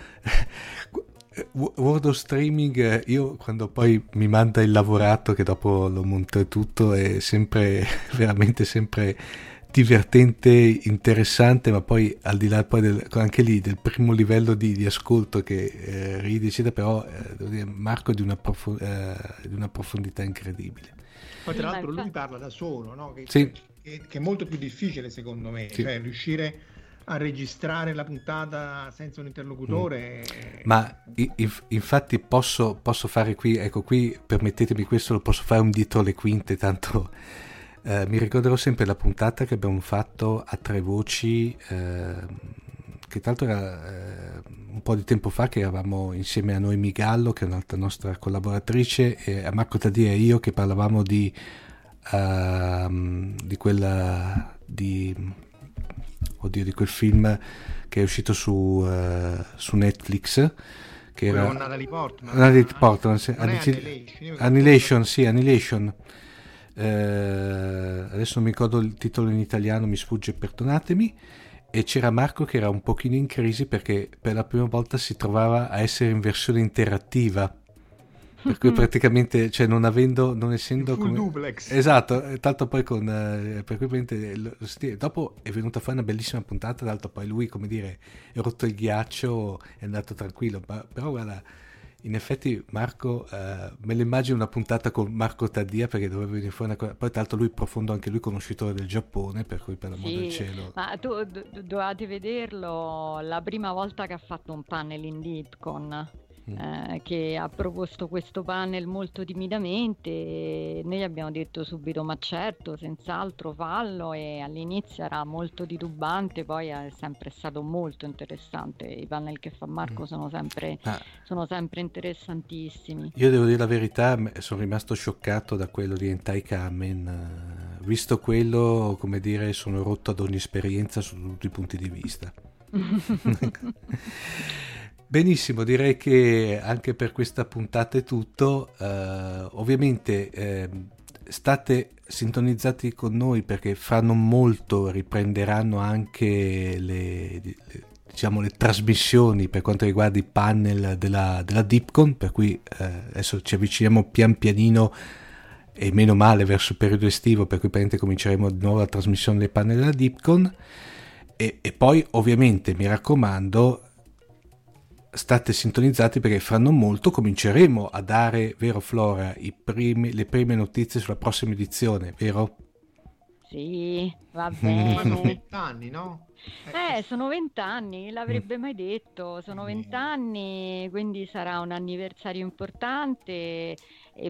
World of Streaming, io quando poi mi manda il lavorato che dopo lo monto e tutto, è sempre veramente sempre divertente, interessante, ma poi al di là poi anche lì del primo livello di ascolto che ride eccetera, però devo dire, Marco di una profondità incredibile. Poi tra l'altro lui parla da solo, no? Che è molto più difficile secondo me, cioè riuscire a registrare la puntata senza un interlocutore. Ma infatti posso fare qui, ecco qui, permettetemi questo, lo posso fare un dietro le quinte, tanto mi ricorderò sempre la puntata che abbiamo fatto a tre voci, che tra l'altro era un po' di tempo fa, che eravamo insieme a Noemi Gallo, che è un'altra nostra collaboratrice, e a Marco Taddia e io, che parlavamo di quella di quel film che è uscito su Netflix, che era con Natalie Portman, Annihilation. Adesso non mi ricordo il titolo in italiano, mi sfugge, perdonatemi. E c'era Marco che era un pochino in crisi perché per la prima volta si trovava a essere in versione interattiva, per cui praticamente, cioè non essendo full duplex, esatto, tanto poi per cui dopo è venuta fuori una bellissima puntata, d'altro poi lui, come dire, è rotto il ghiaccio, è andato tranquillo, però guarda, in effetti Marco, me lo immagino una puntata con Marco Taddia, perché doveva venire fuori una cosa. Poi tra l'altro lui profondo, anche lui conoscitore del Giappone, per cui per l'amor del cielo. Ma tu dovevate vederlo la prima volta che ha fatto un panel in Deepcon, che ha proposto questo panel molto timidamente, e noi abbiamo detto subito ma certo, senz'altro fallo, e all'inizio era molto titubante, poi è sempre stato molto interessante. I panel che fa Marco sono sempre interessantissimi. Io devo dire la verità, sono rimasto scioccato da quello di Hentai Kamen. Visto quello, come dire, sono rotto ad ogni esperienza su tutti i punti di vista. Benissimo, direi che anche per questa puntata è tutto. Ovviamente state sintonizzati con noi, perché fra non molto riprenderanno anche le trasmissioni per quanto riguarda i panel della DeepCon, per cui adesso ci avviciniamo pian pianino, e meno male, verso il periodo estivo, per cui cominceremo di nuovo la trasmissione dei panel della DeepCon, e poi ovviamente mi raccomando, state sintonizzati, perché fra non molto cominceremo a dare, vero Flora, le prime notizie sulla prossima edizione, vero? Sì, va bene. Sono 20 anni, no? Sono 20 anni, chi l'avrebbe mai detto? Sono 20 anni, quindi sarà un anniversario importante, e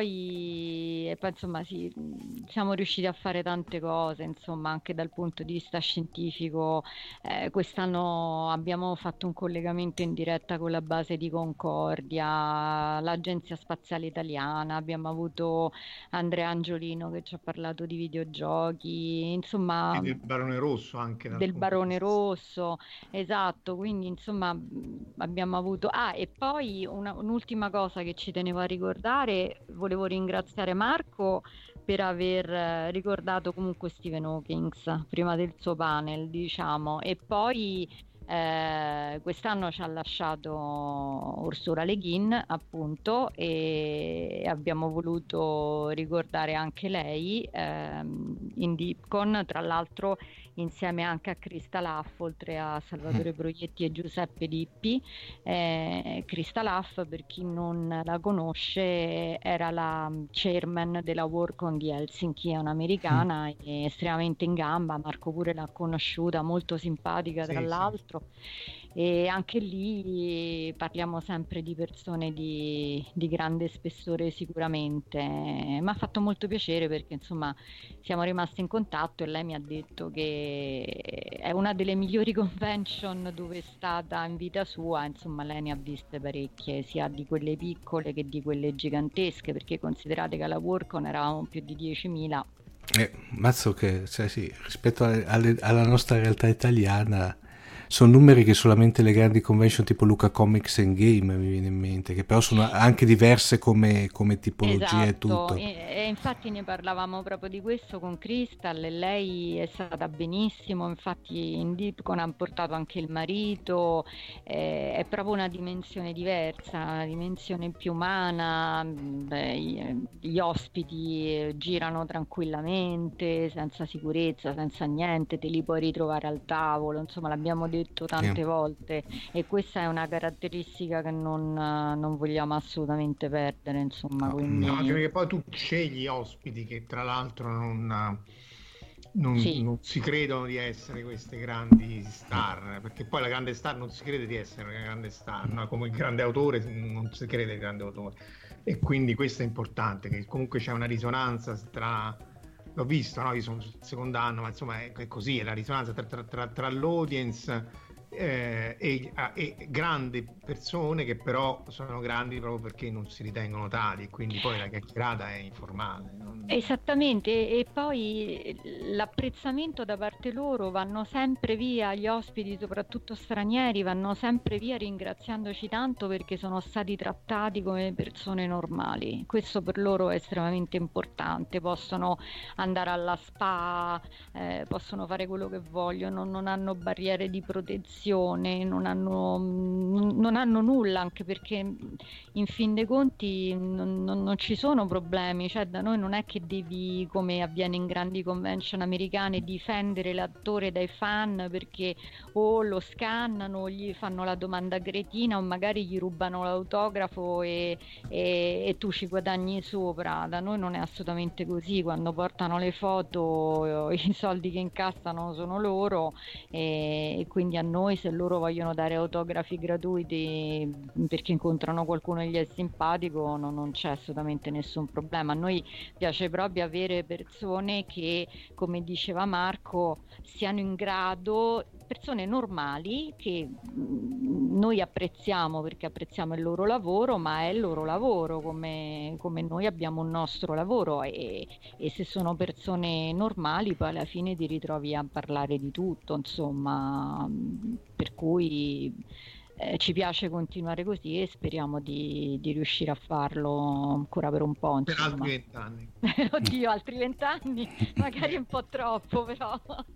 poi insomma sì, siamo riusciti a fare tante cose, insomma, anche dal punto di vista scientifico. Quest'anno abbiamo fatto un collegamento in diretta con la base di Concordia, l'Agenzia Spaziale Italiana, abbiamo avuto Andrea Angiolino che ci ha parlato di videogiochi, insomma, e del Barone Rosso, anche del Barone Rosso, esatto. Quindi insomma abbiamo avuto e poi un'ultima cosa che ci tenevo a ricordare: volevo ringraziare Marco per aver ricordato comunque Stephen Hawking prima del suo panel, diciamo, e poi quest'anno ci ha lasciato Ursula Le Guin, appunto, e abbiamo voluto ricordare anche lei in DeepCon, tra l'altro insieme anche a Krista Laff, oltre a Salvatore Proietti e Giuseppe Lippi. Krista Laff, per chi non la conosce, era la chairman della Worldcon di Helsinki, è un'americana, è estremamente in gamba. Marco pure l'ha conosciuta, molto simpatica tra l'altro. E anche lì parliamo sempre di persone di grande spessore sicuramente. Mi ha fatto molto piacere, perché insomma siamo rimasti in contatto, e lei mi ha detto che è una delle migliori convention dove è stata in vita sua. Insomma, lei ne ha viste parecchie, sia di quelle piccole che di quelle gigantesche, perché considerate che alla Worldcon eravamo più di 10.000. Mazzo che, cioè, sì, rispetto alla nostra realtà italiana sono numeri che solamente le grandi convention tipo Luca Comics and Game mi viene in mente, che però sono anche diverse come tipologia, e tutto. E infatti ne parlavamo proprio di questo con Crystal, e lei è stata benissimo. Infatti in DeepCon ha portato anche il marito, è proprio una dimensione diversa, una dimensione più umana. Gli ospiti girano tranquillamente, senza sicurezza, senza niente, te li puoi ritrovare al tavolo, insomma l'abbiamo detto tante volte, e questa è una caratteristica che non vogliamo assolutamente perdere, insomma. Quindi... No, anche perché poi tu scegli ospiti che tra l'altro non si credono di essere queste grandi star, perché poi la grande star non si crede di essere una grande star, no? Come il grande autore non si crede il grande autore, e quindi questo è importante, che comunque c'è una risonanza tra... L'ho visto, no? Io sono sul secondo anno, ma insomma è così, è la risonanza tra l'audience e grandi persone, che però sono grandi proprio perché non si ritengono tali, quindi poi la chiacchierata è informale. Esattamente, e poi l'apprezzamento da parte loro, vanno sempre via, gli ospiti soprattutto stranieri vanno sempre via ringraziandoci tanto, perché sono stati trattati come persone normali. Questo per loro è estremamente importante, possono andare alla spa, possono fare quello che vogliono, non hanno barriere di protezione, non hanno nulla, anche perché in fin dei conti non ci sono problemi, cioè da noi non è che devi, come avviene in grandi convention americane, difendere l'attore dai fan perché o lo scannano o gli fanno la domanda cretina o magari gli rubano l'autografo e tu ci guadagni sopra. Da noi non è assolutamente così, quando portano le foto i soldi che incassano sono loro, e quindi a noi noi, se loro vogliono dare autografi gratuiti perché incontrano qualcuno che gli è simpatico, non c'è assolutamente nessun problema. A noi piace proprio avere persone che, come diceva Marco, siano in grado, persone normali che noi apprezziamo perché apprezziamo il loro lavoro, ma è il loro lavoro come noi abbiamo un nostro lavoro, e se sono persone normali poi alla fine ti ritrovi a parlare di tutto, insomma, per cui ci piace continuare così e speriamo di riuscire a farlo ancora per un po', insomma. Per altri 20 anni. Oddio, altri 20 anni? Magari un po' troppo, però.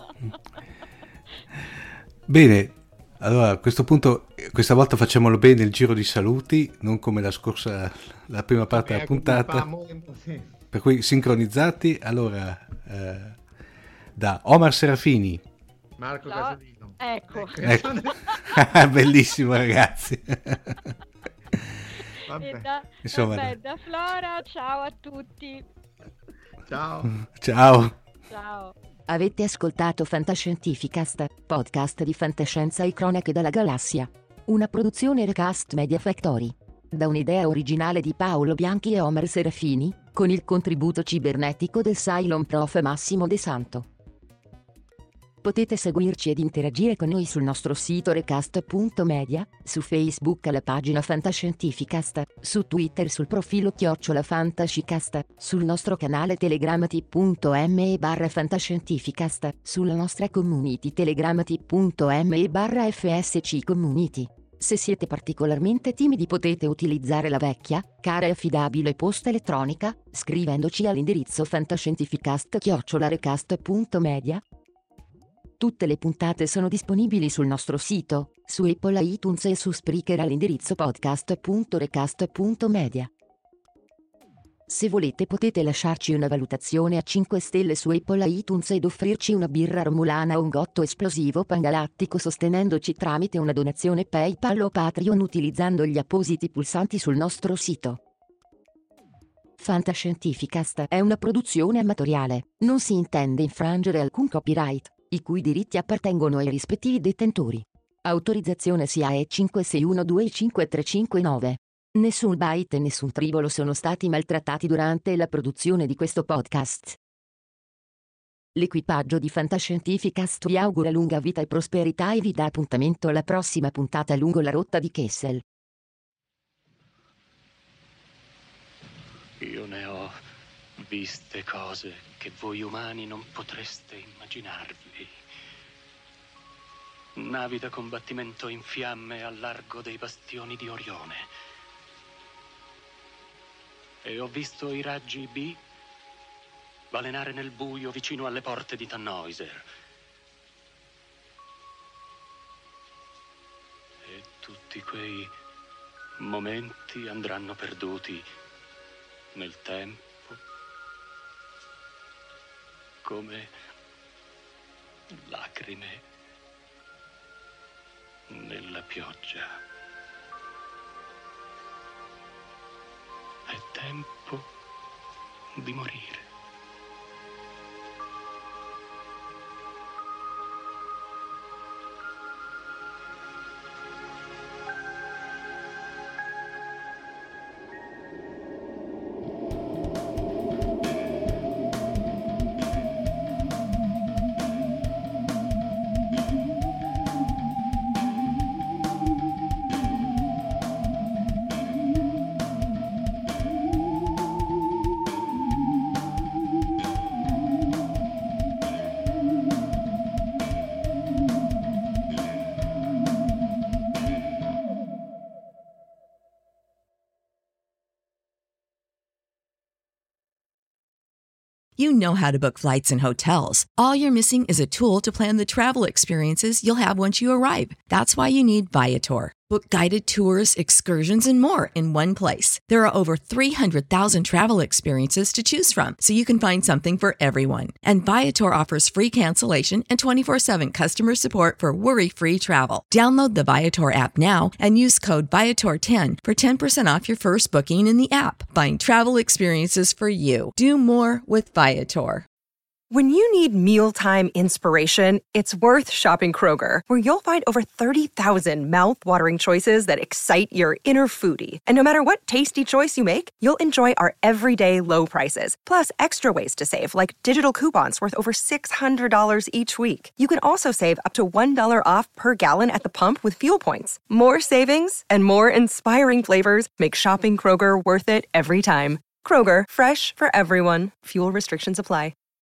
Bene, allora a questo punto, questa volta facciamolo bene il giro di saluti, non come la prima parte della puntata. Per cui sincronizzati, allora da Omar Serafini, Marco Casalino. Ecco. Bellissimo, ragazzi. Vabbè. Da Flora, ciao a tutti. Ciao. Avete ascoltato Fantascientificast, podcast di fantascienza e cronache dalla galassia. Una produzione Recast Media Factory. Da un'idea originale di Paolo Bianchi e Omar Serafini, con il contributo cibernetico del Cylon Prof Massimo De Santo. Potete seguirci ed interagire con noi sul nostro sito recast.media, su Facebook alla pagina Fantascientificast, su Twitter sul profilo @Fantascicast, sul nostro canale Telegram t.me/Fantascientificast, sulla nostra community Telegram t.me/FSC Community. Se siete particolarmente timidi potete utilizzare la vecchia, cara e affidabile posta elettronica, scrivendoci all'indirizzo fantascientificast@recast.media. Tutte le puntate sono disponibili sul nostro sito, su Apple iTunes e su Spreaker all'indirizzo podcast.recast.media. Se volete potete lasciarci una valutazione a 5 stelle su Apple iTunes ed offrirci una birra romulana o un gotto esplosivo pangalattico sostenendoci tramite una donazione PayPal o Patreon utilizzando gli appositi pulsanti sul nostro sito. Fantascientificast è una produzione amatoriale, non si intende infrangere alcun copyright, i cui diritti appartengono ai rispettivi detentori. Autorizzazione SIAE 56125359. Nessun byte e nessun tribolo sono stati maltrattati durante la produzione di questo podcast. L'equipaggio di Fantascientificast vi augura lunga vita e prosperità e vi dà appuntamento alla prossima puntata lungo la rotta di Kessel. Io ne ho viste cose che voi umani non potreste immaginarvi. Navi da combattimento in fiamme al largo dei bastioni di Orione. E ho visto i raggi B balenare nel buio vicino alle porte di Tannhäuser. E tutti quei momenti andranno perduti nel tempo, come lacrime nella pioggia. È tempo di morire. You know how to book flights and hotels. All you're missing is a tool to plan the travel experiences you'll have once you arrive. That's why you need Viator. Book guided tours, excursions, and more in one place. There are over 300,000 travel experiences to choose from, so you can find something for everyone. And Viator offers free cancellation and 24/7 customer support for worry-free travel. Download the Viator app now and use code Viator10 for 10% off your first booking in the app. Find travel experiences for you. Do more with Viator. When you need mealtime inspiration, it's worth shopping Kroger, where you'll find over 30,000 mouth-watering choices that excite your inner foodie. And no matter what tasty choice you make, you'll enjoy our everyday low prices, plus extra ways to save, like digital coupons worth over $600 each week. You can also save up to $1 off per gallon at the pump with fuel points. More savings and more inspiring flavors make shopping Kroger worth it every time. Kroger, fresh for everyone. Fuel restrictions apply.